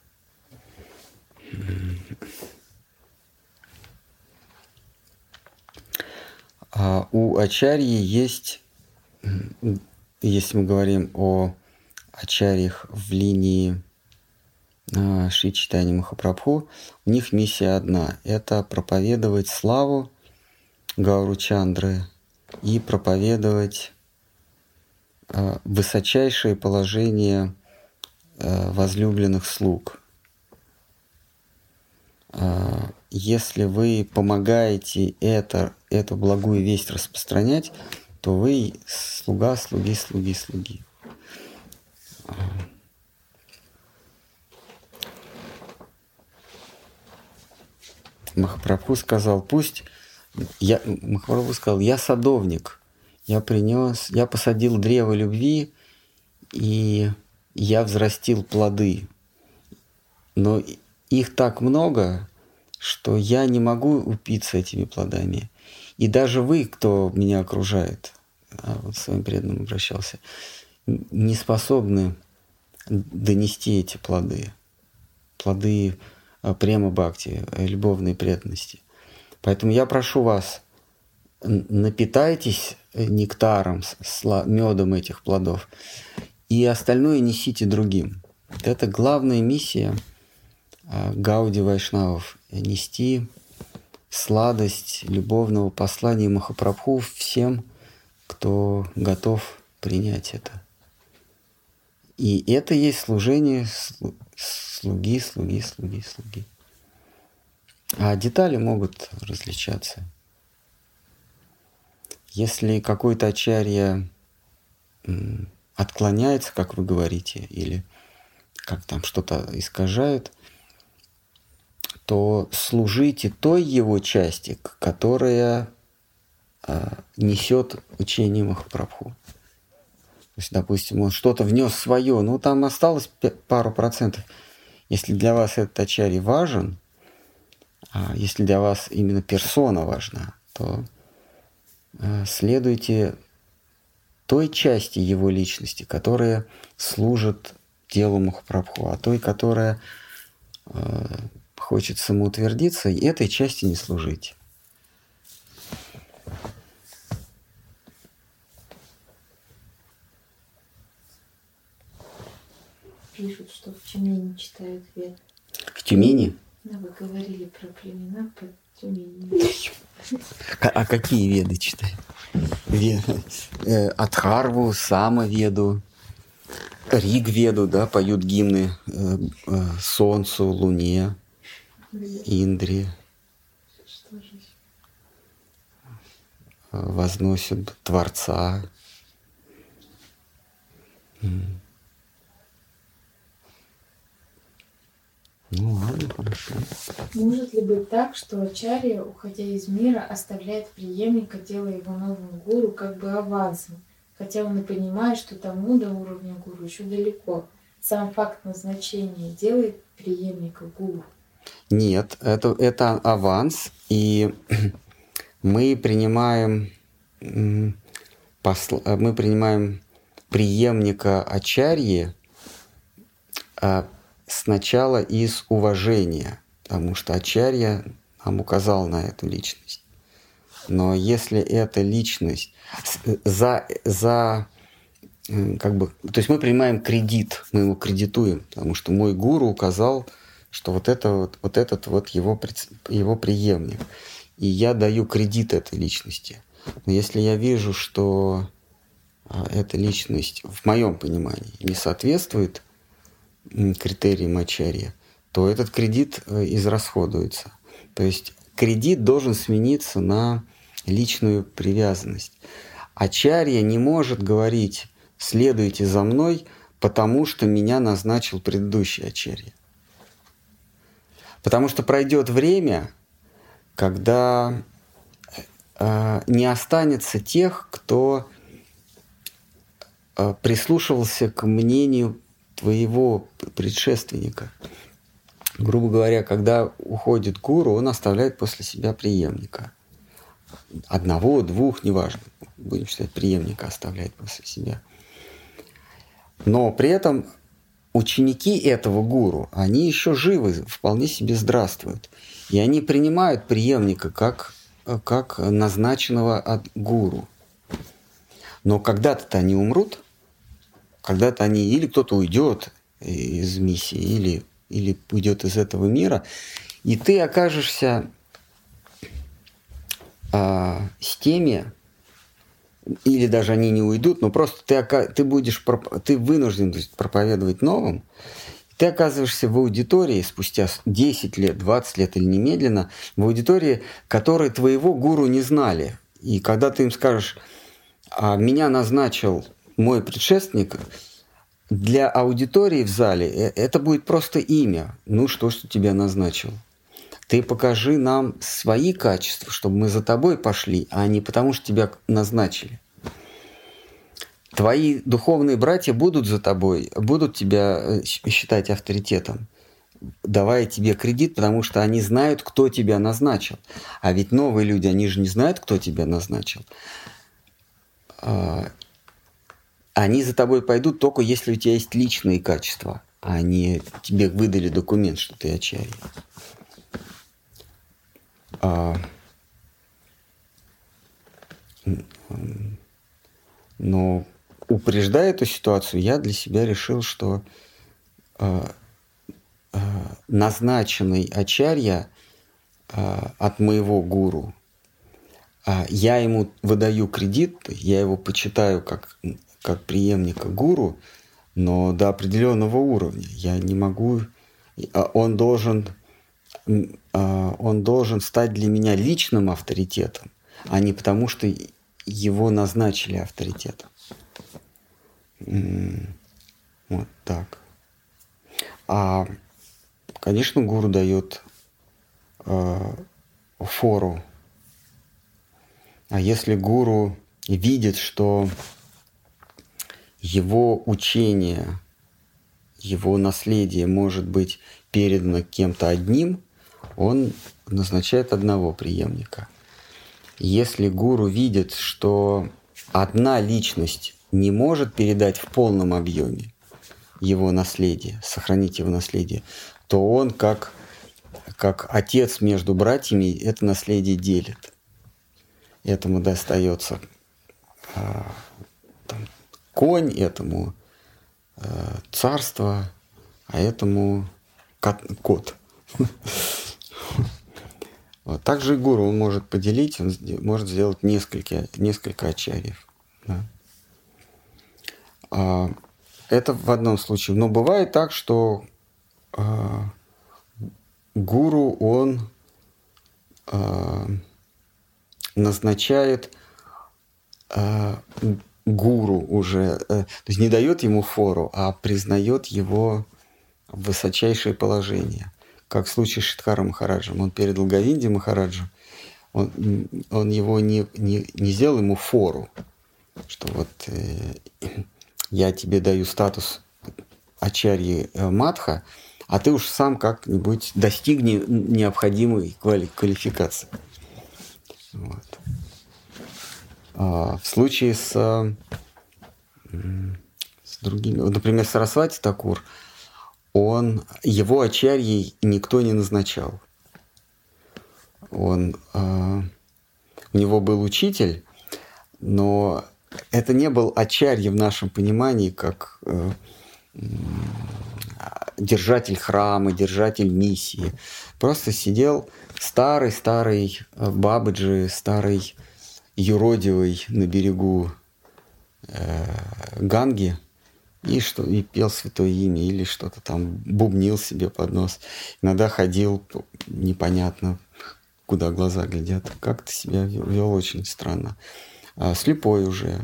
А у Ачарьи есть, если мы говорим о Ачарьях в линии Шри Чайтаньи Махапрабху, у них миссия одна – это проповедовать славу Гауру Чандры и проповедовать высочайшее положение возлюбленных слуг. Если вы помогаете это, эту благую весть распространять, то вы слуга, слуги, слуги, слуги. Махапрабху сказал, пусть я, Махапрабху сказал, я садовник, я принес, я посадил древо любви, и я взрастил плоды. Но их так много, что я не могу упиться этими плодами. И даже вы, кто меня окружает, вот своим преданным обращался, не способны донести эти плоды. Плоды према бхакти, любовной преданности. Поэтому я прошу вас, напитайтесь нектаром, медом этих плодов, и остальное несите другим. Это главная миссия Гауди Вайшнавов – нести сладость любовного послания Махапрабху всем, кто готов принять это. И это есть служение слуги, слуги, слуги, слуги. А детали могут различаться. Если какой-то ачарья отклоняется, как вы говорите, или как там что-то искажает, то служите той его части, которая а, несет учение Махапрабху. То есть, допустим, он что-то внес свое, ну там осталось пару процентов. Если для вас этот ачарья важен, а если для вас именно персона важна, то а, следуйте той части его личности, которая служит делу Махапрабху, а той, которая а, хочет самоутвердиться, и этой части не служить. Пишут, что в Тюмени читают вед. В Тюмени? Да, вы говорили про племена по Тюмени. А какие веды читают? Адхарву, Самаведу, Ригведу, да, поют гимны Солнцу, Луне, Индре. Что же еще? Возносят Творца. Ну ладно, хорошо. Может ли быть так, что ачарья, уходя из мира, оставляет преемника, делая его новым гуру как бы авансом, хотя он и понимает, что тому до уровня гуру еще далеко. Сам факт назначения делает преемника гуру. Нет, это, это аванс, и мы принимаем, посл, мы принимаем преемника ачарьи сначала из уважения, потому что ачарья нам указал на эту личность. Но если эта личность за, за как бы, то есть мы принимаем кредит, мы его кредитуем, потому что мой гуру указал, что вот, это вот, вот этот вот его, его преемник. И я даю кредит этой личности. Но если я вижу, что эта личность, в моем понимании, не соответствует критериям ачарья, то этот кредит израсходуется. То есть кредит должен смениться на личную привязанность. Ачарья не может говорить «следуйте за мной, потому что меня назначил предыдущий ачарья». Потому что пройдет время, когда э, не останется тех, кто э, прислушивался к мнению твоего предшественника. грубо говоря, когда уходит гуру, он оставляет после себя преемника. Одного, двух, неважно. Будем считать, преемника оставляет после себя. Но при этом ученики этого гуру, они еще живы, вполне себе здравствуют. И они принимают преемника как, как назначенного от гуру. Но когда-то они умрут, когда-то они, или кто-то уйдет из миссии, или, или уйдет из этого мира, и ты окажешься а, с теми, или даже они не уйдут, но просто ты, ты будешь, ты вынужден проповедовать новым, ты оказываешься в аудитории спустя десять лет, двадцать лет или немедленно, в аудитории, которые твоего гуру не знали. И когда ты им скажешь: а меня назначил мой предшественник, для аудитории в зале это будет просто имя. Ну что, что тебя назначил? Ты покажи нам свои качества, чтобы мы за тобой пошли, а не потому, что тебя назначили. Твои духовные братья будут за тобой, будут тебя считать авторитетом, давая тебе кредит, потому что они знают, кто тебя назначил. А ведь новые люди, они же не знают, кто тебя назначил. Они за тобой пойдут только если у тебя есть личные качества, а не тебе выдали документ, что ты ачарья. А, но упреждая эту ситуацию, я для себя решил, что а, а, назначенный ачарья а, от моего гуру, а, я ему выдаю кредит, я его почитаю как, как преемника гуру, но до определенного уровня. Я не могу... Он должен... он должен стать для меня личным авторитетом, а не потому, что его назначили авторитетом. Вот так. А, конечно, гуру дает э, фору. А если гуру видит, что его учение, его наследие может быть передано кем-то одним, он назначает одного преемника. Если гуру видит, что одна личность не может передать в полном объеме его наследие, сохранить его наследие, то он, как, как отец между братьями, это наследие делит. Этому достается а, там, конь, этому а, царство, а этому кот. кот. Вот. Также и гуру он может поделить, он может сделать несколько, несколько ачарьев. Да. А, это в одном случае. Но бывает так, что а, гуру он а, назначает а, гуру уже, а, то есть не дает ему фору, а признает его высочайшее положение. Как в случае с Шидхара Махараджем. Он передал Говинде Махараджу, он, он его не, не, не сделал ему фору, что вот э, я тебе даю статус ачарьи э, Мадха, а ты уж сам как-нибудь достигни необходимой квали- квалификации. Вот. А в случае с, с другими, например, Сарасвати Такур, он, его ачарьей никто не назначал. Он, э, у него был учитель, но это не был ачарья в нашем понимании, как э, держатель храма, держатель миссии. Просто сидел старый-старый бабаджи, старый юродивый на берегу э, Ганги, и, что, и пел святое имя, или что-то там бубнил себе под нос. Иногда ходил непонятно, куда глаза глядят. Как-то себя вел очень странно. А, слепой уже.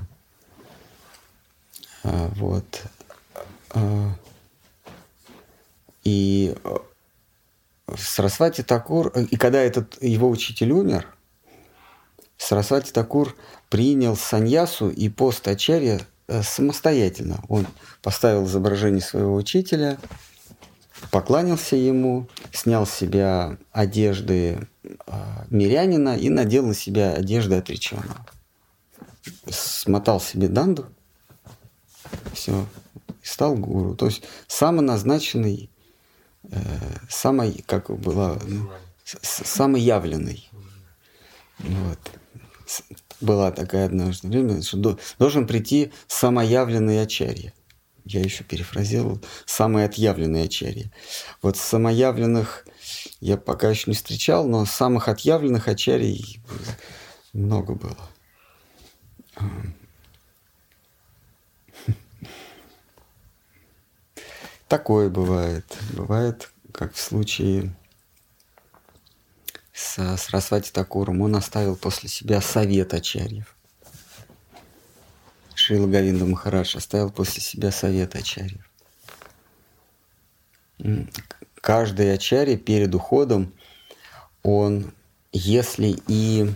А, вот. А, и Сарасвати Такур, и когда этот его учитель умер, Сарасвати Такур принял саньясу и пост ачарья самостоятельно. Он поставил изображение своего учителя поклонился ему, снял с себя одежды мирянина и надел на себя одежды отреченного. Смотал себе данду, все, и стал гуру. То есть самоназначенный, э, самый, как была, ну, самый явленный. Вот. Была такая однажды время, что должен прийти самоявленный ачарья. Я еще перефразировал, самый отъявленный ачарья. Вот самоявленных я пока еще не встречал, но самых отъявленных ачарий много было. Такое бывает. Бывает, как в случае с Сарасвати Такуром. Он оставил после себя совет ачарьев. Шрила Говинда Махарадж оставил после себя совет ачарьев. Каждый ачарья перед уходом, он, если и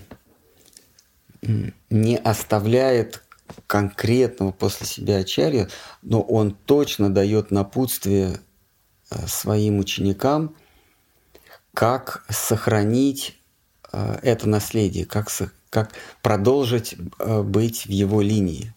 не оставляет конкретного после себя ачарья, но он точно дает напутствие своим ученикам, как сохранить это наследие, как, как продолжить быть в его линии.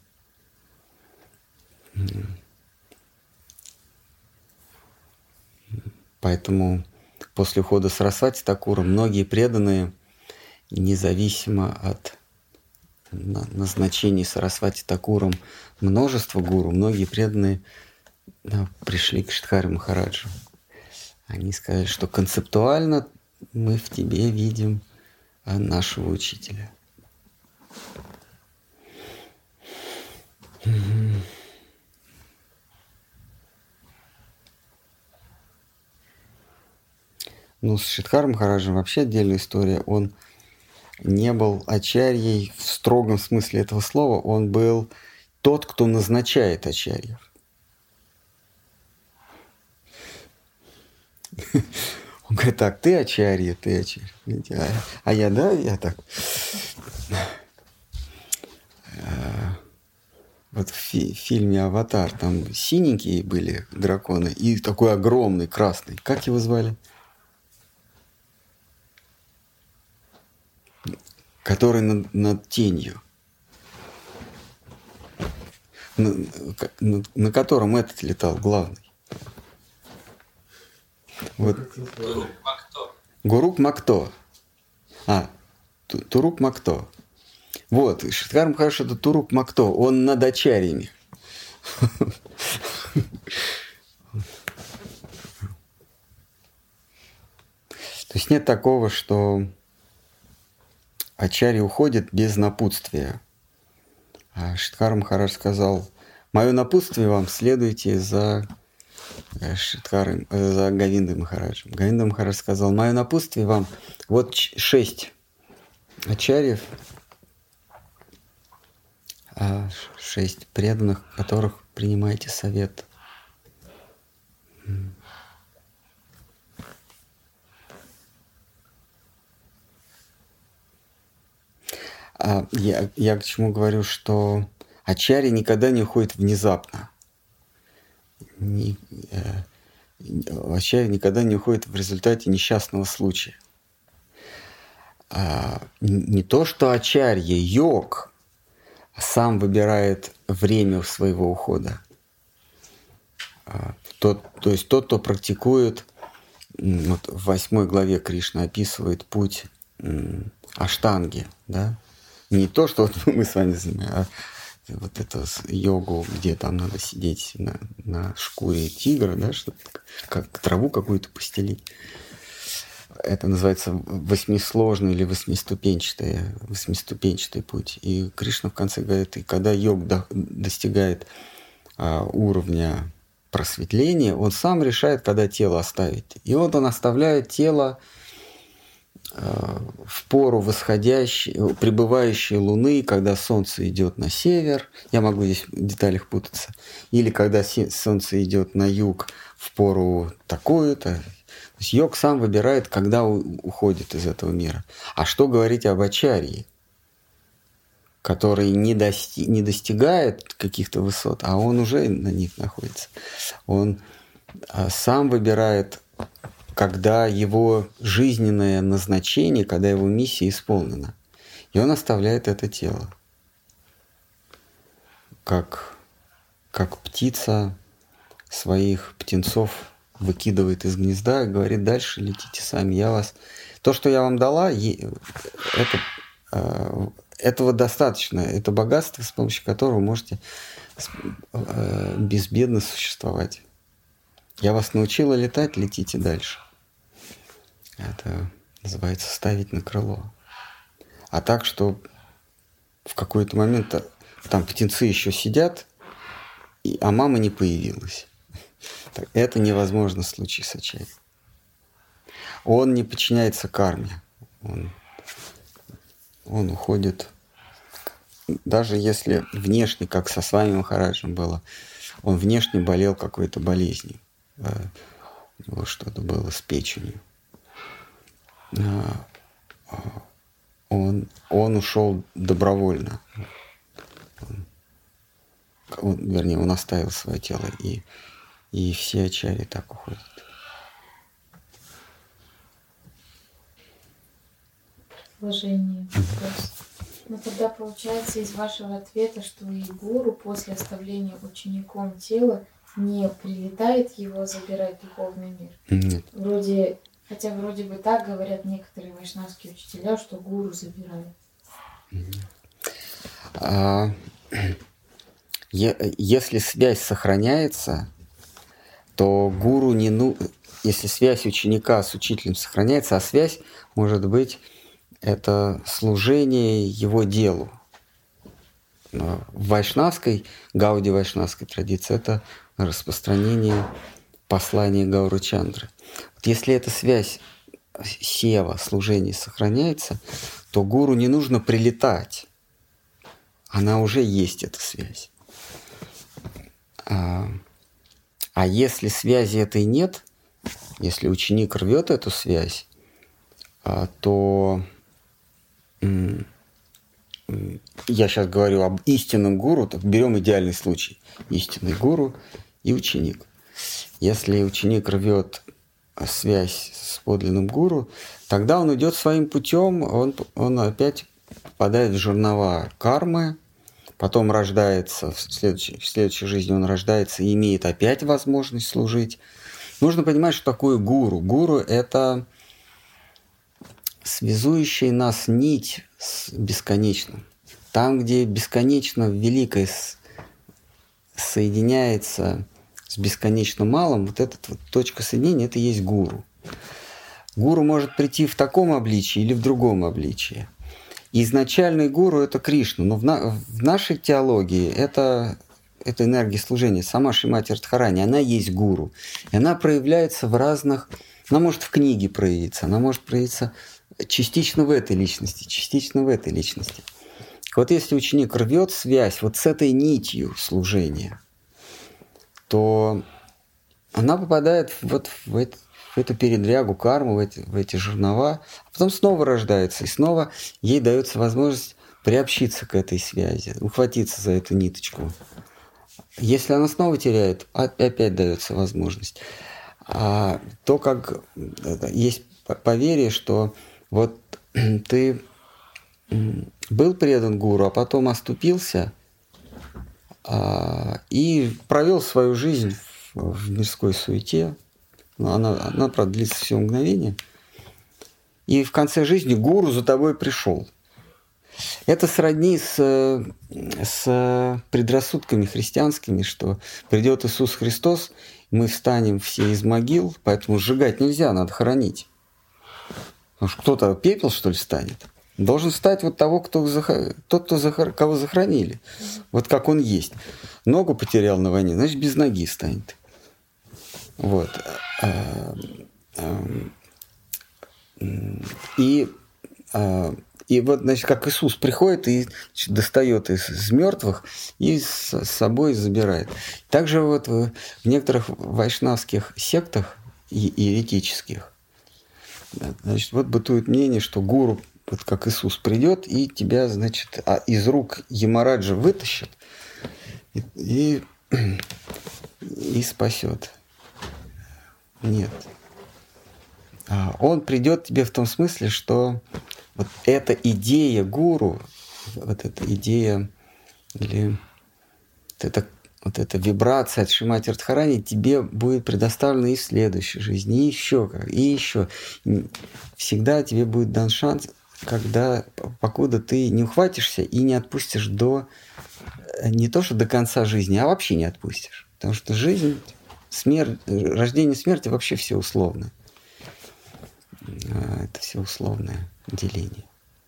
Поэтому после ухода Сарасвати Такура многие преданные, независимо от назначения Сарасвати Такуром множество гуру, многие преданные пришли к Шридхари Махараджу. Они сказали, что концептуально мы в тебе видим нашего учителя. Ну, с Шридхари Махараджем вообще отдельная история. Он не был ачарьей в строгом смысле этого слова. Он был тот, кто назначает ачарьев. Он говорит, так, ты ачарья, ты ачарья. А, а я, да, я так. Вот в фи- фильме «Аватар» там синенькие были драконы и такой огромный красный. Как его звали? Который над, над тенью. На, на, на котором этот летал, главный. Вот. Турук Макто. Гурук Макто. А, Турук Макто. Вот, Шридхари Махарадж это Турук Макто, он над ачарьями. То есть нет такого, что ачарья уходит без напутствия. А Шридхари Махарадж сказал, мое напутствие вам, следуйте за Шридхари, за Говиндой Махараджем. Говинда Махарадж сказал, мое напутствие вам, вот шесть ачарьев, а шесть преданных, которых принимаете совет. А я, я к чему говорю, что ачарья никогда не уходит внезапно. Не, э, ачарья никогда не уходит в результате несчастного случая. А, не то, что ачарья, йог, сам выбирает время своего ухода. А, тот, то есть тот, кто практикует, вот в восьмой главе Кришна описывает путь аштанги, да? Не то, что вот мы с вами занимаем, а вот это йогу, где там надо сидеть на, на шкуре тигра, да, что как траву какую-то постелить. Это называется восьмисложный или восьмиступенчатый, восьмиступенчатый путь. И Кришна в конце говорит, и когда йог до, достигает а, уровня просветления, он сам решает, когда тело оставить. И вот он оставляет тело в пору восходящей, прибывающей луны, когда солнце идет на север, я могу здесь в деталях путаться, или когда солнце идет на юг в пору такую-то. То есть йог сам выбирает, когда уходит из этого мира. А что говорить об ачарье, который не, дости, не достигает каких-то высот, а он уже на них находится. Он сам выбирает, когда его жизненное назначение, когда его миссия исполнена. И он оставляет это тело. Как, как птица своих птенцов выкидывает из гнезда и говорит: дальше летите сами, я вас... То, что я вам дала, это, этого достаточно. Это богатство, с помощью которого вы можете безбедно существовать. Я вас научила летать, летите дальше. Это называется ставить на крыло. А так, что в какой-то момент там птенцы еще сидят, а мама не появилась. Это невозможно в случае с Ачарьей. Он не подчиняется карме. Он, он уходит, даже если внешне, как со Свами Махараджем было, он внешне болел какой-то болезнью. У него что-то было с печенью. Он, он ушел добровольно. Он, он, вернее, он оставил свое тело, и, и все ачарьи так уходят. Предложение. Вопрос. Но тогда получается из вашего ответа, что и гуру после оставления учеником тела не прилетает его забирать духовный мир. Нет. Вроде, хотя вроде бы так говорят некоторые вайшнавские учителя, что гуру забирает. А, если связь сохраняется, то гуру не ну, если связь ученика с учителем сохраняется, а связь может быть это служение его делу. В вайшнавской, гауди вайшнавской традиции это распространение послания Гауры Чандры. Вот если эта связь сева, служения сохраняется, то гуру не нужно прилетать. Она уже есть, эта связь. А, а если связи этой нет, если ученик рвет эту связь, то я сейчас говорю об истинном гуру, так берем идеальный случай. Истинный гуру и ученик. Если ученик рвет связь с подлинным гуру, тогда он идет своим путем, он, он опять попадает в жернова кармы, потом рождается, в следующей, в следующей жизни он рождается и имеет опять возможность служить. Нужно понимать, что такое гуру. Гуру – это связующая нас нить с бесконечным. Там, где бесконечно великое соединяется с бесконечно малым, вот эта вот точка соединения – это и есть гуру. Гуру может прийти в таком обличии или в другом обличии. Изначальный гуру – это Кришна, но в, на, в нашей теологии это, это энергия служения. Сама Шримати Радхарани, она есть гуру. И она проявляется в разных… Она может в книге проявиться, она может проявиться частично в этой личности, частично в этой личности. Вот если ученик рвет связь вот с этой нитью служения, то она попадает вот в, это, в эту передрягу карму, в эти, в эти жернова, а потом снова рождается, и снова ей дается возможность приобщиться к этой связи, ухватиться за эту ниточку. Если она снова теряет, опять дается возможность. А то, как есть поверье, что вот ты был предан гуру, а потом оступился а, и провел свою жизнь в, в мирской суете. Ну, она, она, правда, длится всего мгновение. И в конце жизни гуру за тобой пришел. Это сродни с, с предрассудками христианскими, что придет Иисус Христос, мы встанем все из могил, поэтому сжигать нельзя, надо хоронить. Потому что кто-то пепел, что ли, станет. Должен стать вот того, кто захор... тот, кто захор... кого захоронили. Вот как он есть. Ногу потерял на войне, значит, без ноги станет. Вот. И, и вот, значит, как Иисус приходит и значит, достает из, из мертвых и с собой забирает. Также вот в некоторых вайшнавских сектах и еретических, значит, вот бытует мнение, что гуру, вот как Иисус придет и тебя, значит, из рук Ямараджа вытащит и, и, и спасет. Нет. А он придет тебе в том смысле, что вот эта идея гуру, вот эта идея или вот эта, вот эта вибрация от Шримати Радхарани тебе будет предоставлена и в следующей жизни, и еще как, и еще. Всегда тебе будет дан шанс, когда, покуда ты не ухватишься и не отпустишь до, не то что до конца жизни, а вообще не отпустишь. Потому что жизнь, смерть, рождение и смерть вообще все условно. Это все условное деление.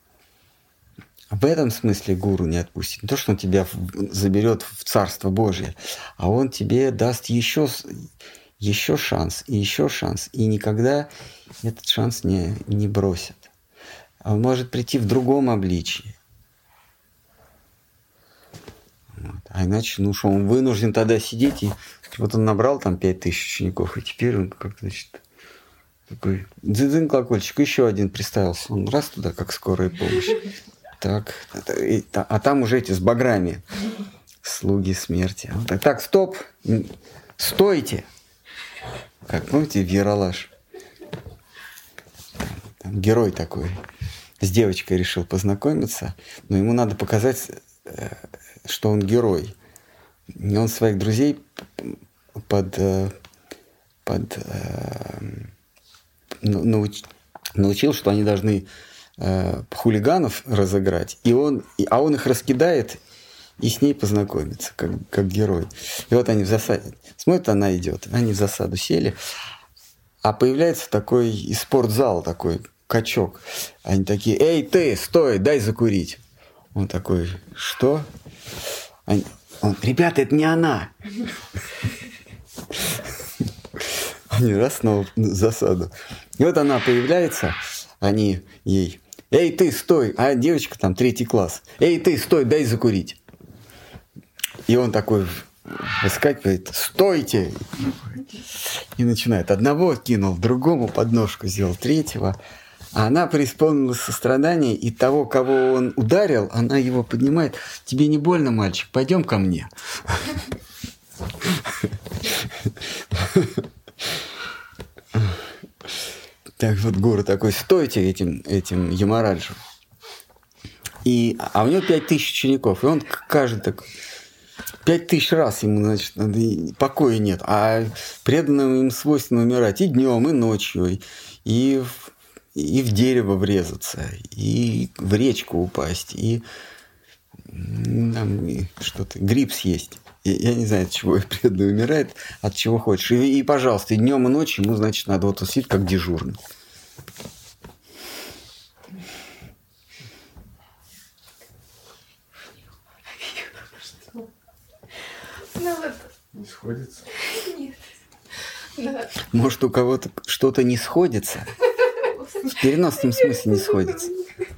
В этом смысле гуру не отпустит. Не то, что он тебя заберет в Царство Божие, а он тебе даст еще, еще шанс, и еще шанс. И никогда этот шанс не, не бросит. Он может прийти в другом обличии. Вот. А иначе, ну что, он вынужден тогда сидеть, и вот он набрал там пять тысяч учеников, и теперь он как-то, значит, такой дзынь колокольчик, еще один приставился. Он раз туда, как скорая помощь. Так, а там уже эти с баграми, слуги смерти. Так, так, стоп, стойте. Как, помните, в Ералаш? Там герой такой с девочкой решил познакомиться, но ему надо показать, что он герой. И он своих друзей под, под, науч, научил, что они должны хулиганов разыграть, и он, а он их раскидает и с ней познакомится, как, как герой. И вот они в засаде. Смотрят, она идет. Они в засаду сели, а появляется такой и спортзал, такой качок. Они такие: эй, ты, стой, дай закурить. Он такой: что? Они, он: ребята, это не она. Они раз снова в засаду. И вот она появляется, они ей: эй, ты, стой! А девочка там третий класс. Эй, ты, стой, дай закурить. И он такой выскакивает: стойте! И начинает. Одного кинул, другому подножку сделал, третьего. А она преисполнилась сострадания, и того, кого он ударил, она его поднимает. Тебе не больно, мальчик? Пойдем ко мне. Так вот гуру такой: стойте этим, этим Ямараджу. И, а у него пять тысяч учеников, и он каждый так пять тысяч раз ему, значит, надо, покоя нет. А преданным им свойственно умирать и днем, и ночью, и в, и в дерево врезаться, и в речку упасть, и, там, и что-то, гриб съесть. Я не знаю, от чего преданный умирает, от чего хочешь. И, и, пожалуйста, и днем, и ночью ему, значит, надо вот сидеть как дежурный. Ну вот. Не сходится? Нет. Да. Может, у кого-то что-то не сходится? В переносном смысле не сходится.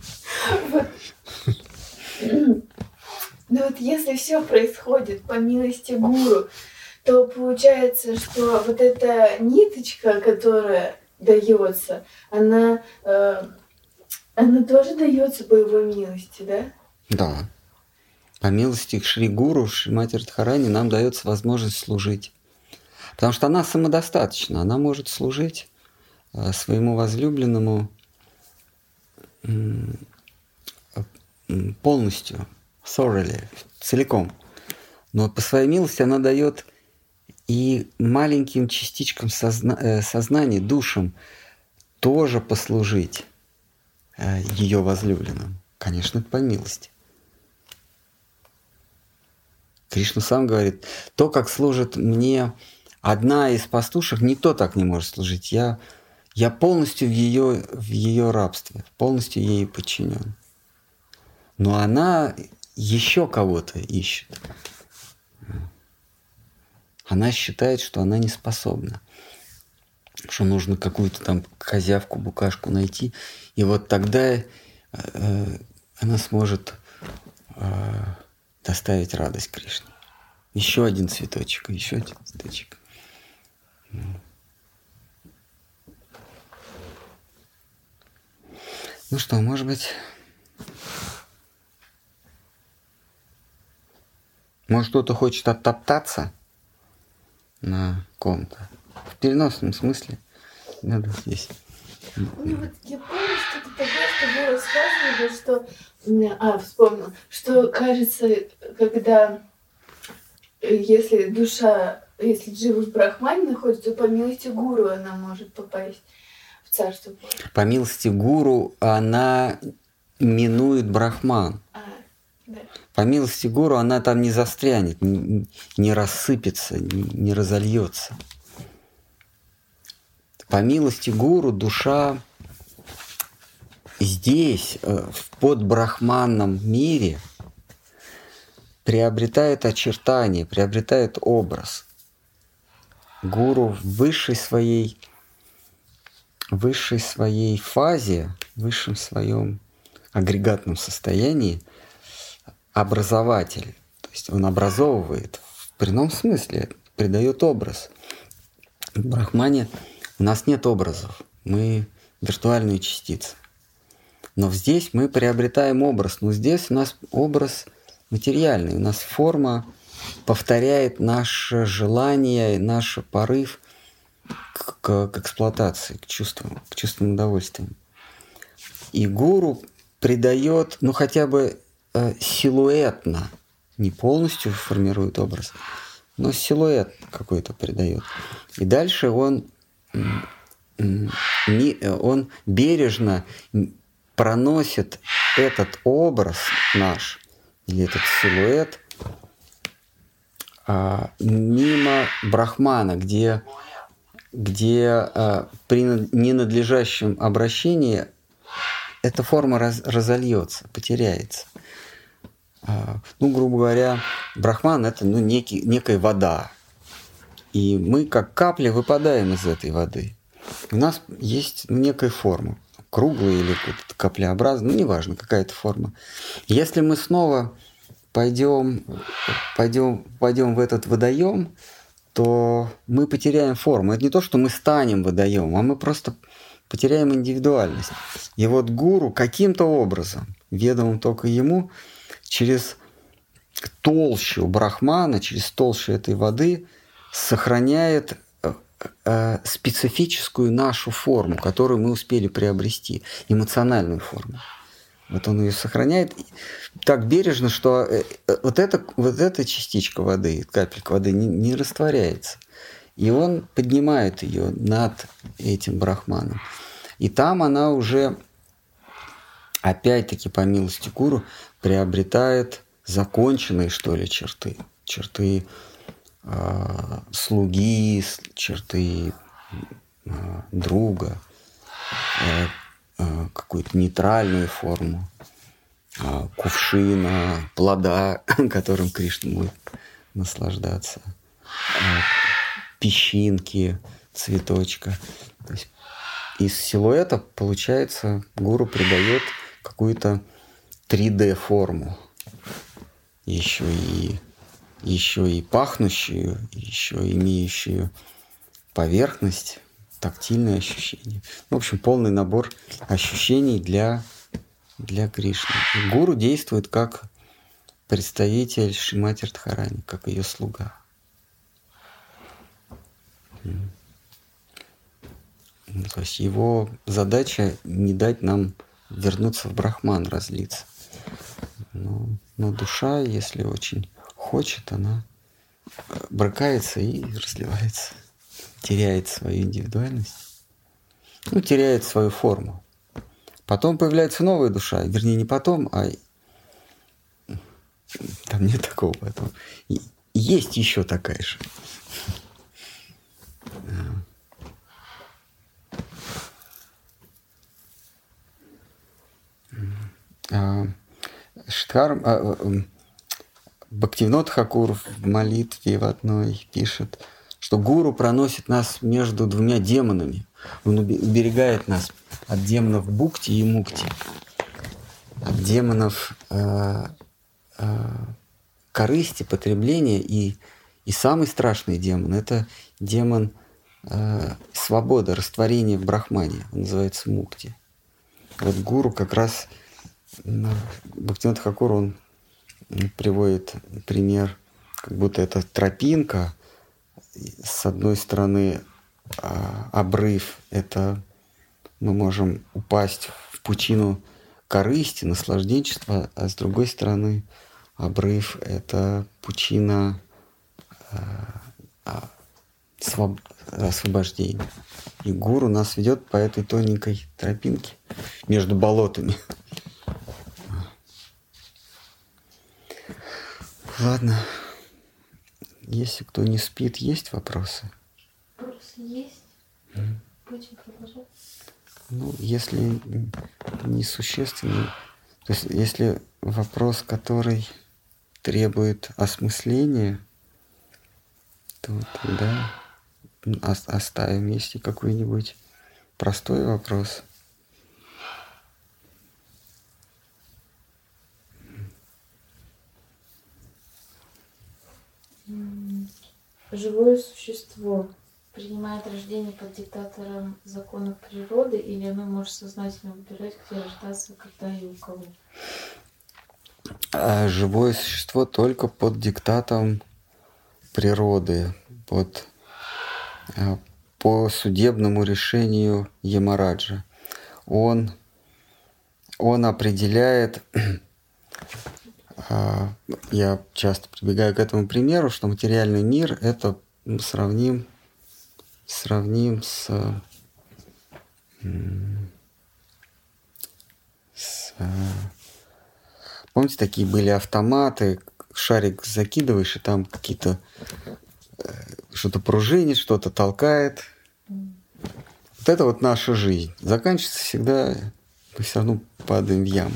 Ну вот если все происходит по милости гуру, то получается, что вот эта ниточка, которая дается, она, э, она тоже дается по его милости, да? Да. По милости Шри Гуру, Шримати Радхарани нам дается возможность служить. Потому что она самодостаточна, она может служить э, своему возлюбленному э, полностью, thoroughly, целиком. Но по своей милости она дает и маленьким частичкам созна- э, сознания, душам тоже послужить э, ее возлюбленным. Конечно, это по милости. Кришна сам говорит: то, как служит мне одна из пастушек, никто так не может служить. Я, я полностью в ее, в ее рабстве, полностью ей подчинен. Но она еще кого-то ищет. Она считает, что она не способна. Что нужно какую-то там козявку, букашку найти. И вот тогда э, она сможет э, доставить радость Кришне. Еще один цветочек, еще один цветочек. Ну что, может быть... Может, кто-то хочет оттоптаться? на ком-то. В переносном смысле. Надо здесь. Ну вот я помню что-то такое, что вы рассказывали, что... А, вспомнила. Что кажется, когда... Если душа, если джива в брахмане находится, то по милости гуру она может попасть в царство Божие. По милости гуру она минует брахман. А, да. По милости гуру она там не застрянет, не, не рассыпется, не, не разольется. По милости гуру душа здесь, в подбрахманном мире, приобретает очертания, приобретает образ. Гуру в высшей своей, высшей своей фазе, в высшем своем агрегатном состоянии образователь. То есть он образовывает в прямом смысле, придает образ. В брахмане у нас нет образов, мы виртуальные частицы. Но здесь мы приобретаем образ, но здесь у нас образ материальный, у нас форма повторяет наше желание, наш порыв к, к, к эксплуатации, к чувствам, к чувственным удовольствиям. И гуру придает, ну хотя бы э, силуэтно, не полностью формирует образ, но силуэт какой-то придает. И дальше он, он бережно проносит этот образ наш, или этот силуэт, а, мимо брахмана, где, где а, при ненадлежащем обращении эта форма раз, разольется, потеряется. А, ну, грубо говоря, брахман — это ну, некий, некая вода. И мы, как капли, выпадаем из этой воды. У нас есть некая форма. Круглый или каплеобразный, ну, неважно, какая-то форма. Если мы снова пойдем, пойдем, пойдем в этот водоем, то мы потеряем форму. Это не то, что мы станем водоемом, а мы просто потеряем индивидуальность. И вот гуру каким-то образом, ведомым только ему, через толщу брахмана, через толщу этой воды сохраняет специфическую нашу форму, которую мы успели приобрести, эмоциональную форму. Вот он ее сохраняет так бережно, что вот эта, вот эта частичка воды, капелька воды не, не растворяется. И он поднимает ее над этим брахманом. И там она уже, опять-таки, по милости гуру, приобретает законченные, что ли, черты. Черты слуги, черты друга, какую-то нейтральную форму кувшина, плода, которым Кришна будет наслаждаться, песчинки, цветочка. То есть из силуэта, получается, гуру придает какую-то три дэ форму, еще и еще и пахнущую, еще имеющую поверхность, тактильные ощущения. В общем, полный набор ощущений для, для Кришны. И гуру действует как представитель Шримати Радхарани, как ее слуга. То есть его задача не дать нам вернуться в брахман, разлиться. Но, но душа, если очень хочет, она брыкается и разливается, теряет свою индивидуальность, ну, теряет свою форму. Потом появляется новая душа, вернее, не потом, а там нет такого потом. И есть еще такая же. Штхар... Бхактивинод Тхакур в молитве в одной пишет, что гуру проносит нас между двумя демонами. Он уберегает нас от демонов бхукти и мукти, от демонов э, э, корысти, потребления. И, и самый страшный демон – это демон э, свободы, растворения в брахмане. Он называется мукти. Вот гуру как раз, Бхактивинод Тхакур, он приводит пример, как будто это тропинка, с одной стороны, обрыв — это мы можем упасть в пучину корысти, наслажденчества, а с другой стороны, обрыв — это пучина своб... освобождения. И гуру нас ведет по этой тоненькой тропинке между болотами. Ладно. Если кто не спит, есть вопросы? Вопросы есть. Mm. Будем продолжать. Ну, если несущественный, то есть если вопрос, который требует осмысления, то тогда оставим. Если какой-нибудь простой вопрос. Живое существо принимает рождение под диктатором законов природы, или оно может сознательно выбирать, где рождаться, когда и у кого? А живое существо только под диктатом природы, под, по судебному решению Ямараджа. Он, он определяет... Я часто прибегаю к этому примеру, что материальный мир — это сравним, сравним с, с... Помните, такие были автоматы, шарик закидываешь, и там какие-то... Что-то пружинит, что-то толкает. Вот это вот наша жизнь. Заканчивается всегда, мы все равно падаем в яму.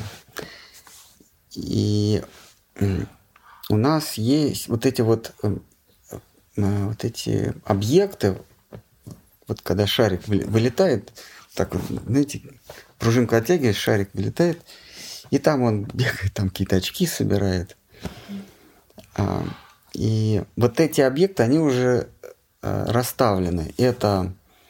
И у нас есть вот эти вот, вот эти объекты, вот когда шарик вылетает, так вот, знаете, пружинку оттягиваешь, шарик вылетает, и там он бегает, там какие-то очки собирает. И вот эти объекты, они уже расставлены. Это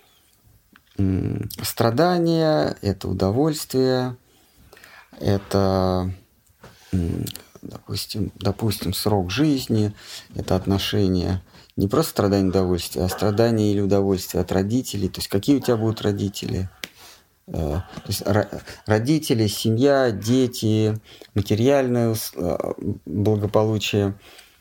страдания, это удовольствие, это... Допустим, допустим, срок жизни, это отношения не просто страдания и удовольствия, а страдания или удовольствия от родителей. То есть какие у тебя будут родители? То есть родители, семья, дети, материальное благополучие,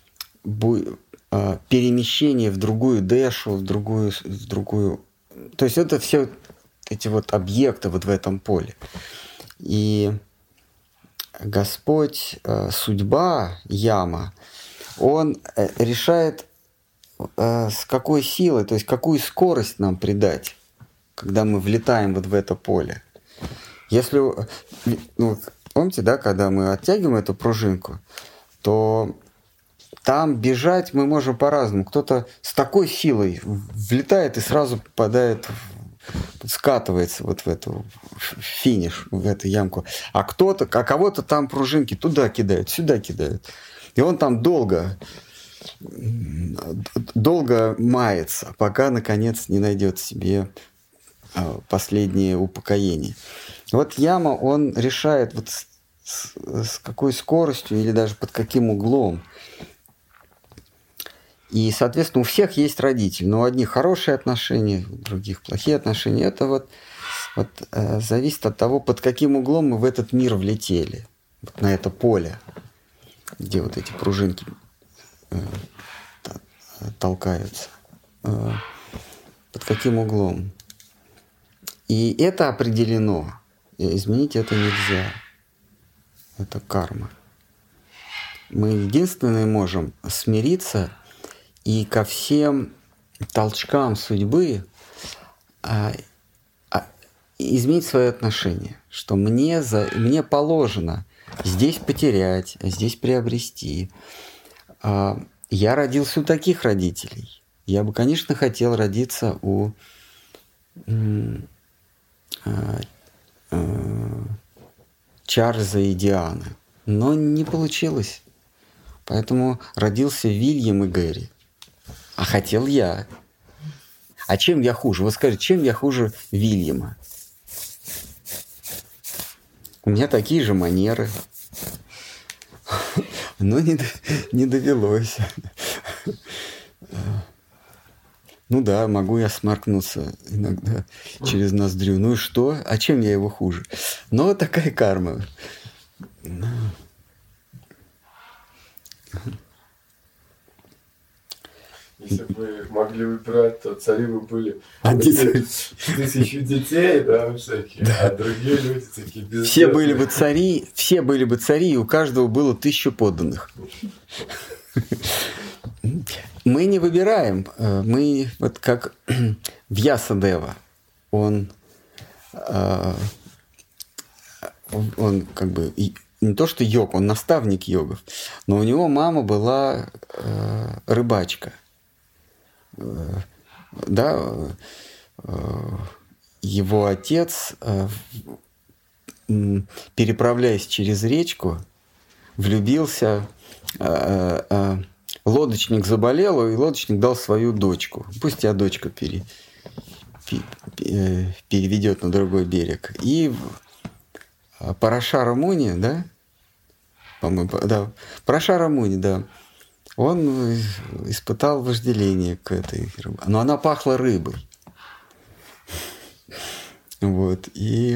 перемещение в другую дэшу, в другую, в другую. То есть это все эти вот объекты вот в этом поле. И Господь, судьба, яма, Он решает, с какой силой, то есть какую скорость нам придать, когда мы влетаем вот в это поле. Если, ну, помните, да, когда мы оттягиваем эту пружинку, то там бежать мы можем по-разному. Кто-то с такой силой влетает и сразу попадает в скатывается вот в эту в финиш, в эту ямку. А кто-то, а кого-то там пружинки туда кидают, сюда кидают. И он там долго, долго мается, пока, наконец, не найдет себе последнее упокоение. Вот яма, он решает, вот с, с, с какой скоростью или даже под каким углом. И, соответственно, у всех есть родители. Но у одних хорошие отношения, у других плохие отношения. Это вот, вот э, зависит от того, под каким углом мы в этот мир влетели. Вот на это поле, где вот эти пружинки э, толкаются. Э, под каким углом. И это определено. И изменить это нельзя. Это карма. Мы единственное можем смириться и ко всем толчкам судьбы а, а, изменить свое отношение, что мне, за, мне положено здесь потерять, здесь приобрести. А, я родился у таких родителей. Я бы, конечно, хотел родиться у а, а, Чарльза и Дианы, но не получилось. Поэтому родился Вильям и Гэри. А хотел я. А чем я хуже? Вот скажите, чем я хуже Вильяма? У меня такие же манеры. Но не, не довелось. Ну да, могу я сморкнуться иногда через ноздрю. Ну и что? А чем я его хуже? Но такая карма. Если бы вы могли выбирать, то цари бы были А дети- тысячу детей, да, всякие, Да. а другие люди такие бездетные. Все были бы цари, все были бы цари, и у каждого было тысячу подданных. Мы не выбираем. э, Мы вот как Вьясадева. Он, э, он, он как бы и- не то что йог, он наставник йогов, но у него мама была э, рыбачка. Э, Да, э, его отец, э, м, переправляясь через речку, влюбился, э, э, лодочник заболел, и лодочник дал свою дочку. Пусть тебя дочка пере, пе- пе- э, переведет на другой берег. И в- Парашара Муни, да? По-моему, по- да. Парашара Муни, да. Он э, испытал вожделение к этой рыбе. Но она пахла рыбой. Вот. И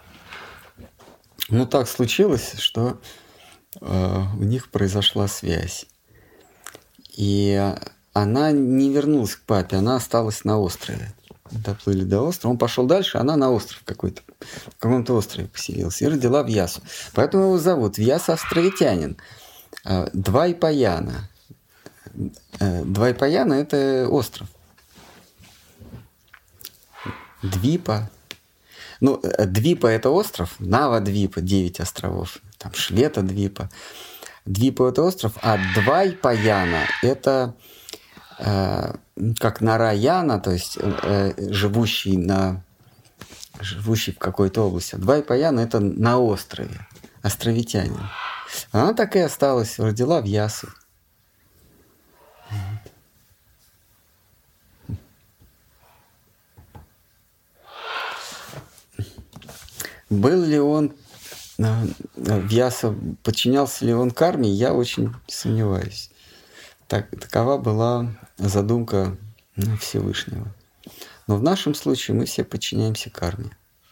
ну так случилось, что э, у них произошла связь. И она не вернулась к папе, она осталась на острове. Доплыли до острова, он пошел дальше, она на остров какой-то, в каком-то острове поселилась и родила Вьясу. Поэтому его зовут Вьяса островитянин. Э, Двайпаяна. Э, Двайпаяна – это остров. Двипа. Ну, э, Двипа – это остров, Нава-Двипа – девять островов, там Швета-Двипа. Двипа – это остров, а Двайпаяна – это э, как Нараяна, то есть э, э, живущий, на, живущий в какой-то области. А Двайпаяна – это на острове, островитянин. Она так и осталась, родила Вьясу. Был ли он, э, Вьяса, подчинялся ли он карме, я очень сомневаюсь. Так, такова была задумка ну, Всевышнего. Но в нашем случае мы все подчиняемся карме.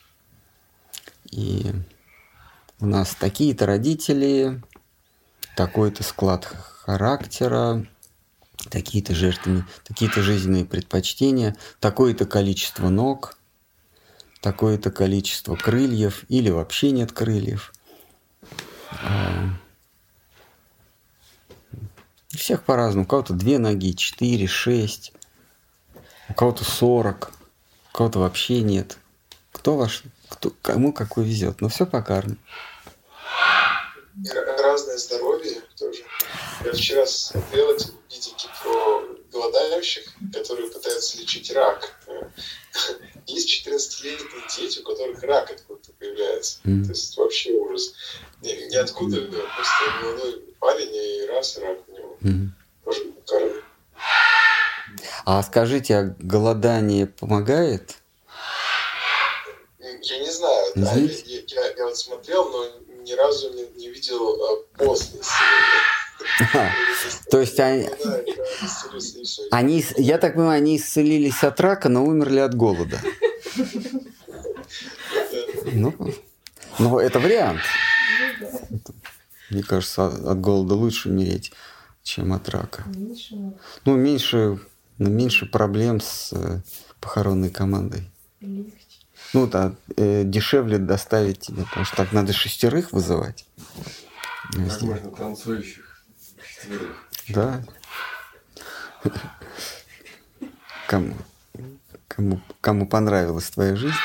И у нас такие-то родители, такой-то склад характера, такие-то жертвы, такие-то жизненные предпочтения, такое-то количество ног, такое-то количество крыльев или вообще нет крыльев. У всех по-разному. У кого-то две ноги, четыре, шесть, у кого-то сорок, у кого-то вообще нет. Кто ваш, кто, кому какой везет. Но все по карме. И разное здоровье тоже. Я вчера смотрел эти видики про голодающих, которые пытаются лечить рак. Есть четырнадцатилетние дети, у которых рак откуда-то появляется. Mm. То есть вообще ужас. Ни, ниоткуда, да, просто молодой парень, и раз, и рак у него. Mm. Тоже карма. А скажите, а голодание помогает? Я не знаю, да, я, я, я, я вот смотрел, но ни разу не, не видел а, после исцеления. То есть они, они, я так понимаю, они исцелились от рака, но умерли от голода. Ну, ну это вариант. Мне кажется, от голода лучше умереть, чем от рака. Ну, меньше, меньше проблем с похоронной командой. Ну, да, э, дешевле доставить тебе, потому что так надо шестерых вызывать. Как можно танцующих четверых? Да. Кому, кому, кому понравилась твоя жизнь?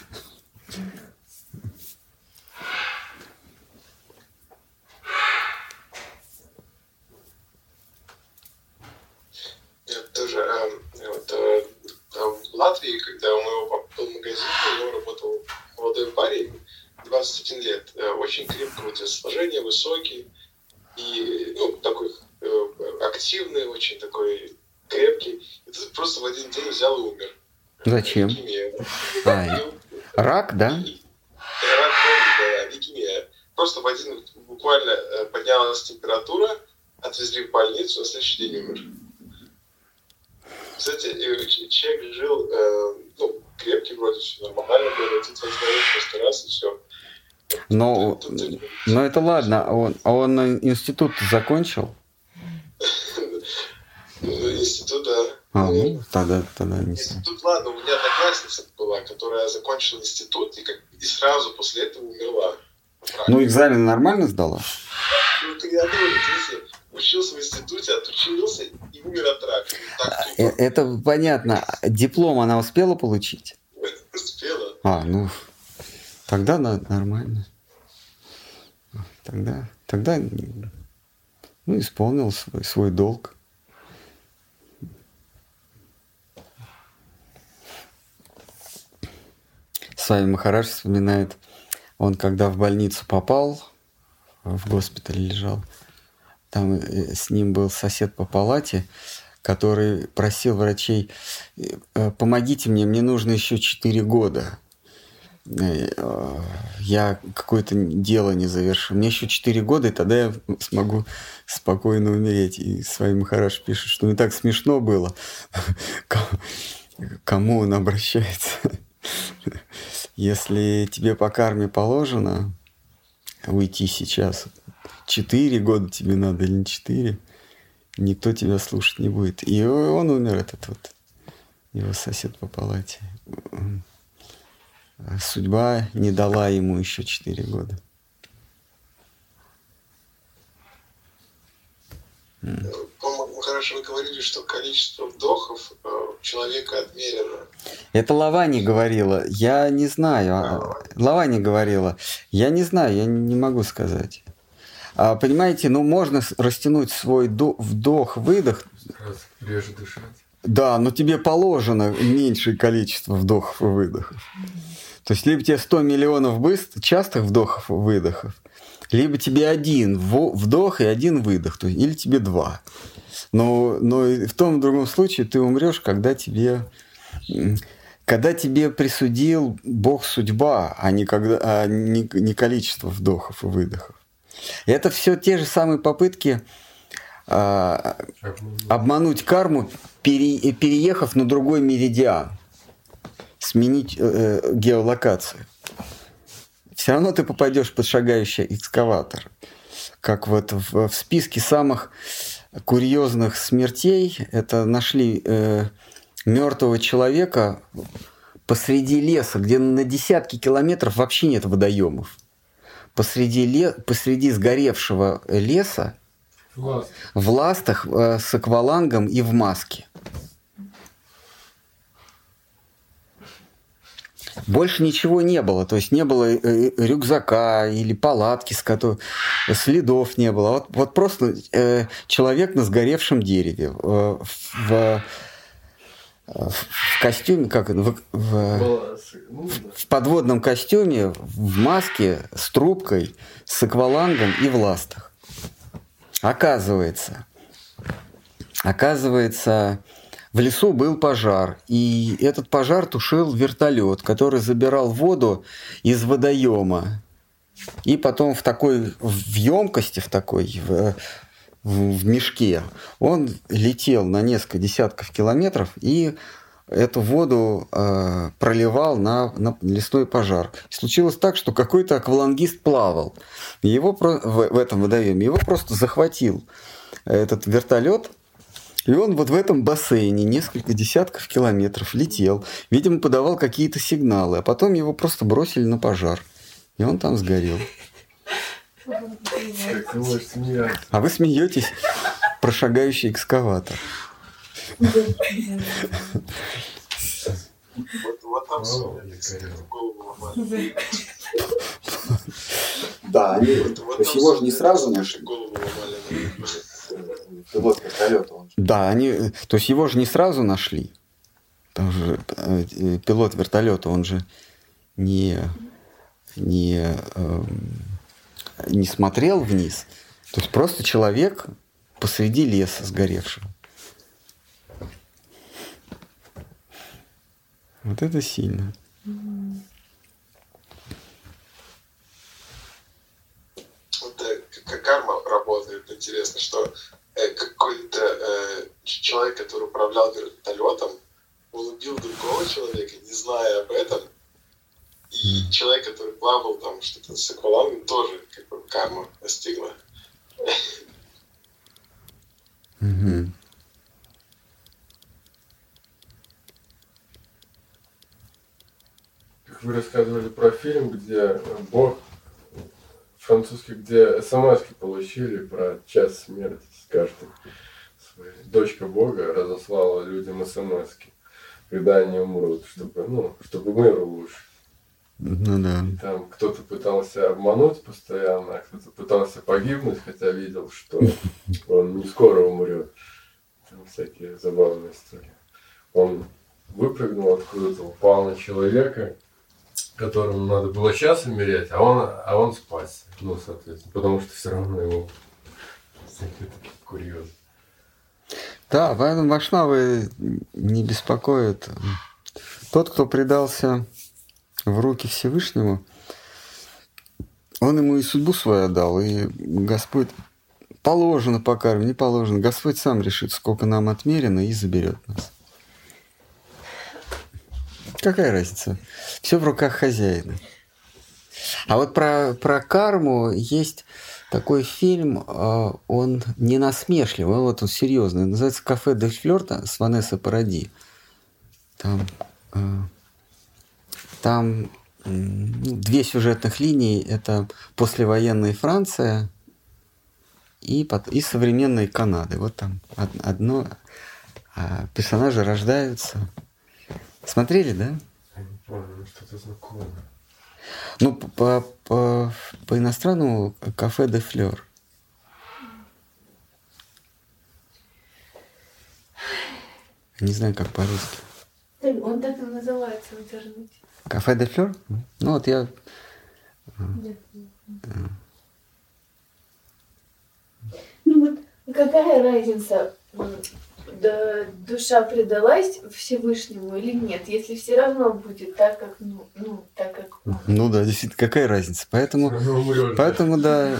Я тоже э, вот, э, в Латвии, когда у моего папы был магазин, у него работал молодой парень, двадцать один лет, э, очень крепкого телосложения, высокий и ну, такой э, активный, очень такой крепкий. И тут просто в один день взял и умер. Зачем? Лейкемия. А, рак, да? Рак, да, лейкемия. Просто в один буквально э, поднялась температура, отвезли в больницу, на следующий день умер. Кстати, и человек жил, э, ну, крепкий вроде, все нормально было, один человек просто раз и все. Но, Тут- тут- но это ладно, а он, а он институт закончил? Ну, институт, да. А, наверное. ну, тогда, тогда не знаю. Институт, ладно, у меня одноклассница была, которая закончила институт и, как, и сразу после этого умерла. Ну, экзамен нормально сдала? Ну, ты я говорю, если учился в институте, отучился и умер от рака. Так Э, тупо. Это понятно. Диплом она успела получить? Успела. А, ну, тогда на- нормально. Тогда, тогда, ну, исполнил свой, свой долг. Свами Махарадж вспоминает, он когда в больницу попал, в госпитале лежал, там э, с ним был сосед по палате, который просил врачей: «Э, помогите мне, мне нужно еще четыре года. Э, э, Я какое-то дело не завершил. Мне еще четыре года, и тогда я смогу спокойно умереть». И Свами Махарадж пишет, что не так смешно было, к кому он обращается. Если тебе по карме положено уйти сейчас, четыре года тебе надо или не четыре, никто тебя слушать не будет. И он умер, этот вот его сосед по палате. Судьба не дала ему еще четыре года. По-моему, хорошо вы говорили, что количество вдохов э, у человека отмерено. Это Лавани говорила. Я не знаю. а- Лавани говорила. Я не знаю, я не могу сказать. А, понимаете, ну можно с- растянуть свой до- вдох-выдох. Раз реже дышать. Да, но тебе положено меньшее количество вдохов и выдохов. То есть либо тебе сто миллионов быстр, частых вдохов и выдохов, либо тебе один во- вдох и один выдох, то есть, или тебе два. Но, но и в том и в другом случае ты умрешь, когда тебе, м, когда тебе присудил Бог судьба, а не, когда, а не, не количество вдохов и выдохов. И это все те же самые попытки а, Обмануть. обмануть карму, пере- переехав на другой меридиан, сменить э, геолокацию. Все равно ты попадешь под шагающий экскаватор. Как вот в, в списке самых курьезных смертей, это нашли э, мертвого человека посреди леса, где на десятки километров вообще нет водоемов. Посреди, ле, посреди сгоревшего леса, Класс. в ластах, э, с аквалангом и в маске. Больше ничего не было, то есть не было э, рюкзака или палатки, с которой следов не было. Вот, вот просто э, человек на сгоревшем дереве э, в, в костюме, как это, в, в, Баланс. Ну, да. в подводном костюме, в маске, с трубкой, с аквалангом и в ластах. Оказывается, оказывается, в лесу был пожар, и этот пожар тушил вертолет, который забирал воду из водоема. И потом в такой, в емкости, в такой, в, в мешке, он летел на несколько десятков километров и эту воду э, проливал на, на лесной пожар. И случилось так, что какой-то аквалангист плавал и его про, в, в этом водоеме. Его просто захватил этот вертолет, и он вот в этом бассейне несколько десятков километров летел. Видимо, подавал какие-то сигналы, а потом его просто бросили на пожар. И он там сгорел. Как ты можешь смеяться? А вы смеетесь про шагающий экскаватор. Вот, вот там Мало смотрели, якоря. голову ломали. Да, они, Вот- вот там смотрели, голову ломали. Пилот вертолета. Да, они, то есть его же не сразу нашли. Там же э, э, пилот вертолета, он же не, не, эм, не смотрел вниз. То есть просто человек посреди леса сгоревшего. Вот это сильно. Вот, э, как карма работает, интересно, что э, какой-то э, человек, который управлял вертолетом, он убил другого человека, не зная об этом. И человек, который плавал там что-то с аквалангом, тоже как бы карма настигла. Мгм. Как вы рассказывали про фильм, где Бог французский, где смс-ки получили про час смерти с каждой своей. Дочка Бога разослала людям смс-ки, когда они умрут, чтобы, ну, чтобы миру лучше. Ну да. И там кто-то пытался обмануть постоянно, а кто-то пытался погибнуть, хотя видел, что он не скоро умрет. Там всякие забавные истории. Он выпрыгнул откуда-то, упал на человека, которому надо было сейчас умереть, а он, а он спасся. Ну, соответственно, потому что все равно его всякие такие курьезы. Да, поэтому Вайшнавы не беспокоит. Тот, кто предался в руки Всевышнему, он ему и судьбу свою отдал, и Господь положено покарм, не положено. Господь сам решит, сколько нам отмерено, и заберет нас. Какая разница? Все в руках хозяина. А вот про, про карму есть такой фильм, он не насмешливый, он вот он серьезный. Называется «Кафе де Флёр» с Ванессой Паради. Там, там две сюжетных линии. Это послевоенная Франция и, и современная Канада. Вот там одно. Персонажи рождаются. Смотрели, да? Я не помню, что-то знакомое. Ну, по, по, по иностранному «Кафе де Флёр». Не знаю, как по-русски. Он так и называется в интернете. «Кафе де Флёр»? Ну, вот я... Ну вот какая разница, да, душа предалась Всевышнему или нет, если все равно будет так, как, ну, ну так как... Ну да, действительно, какая разница? Поэтому, Умрёшь, поэтому да...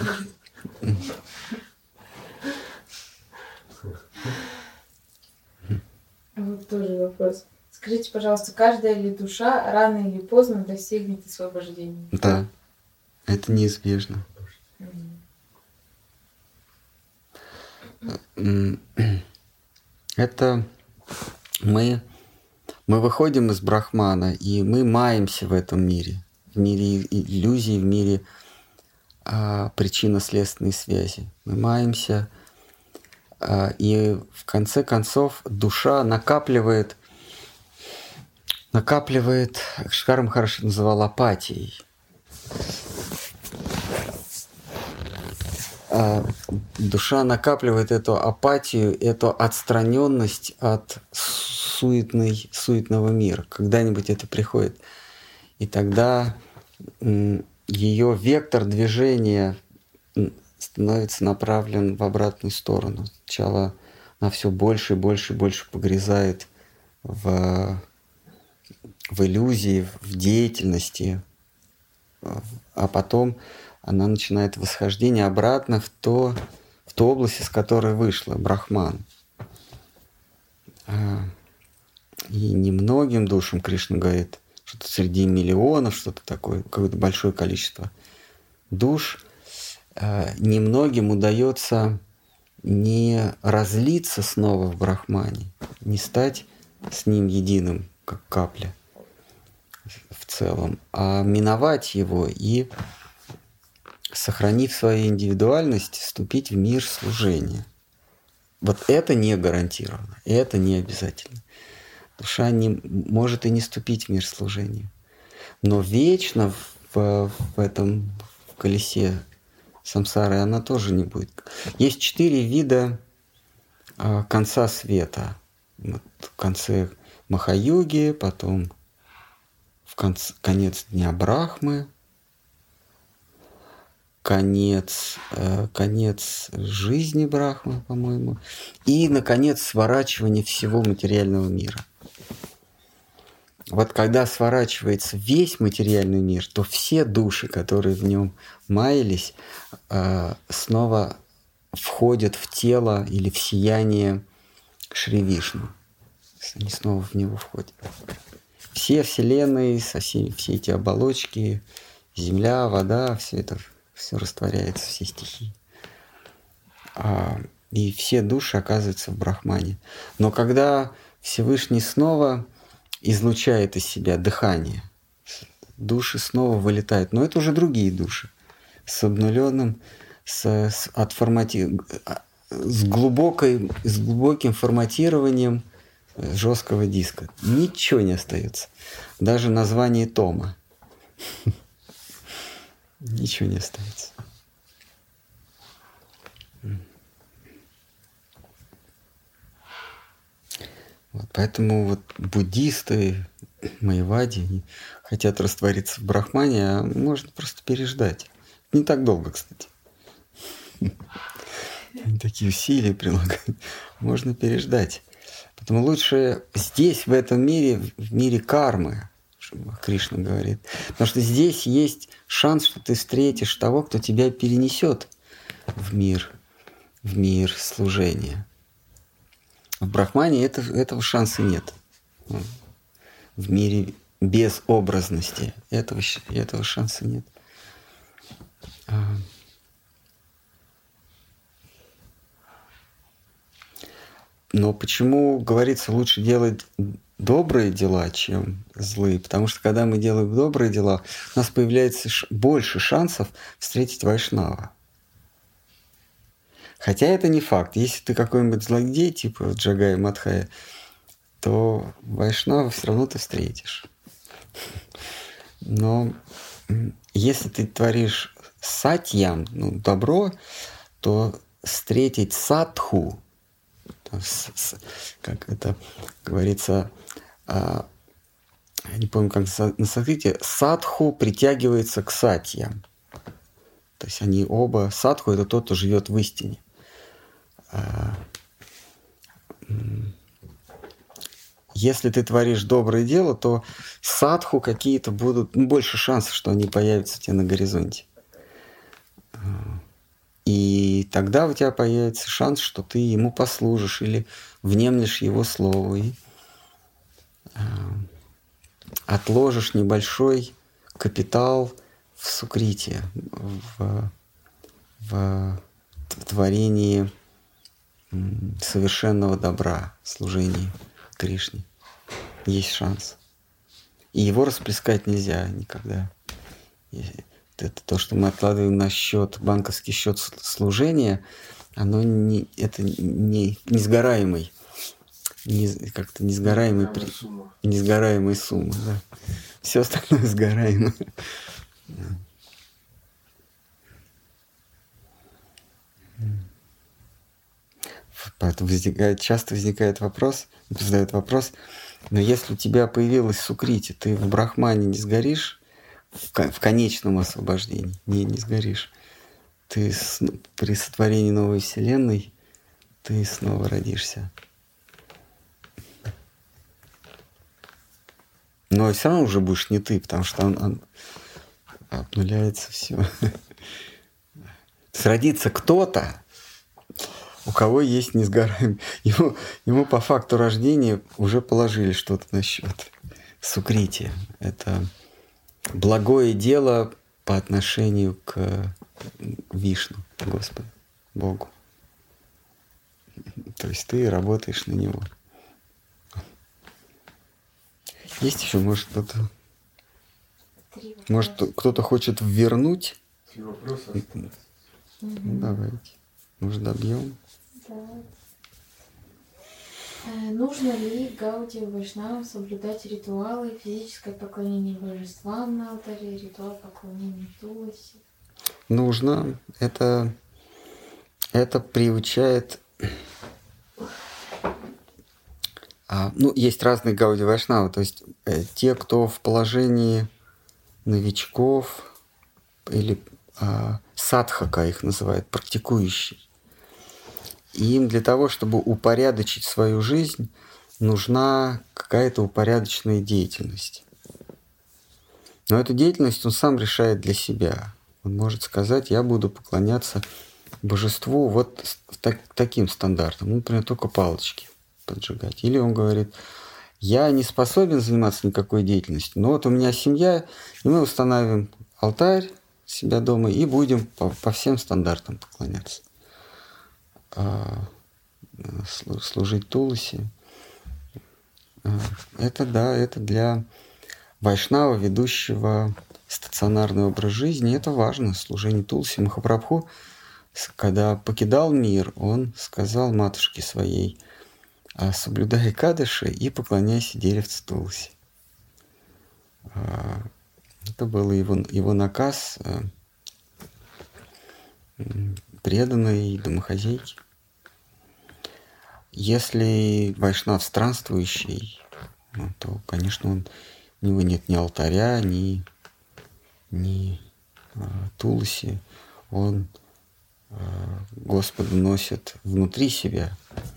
Вот тоже вопрос. Скажите, пожалуйста, каждая ли душа рано или поздно достигнет освобождения? Да, это неизбежно. Это мы, мы выходим из Брахмана, и мы маемся в этом мире, в мире иллюзий, в мире а, причинно-следственной связи. Мы маемся, а, и в конце концов душа накапливает, накапливает, Шкар Махараш называл апатией. Душа накапливает эту апатию, эту отстраненность от суетной, суетного мира. Когда-нибудь это приходит. И тогда ее вектор движения становится направлен в обратную сторону. Сначала она все больше и больше и больше погрязает в, в иллюзии, в деятельности, а потом она начинает восхождение обратно в, то, в ту область, из которой вышла, Брахман. И немногим душам, Кришна говорит, что-то среди миллионов, что-то такое, какое-то большое количество душ, немногим удается не разлиться снова в Брахмане, не стать с ним единым, как капля в целом, а миновать его и, сохранив свою индивидуальность, вступить в мир служения. Вот это не гарантировано, это не обязательно. Душа не, может и не вступить в мир служения. Но вечно в, в этом в колесе самсары она тоже не будет. Есть четыре вида а, конца света. Вот в конце Махаюги, потом в конце, конец Дня Брахмы, конец, э, конец жизни Брахмы, по-моему, и, наконец, сворачивание всего материального мира. Вот когда сворачивается весь материальный мир, то все души, которые в нем маялись, э, снова входят в тело или в сияние Шри Вишну. Они снова в него входят. Все вселенные, все, все эти оболочки, земля, вода, все это, все растворяется, все стихии. А, и все души оказываются в Брахмане. Но когда Всевышний снова излучает из себя дыхание, души снова вылетают. Но это уже другие души с обнуленным, с, с, отформати... с, глубокой, с глубоким форматированием жесткого диска. Ничего не остается. Даже название тома. Ничего не остается. Вот, поэтому вот буддисты, майявади, они хотят раствориться в Брахмане, а можно просто переждать. Не так долго, кстати. Они такие усилия прилагают. Можно переждать. Поэтому лучше здесь, в этом мире, в мире кармы, Кришна говорит. Потому что здесь есть шанс, что ты встретишь того, кто тебя перенесет в мир, в мир служения. В Брахмане это, этого шанса нет. В мире без образности этого, этого шанса нет. Но почему, говорится, лучше делать добрые дела, чем злые? Потому что когда мы делаем добрые дела, у нас появляется больше шансов встретить вайшнава. Хотя это не факт. Если ты какой-нибудь злодей, типа Джагая Мадхая, то вайшнава все равно ты встретишь. Но если ты творишь сатьям, ну, добро, то встретить садху, как это говорится, я не помню, как на санскрите, садху притягивается к сатьям. То есть они оба, садху — это тот, кто живет в истине. Если ты творишь доброе дело, то садху какие-то будут, ну, больше шансов, что они появятся у тебя на горизонте. И тогда у тебя появится шанс, что ты ему послужишь или внемлешь его слову и отложишь небольшой капитал в сукрите, в, в творении совершенного добра, служении Кришне. Есть шанс. И его расплескать нельзя никогда. Это то, что мы откладываем на счет, банковский счет служения, оно не, это не несгораемый, не, как-то несгораемый, при, сумма. несгораемая сумма. Да. Все остальное сгораемое. Поэтому возникает, часто возникает вопрос, задают вопрос, но если у тебя появилась сукрити, ты в брахмане не сгоришь? В, в конечном освобождении не, не сгоришь. Ты с, при сотворении новой вселенной ты снова родишься. Но все равно уже будешь не ты, потому что он, он обнуляется все. Родится кто-то, у кого есть несгораемый. Ему, ему по факту рождения уже положили что-то на счет. Сукрити. Это благое дело по отношению к Вишну, Господу, Богу. То есть ты работаешь на Него. Есть еще, может, кто-то... Может, кто-то хочет вернуть? Три вопроса осталось. Ну, давайте. Может, добьем? Да. Нужно ли Гауди Вайшнавам соблюдать ритуалы, физическое поклонение божествам на алтаре, ритуал поклонения Туласи? Нужно. Это, это приучает... А, ну, есть разные Гауди Вайшнавы. То есть э, те, кто в положении новичков или а, садхака их называют, практикующие. И им для того, чтобы упорядочить свою жизнь, нужна какая-то упорядоченная деятельность. Но эту деятельность он сам решает для себя. Он может сказать, я буду поклоняться божеству вот с так, таким стандартом, ну, например, только палочки поджигать. Или он говорит, я не способен заниматься никакой деятельностью, но вот у меня семья, и мы установим алтарь у себя дома и будем по, по всем стандартам поклоняться. А, служить Туласи. Это да, это для вайшнава, ведущего стационарный образ жизни, это важно, служение Туласи. Махапрабху, когда покидал мир, он сказал матушке своей, соблюдай Экадаши и поклоняйся деревцу Туласи. Это был его, его наказ преданной домохозяйке. Если вайшнав странствующий, ну, то, конечно, он, у него нет ни алтаря, ни, ни а, Туласи. Он а, Господа носит внутри себя.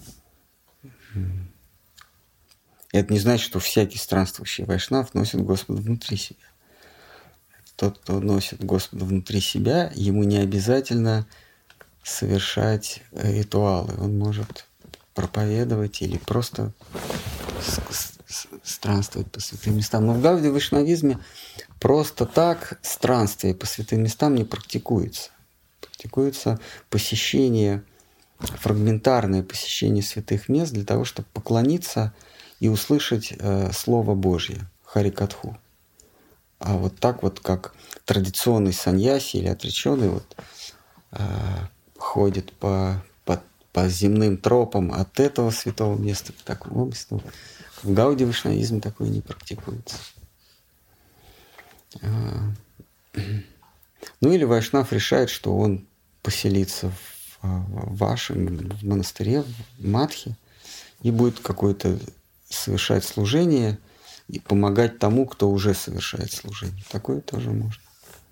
Это не значит, что всякий странствующий вайшнав носит Господа внутри себя. Тот, кто носит Господа внутри себя, ему не обязательно совершать ритуалы. Он может проповедовать или просто странствовать по святым местам. Но в гаудия-вайшнавизме просто так странствие по святым местам не практикуется. Практикуется посещение, фрагментарное посещение святых мест для того, чтобы поклониться и услышать э, Слово Божье, Харикатху. А вот так вот, как традиционный саньяси или отреченный вот, э, ходит по, по, по земным тропам от этого святого места к такому месту, в гаудия-вайшнавизме такое не практикуется. Ну или вайшнав решает, что он поселится в, в вашем в монастыре, в Мадхе, и будет какое-то совершать служение и помогать тому, кто уже совершает служение. Такое тоже можно.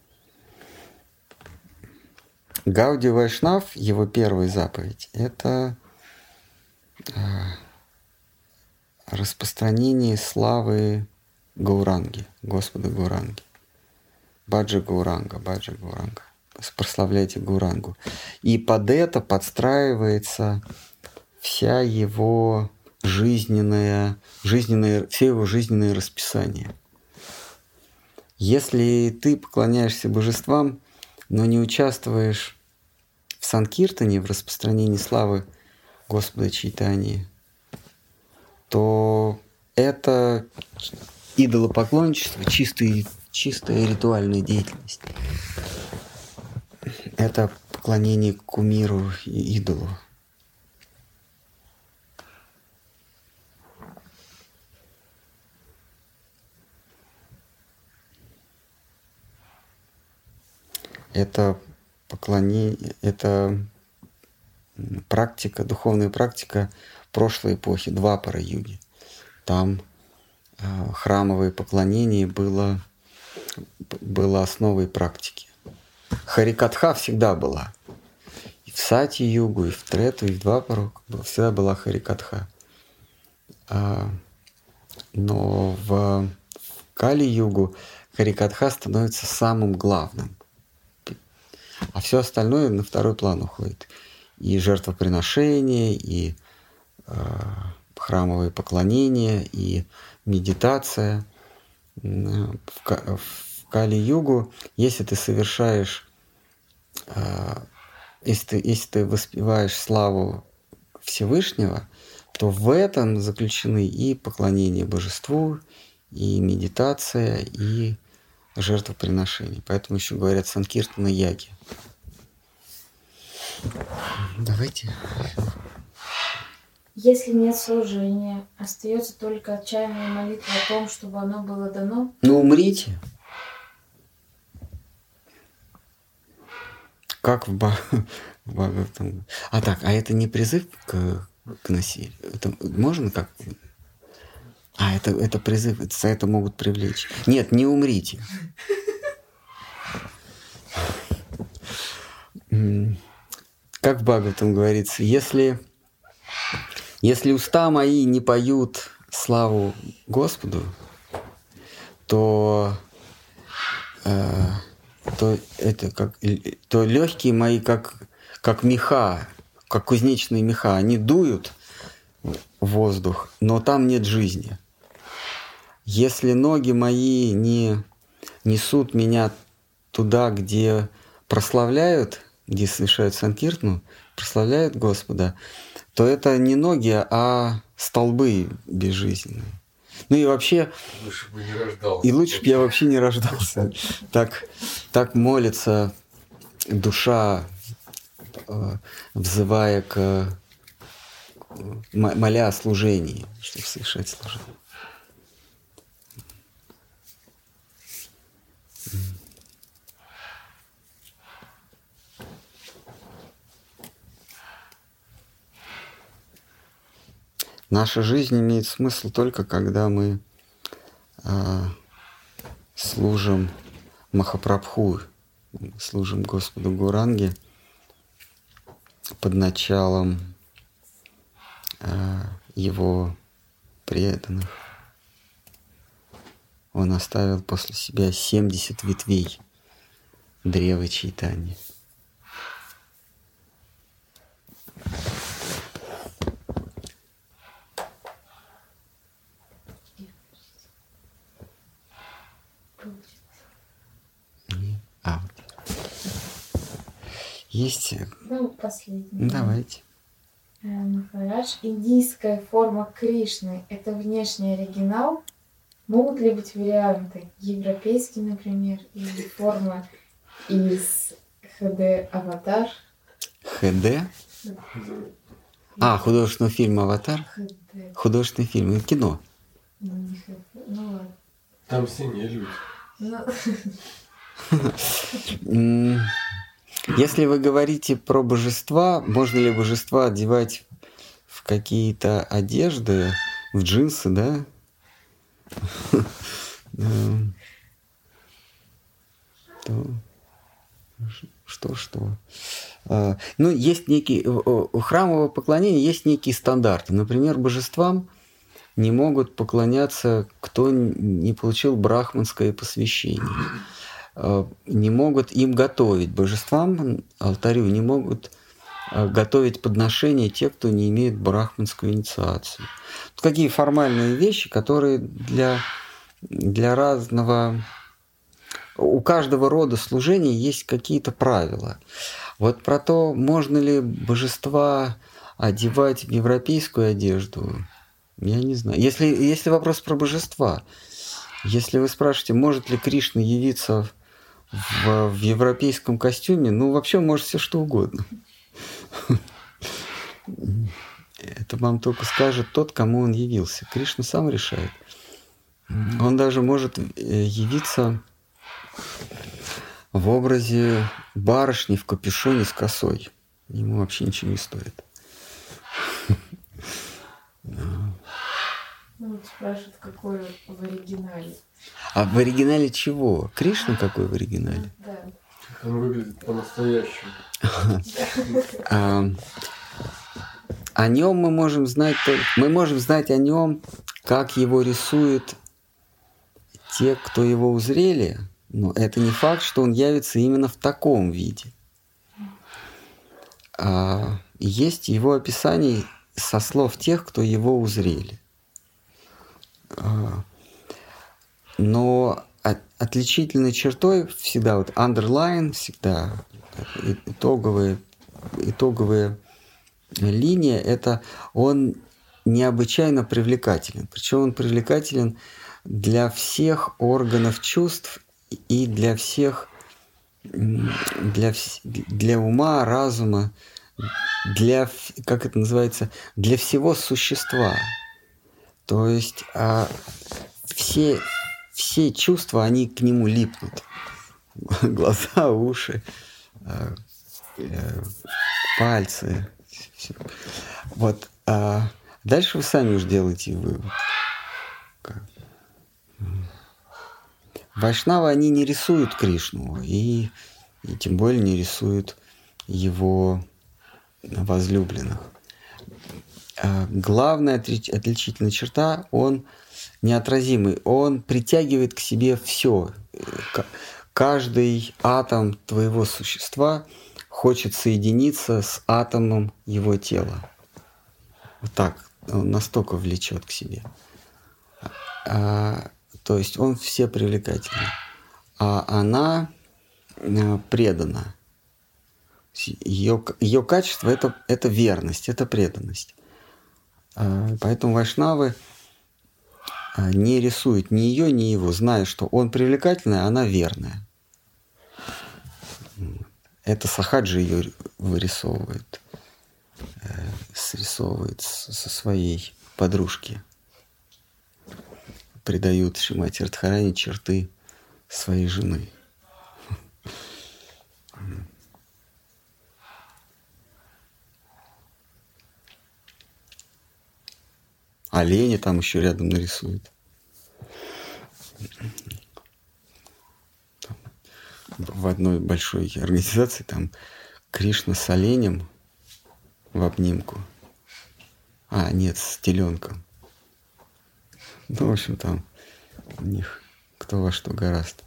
Гаудия Вайшнав, его первая заповедь, это распространение славы Гауранги, Господа Гауранги. Баджа Гауранга, Баджа Гауранга. Прославляйте Гаурангу. И под это подстраивается вся его жизненная, жизненное, все его жизненные расписания. Если ты поклоняешься божествам, но не участвуешь в санкиртане, в распространении славы Господа Чайтаньи, то это идолопоклонничество, чистая, чистая ритуальная деятельность. Это поклонение кумиру и идолу. Это поклонение, это практика, духовная практика прошлой эпохи, двапара-юги. Там э, храмовое поклонение было, было основой практики. Харикатха всегда была. И в Сати-югу, и в Трету, и в Двапару всегда была Харикатха. А, но в, в Кали-югу Харикатха становится самым главным. А все остальное на второй план уходит. И жертвоприношение, и э, храмовые поклонения, и медитация. В, в Кали-югу, если ты совершаешь, э, если, ты, если ты воспеваешь славу Всевышнего, то в этом заключены и поклонение божеству, и медитация, и жертвоприношение. Поэтому еще говорят санкиртана яги. Давайте. Если нет служения, остается только отчаянная молитва о том, чтобы оно было дано. Ну, умрите. Как в Бхагаватам. А так, а это не призыв к, к насилию? Это можно как? А, это, это призыв, это, за это могут привлечь. Нет, не умрите. Как в Бхагаватам говорится, если, если уста мои не поют славу Господу, то, э, то, это как, то легкие мои как, как меха, как кузнечные меха. Они дуют в воздух, но там нет жизни. Если ноги мои не несут меня туда, где прославляют, где совершают санкиртну, прославляют Господа, то это не ноги, а столбы безжизненные. Ну и вообще... Лучше бы не рождался. И лучше бы я вообще не рождался. Так, так молится душа, взывая к... моля о служении, чтобы совершать служение. Наша жизнь имеет смысл только когда мы э, служим Махапрабху, служим Господу Гауранге под началом э, его преданных. Он оставил после себя семьдесят ветвей древа Чайтаньи. А, вот. Есть... Ну, последний. Давайте. Махарадж, индийская форма Кришны – это внешний оригинал? Могут ли быть варианты? Европейский, например, или форма из эйч ди «Аватар»? эйч ди? А, художественный фильм «Аватар»? эйч ди. Художественный фильм, это кино. Ну, не эйч ди. Ну ладно. Там синие люди. Ну... Если вы говорите про божества, можно ли божества одевать в какие-то одежды, в джинсы, да? Что, что? Ну, есть некий... У храмового поклонения есть некие стандарты. Например, божествам не могут поклоняться, кто не получил брахманское посвящение. Не могут им готовить. Божествам, алтарю, не могут готовить подношения те, кто не имеет брахманскую инициацию. Вот какие формальные вещи, которые для, для разного... У каждого рода служения есть какие-то правила. Вот про то, можно ли божества одевать в европейскую одежду, я не знаю. Если, если вопрос про божества, если вы спрашиваете, может ли Кришна явиться в, в европейском костюме, ну, вообще может все что угодно. Это вам только скажет тот, кому он явился. Кришна сам решает. Он даже может явиться в образе барышни в капюшоне с косой. Ему вообще ничего не стоит. Ну, вот спрашивают, какой в оригинале. А в оригинале чего? Кришна какой в оригинале? Да. Как он выглядит по-настоящему. О нем мы можем знать только... Мы можем знать о нем, как его рисуют те, кто его узрели, но это не факт, что он явится именно в таком виде. А есть его описание со слов тех, кто его узрели. Но отличительной чертой всегда, вот underline, всегда итоговые, итоговые линия, это он необычайно привлекателен. Причем он привлекателен для всех органов чувств и для всех, для, для ума, разума, для, как это называется, для всего существа. То есть а, все, все чувства, они к нему липнут. Глаза, уши, а, а, пальцы. Все. Вот. А дальше вы сами уж делаете вывод. Вайшнавы, они не рисуют Кришну, и, и тем более не рисуют его возлюбленных. А главная отличительная черта, он неотразимый, он притягивает к себе все. Каждый атом твоего существа хочет соединиться с атомом его тела. Вот так, он настолько влечет к себе. А, то есть он все привлекательный. А она предана. Ее, ее качество это, – это верность, это преданность. Поэтому вайшнавы не рисуют ни ее, ни его, зная, что он привлекательный, а она верная. Это сахаджи ее вырисовывает, срисовывает со своей подружки. Придают Шримати Радхарани черты своей жены. Оленя там еще рядом нарисует. В одной большой организации там Кришна с оленем в обнимку. А, нет, с теленком. Ну, в общем, там у них кто во что гораст.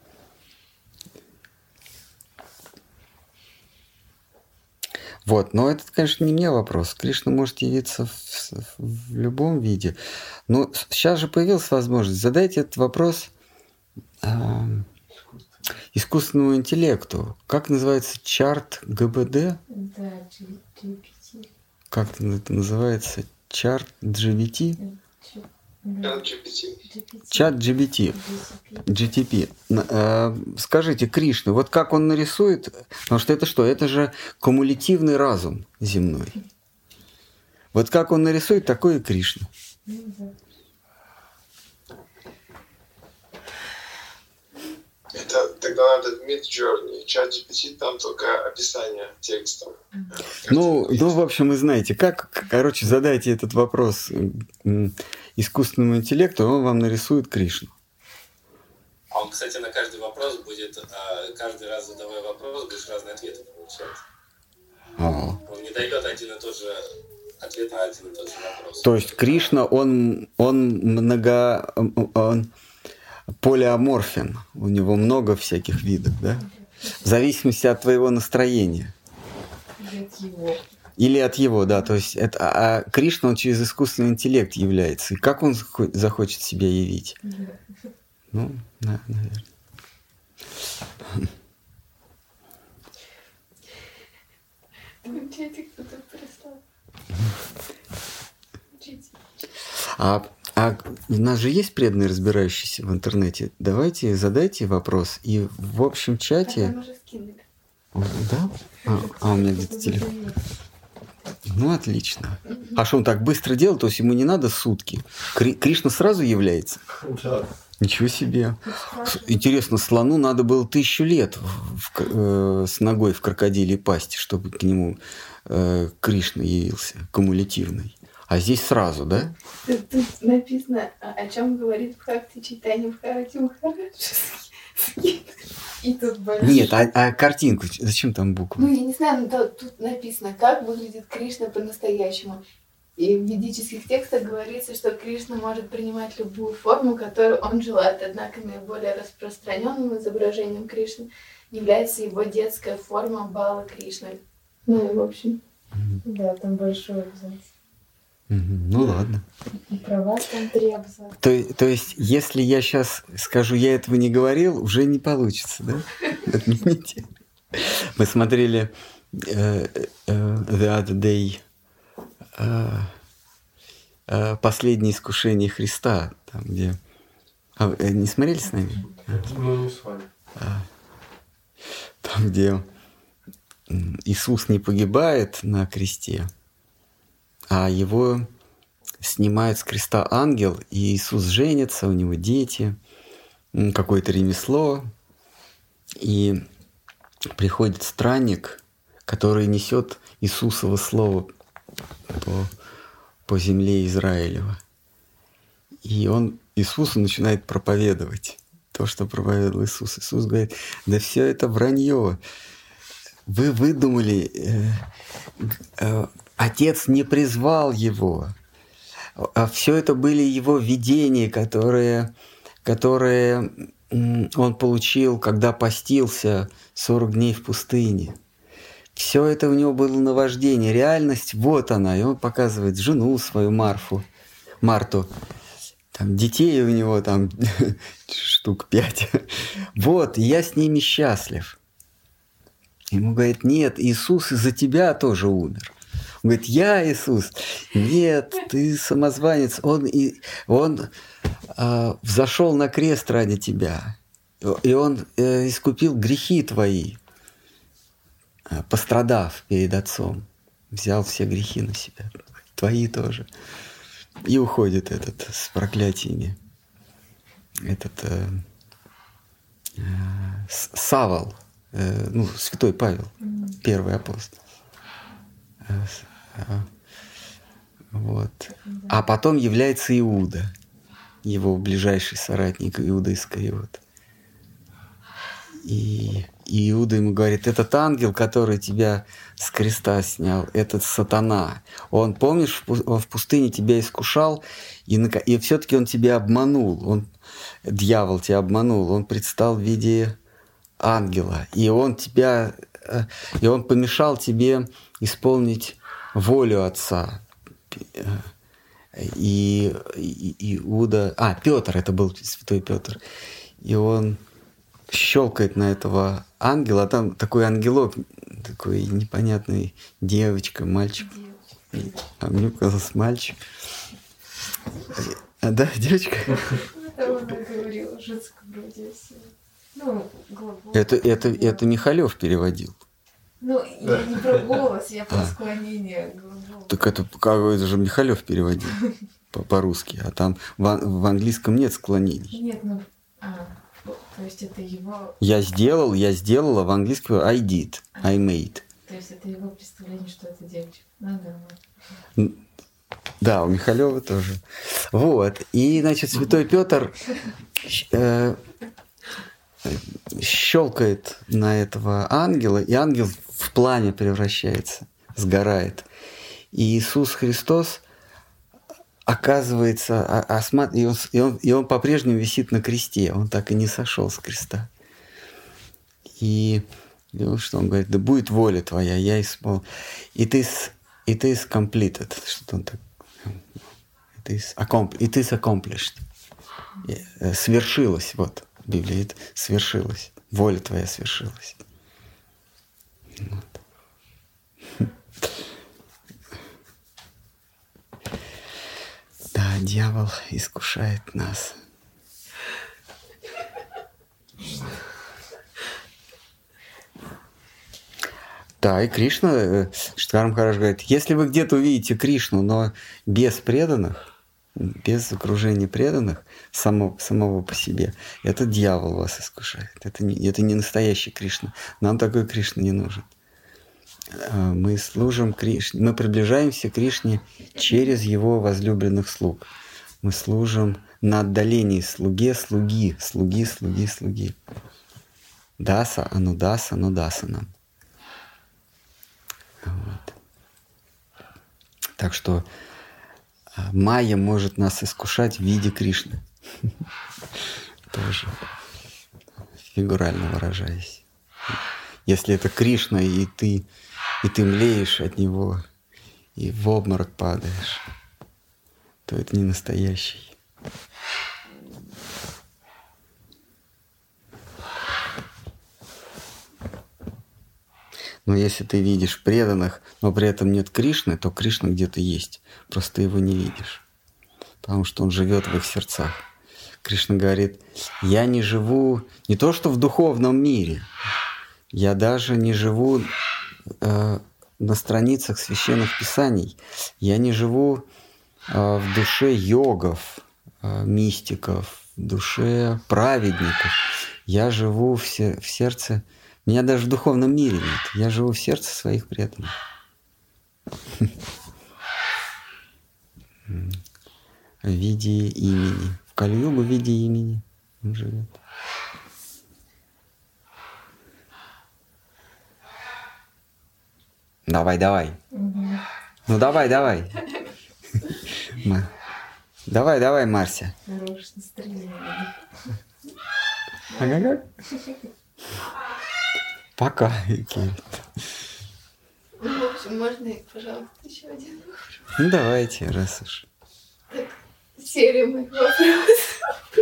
Вот, но это, конечно, не мне вопрос. Кришна может явиться в, в любом виде. Но сейчас же появилась возможность. Задайте этот вопрос э, искусственному интеллекту. Как называется чарт ГБД? Да, джи пи ти. Как это называется? Чарт джи пи ти? Чат джи пи ти. Чат джи пи ти. джи ти пи. Скажите, Кришна, вот как он нарисует? Потому что это что? Это же кумулятивный разум земной. Вот как он нарисует, такой и Кришна. Это тогда надо в Midjourney. Чат джи пи ти, там только описание текста. Ну, ну, в общем, вы знаете, как, короче, задайте этот вопрос искусственному интеллекту, он вам нарисует Кришну. А он, кстати, на каждый вопрос будет, каждый раз задавая вопрос, будешь разные ответы получать. А. Он не дает один и тот же ответ на один и тот же вопрос. То есть Кришна, он, он много... Он полиаморфен, у него много всяких видов, да? В зависимости от твоего настроения. Или от его. Или от его, да. То есть это, а Кришна, он через искусственный интеллект является. И как он захочет себя явить? Да. Ну, да, наверное. В чате кто-то прислал. А, а у нас же есть преданные, разбирающиеся в интернете. Давайте задайте вопрос. И в общем чате... А там уже скинули. Да? А, а у меня где-то телефон. Ну, отлично. А что он так быстро делал? То есть ему не надо сутки. Кри- Кришна сразу является? Да. Ничего себе. Интересно, слону надо было тысячу лет в, в, э, с ногой в крокодилей пасти, чтобы к нему э, Кришна явился, кумулятивный. А здесь сразу, да? Тут, тут написано, о чем говорит Бхакти Чайтанья Бхарати Махарадж. И тут большой. Нет, а, а картинку, зачем там буквы? Ну, я не знаю, но то- тут написано, как выглядит Кришна по-настоящему. И в ведических текстах говорится, что Кришна может принимать любую форму, которую он желает. Однако наиболее распространенным изображением Кришны является его детская форма Бала Кришны. Ну и в общем. Да, там большой абзац. Мгм. Ну ладно. И про вас там три абзаца. То, то есть, если я сейчас скажу, я этого не говорил, уже не получится, да? Отмените. Мы смотрели э, э, The Other Day э, э, «Последнее искушение Христа», там, где... А вы, э, не смотрели с нами? Ну, не с вами. Там, где м, Иисус не погибает на кресте, а его снимает с креста ангел, и Иисус женится, у него дети, м, какое-то ремесло, и приходит странник, который несет Иисусово слово по, по земле Израилева. И он Иисусу начинает проповедовать то, что проповедовал Иисус. Иисус говорит: да все это вранье. Вы выдумали, э, э, Отец не призвал его. А все это были его видения, которые, которые м, он получил, когда постился сорок дней в пустыне. все это у него было наваждение. Реальность, вот она. И он показывает жену свою Марфу, Марту. Там детей у него там штук пять. Вот, и я с ними счастлив. Ему говорит, нет, Иисус из-за тебя тоже умер. Он говорит, я Иисус. Нет, ты самозванец. Он, и, он э, взошел на крест ради тебя. И он э, искупил грехи твои, э, пострадав перед Отцом. Взял все грехи на себя. Твои тоже. И уходит этот с проклятиями. Этот э, э, Савол, э, ну, святой Павел, mm-hmm. первый апостол. Э, э, вот. Mm-hmm. А потом является Иуда, его ближайший соратник Иуда Искариот. И, и Иуда ему говорит, этот ангел, который тебя с креста снял, этот сатана. Он, помнишь, он в пустыне тебя искушал, и, и все-таки он тебя обманул. Он, дьявол тебя обманул. Он предстал в виде ангела. И он тебя, и он помешал тебе исполнить волю Отца. И, и Иуда... А, Петр, это был святой Петр. И он щелкает на этого ангела, а там такой ангелок, такой непонятный девочка, мальчик. Девочка. А мне казалось, мальчик. А, да, девочка? Это он говорил, женском роде. Ну, это, это, это Михалев переводил. Ну, я не про голос, я про склонение глагола. Так это, это же Михалев переводил по-русски, а там в, в английском нет склонений. Нет, ну... А. То есть это его... Я сделал, я сделала, в английском I did, I made. То есть это его представление, что это девочка. Ну да. Да, у Михалева тоже. Вот. И, значит, святой Петр э, щелкает на этого ангела, и ангел в пламя превращается, сгорает. И Иисус Христос оказывается, осмат... и, он, и, он, и он по-прежнему висит на кресте, он так и не сошел с креста. И, и он, что он говорит, да будет воля твоя, я исполнил. It is, it is completed. Что-то он так... It is, accompli... it is accomplished. Свершилось, вот, в Библии, это свершилось. Воля твоя свершилась. Вот. Да, дьявол искушает нас. Да, и Кришна, Штхар Махарадж говорит, если вы где-то увидите Кришну, но без преданных, без окружения преданных, само, самого по себе, это дьявол вас искушает. Это не, это не настоящий Кришна. Нам такой Кришна не нужен. Мы служим Кришне, мы приближаемся к Кришне через Его возлюбленных слуг. Мы служим на отдалении слуге, слуги, слуги, слуги, слуги. Даса, анудаса, анудаса нам. Вот. Так что майя может нас искушать в виде Кришны. Тоже фигурально выражаясь. Если это Кришна, и ты, и ты млеешь от него, и в обморок падаешь, то это не настоящий. Но если ты видишь преданных, но при этом нет Кришны, то Кришна где-то есть. Просто ты его не видишь. Потому что он живет в их сердцах. Кришна говорит, я не живу не то что в духовном мире, я даже не живу э, на страницах священных писаний. Я не живу э, в душе йогов, э, мистиков, в душе праведников. Я живу в, се- в сердце... Меня даже в духовном мире нет. Я живу в сердце своих преданных. В виде имени. В Кали-югу в виде имени он живет. Давай, давай. Угу. Ну давай, давай. Давай, давай, Марся. Хорошее настроение. Ага. Пока. Можно, пожалуйста, еще один вопрос? Ну, давайте, раз уж. Так, серия моих вопросов.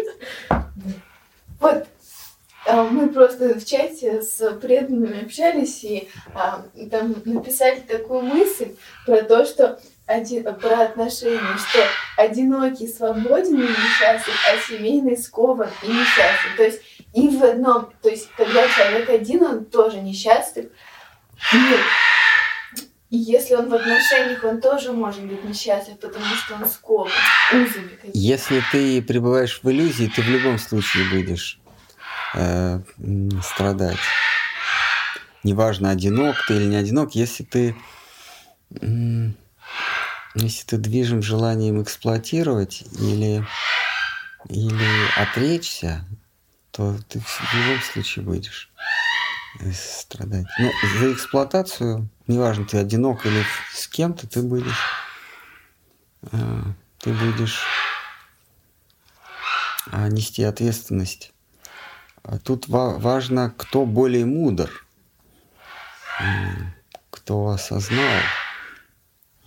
Вот, а, мы просто в чате с преданными общались, и а, там написали такую мысль про то, что один, про отношения, что одинокий свободен и несчастлив, а семейный скован и несчастлив. То есть и в одном, то есть когда человек один, он тоже несчастлив. И, и если он в отношениях, он тоже может быть несчастлив, потому что он скован узами какими-то. Если ты пребываешь в иллюзии, ты в любом случае будешь э, страдать. Неважно, одинок ты или не одинок, если ты, э, если ты движим желанием эксплуатировать или, или отречься, то ты в любом случае будешь страдать. Но за эксплуатацию, неважно, ты одинок или с кем-то, ты будешь, э, ты будешь э, нести ответственность. А тут ва- важно, кто более мудр, э, кто осознал, э,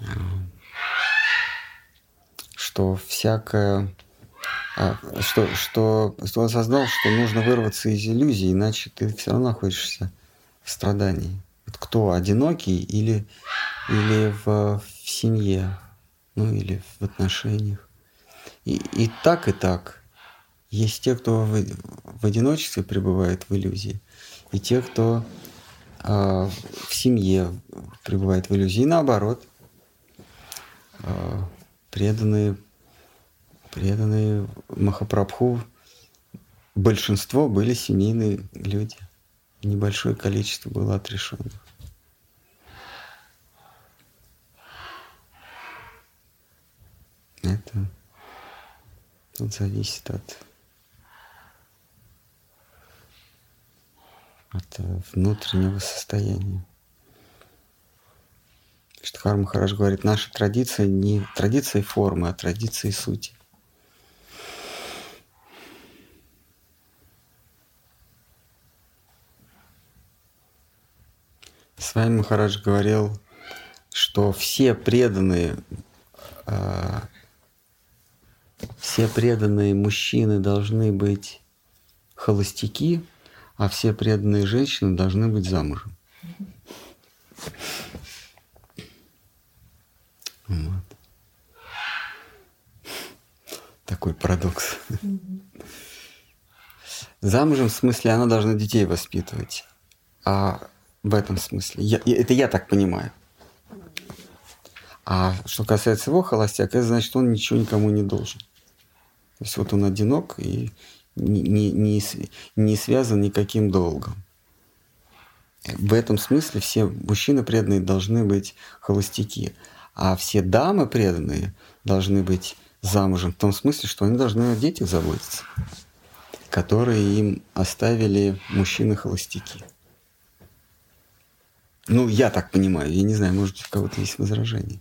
что всякое, э, что, что, что он осознал, что нужно вырваться из иллюзии, иначе ты все равно находишься в страдании. Вот кто одинокий или, или в, в семье, ну или в отношениях. И, и так, и так. Есть те, кто в, в одиночестве пребывает в иллюзии, и те, кто э, в семье пребывает в иллюзии. И наоборот, э, преданные, преданные Махапрабху, большинство были семейные люди. Небольшое количество было отрешенных. Это тут зависит от, от внутреннего состояния. Штхар Махарадж говорит, наша традиция не традиция формы, а традиция сути. С вами Махарадж говорил, что все преданные, э, все преданные мужчины должны быть холостяки, а все преданные женщины должны быть замужем. Вот. Такой парадокс. Замужем в смысле она должна детей воспитывать, а в этом смысле. Я, это я так понимаю. А что касается его холостяка, это значит, он ничего никому не должен. То есть вот он одинок и не, не, не, не связан никаким долгом. В этом смысле все мужчины преданные должны быть холостяки, а все дамы преданные должны быть замужем в том смысле, что они должны о детях заботиться, которые им оставили мужчины-холостяки. Ну, я так понимаю. Я не знаю, может, у кого-то есть возражения.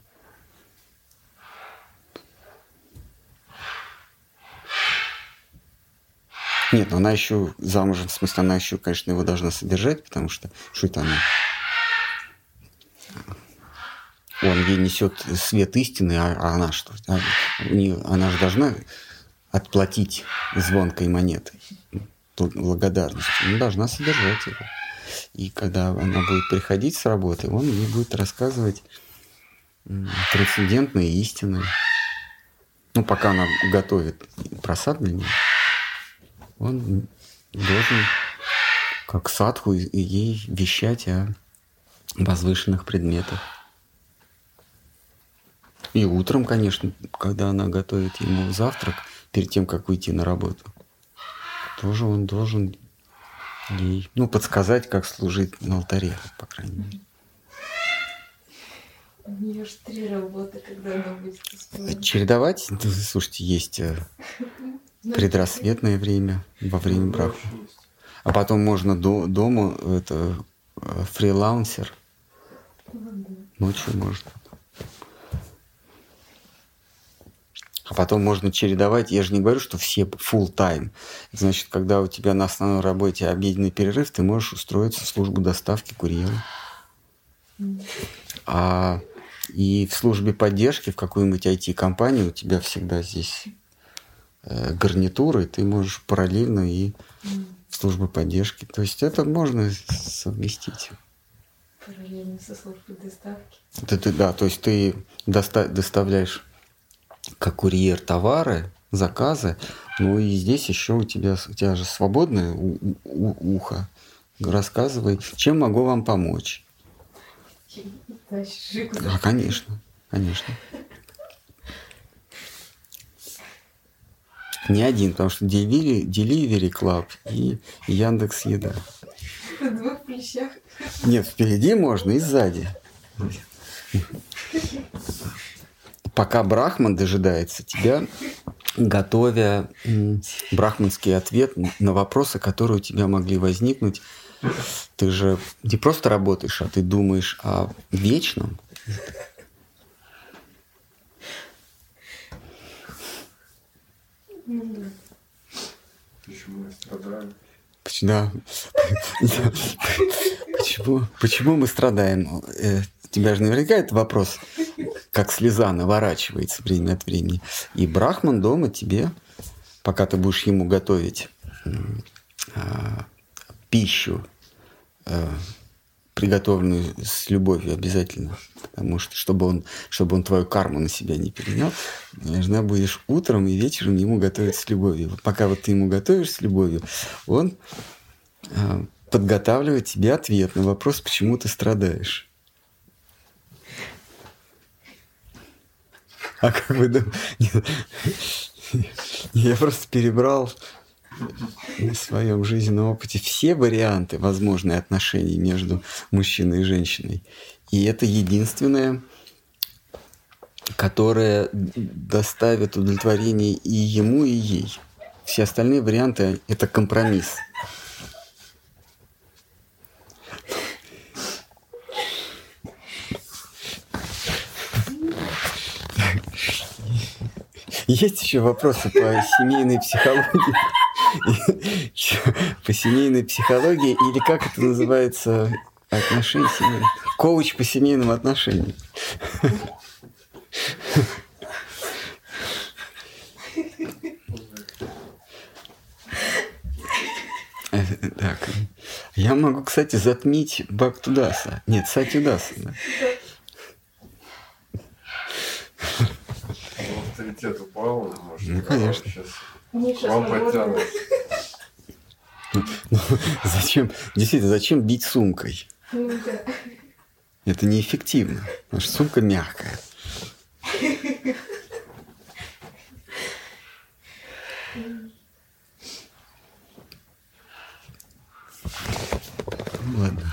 Нет, но она еще замужем, в смысле, она еще, конечно, его должна содержать, потому что что это она? Он ей несет свет истины, а, а она что? А, не, она же должна отплатить звонкой монетой, благодарностью. Она должна содержать его. И когда она будет приходить с работы, он ей будет рассказывать трансцендентные истины. Ну, пока она готовит просад для нее, он должен, как садху, ей вещать о возвышенных предметах. И утром, конечно, когда она готовит ему завтрак, перед тем, как уйти на работу, тоже он должен ей, ну, подсказать, как служить на алтаре, по крайней мере. У нее же три работы, когда она будет успевать. Чередовать? Да, слушайте, есть предрассветное время, во время брака. А потом можно до, дома, это фрилансер. Ночью можно. А потом можно чередовать. Я же не говорю, что все full time. Значит, когда у тебя на основной работе обеденный перерыв, ты можешь устроиться в службу доставки курьера. А и в службе поддержки, в какой-нибудь ай ти-компании у тебя всегда здесь э, гарнитура, и ты можешь параллельно и в службе поддержки. То есть это можно совместить. Параллельно со службой доставки. Это ты, да, то есть ты доста- доставляешь как курьер товары, заказы, ну и здесь еще у тебя, у тебя же свободное у- у- ухо. Рассказывай, чем могу вам помочь. А, конечно, конечно. Не один, потому что Delivery, Delivery Club и Яндекс Еда. В двух плечах. Нет, впереди можно и сзади. Пока Брахман дожидается тебя, готовя м, брахманский ответ на вопросы, которые у тебя могли возникнуть. Ты же не просто работаешь, а ты думаешь о вечном. Почему я страдаю? Поч- Да. Почему, почему мы страдаем? Э, У тебя же наверняка это вопрос, как слеза наворачивается время от времени. И Брахман дома тебе, пока ты будешь ему готовить м, а, пищу, а, приготовленную с любовью обязательно, потому что, чтобы он, чтобы он твою карму на себя не перенял, должна будешь утром и вечером ему готовить с любовью. Вот пока вот ты ему готовишь с любовью, он а, подготавливает тебе ответ на вопрос, почему ты страдаешь. А как вы думаете? Я просто перебрал на своем жизненном опыте все варианты возможных отношений между мужчиной и женщиной. И это единственное, которое доставит удовлетворение и ему, и ей. Все остальные варианты – это компромисс. Есть еще вопросы по семейной психологии? По семейной психологии или как это называется? Отношения семейные. Коуч по семейным отношениям. Так. Я могу, кстати, затмить Бхактудаса. Нет, Сатьюдаса. Да. Авторитет упал, может, Ну, конечно. сейчас Ниша вам свободная. потянут. Ну, зачем, действительно, зачем бить сумкой? Ну да. Это неэффективно, потому что сумка мягкая. Ну, ладно.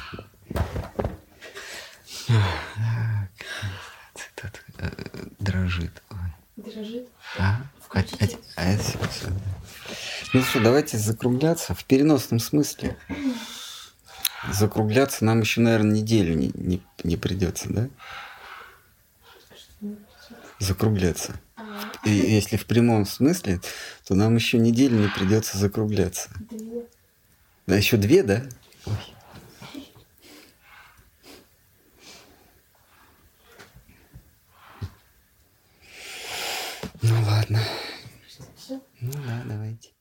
Этот, э, дрожит. Ой. Дрожит. А? А, а, а это всё, всё, да. Ну что, давайте закругляться в переносном смысле. Закругляться нам еще, наверное, неделю не, не, не придется, да? Закругляться. И если в прямом смысле, то нам еще неделю не придется закругляться. Две. Да, еще две, да? Ой. Ну ладно. Всё? Ну да, давайте.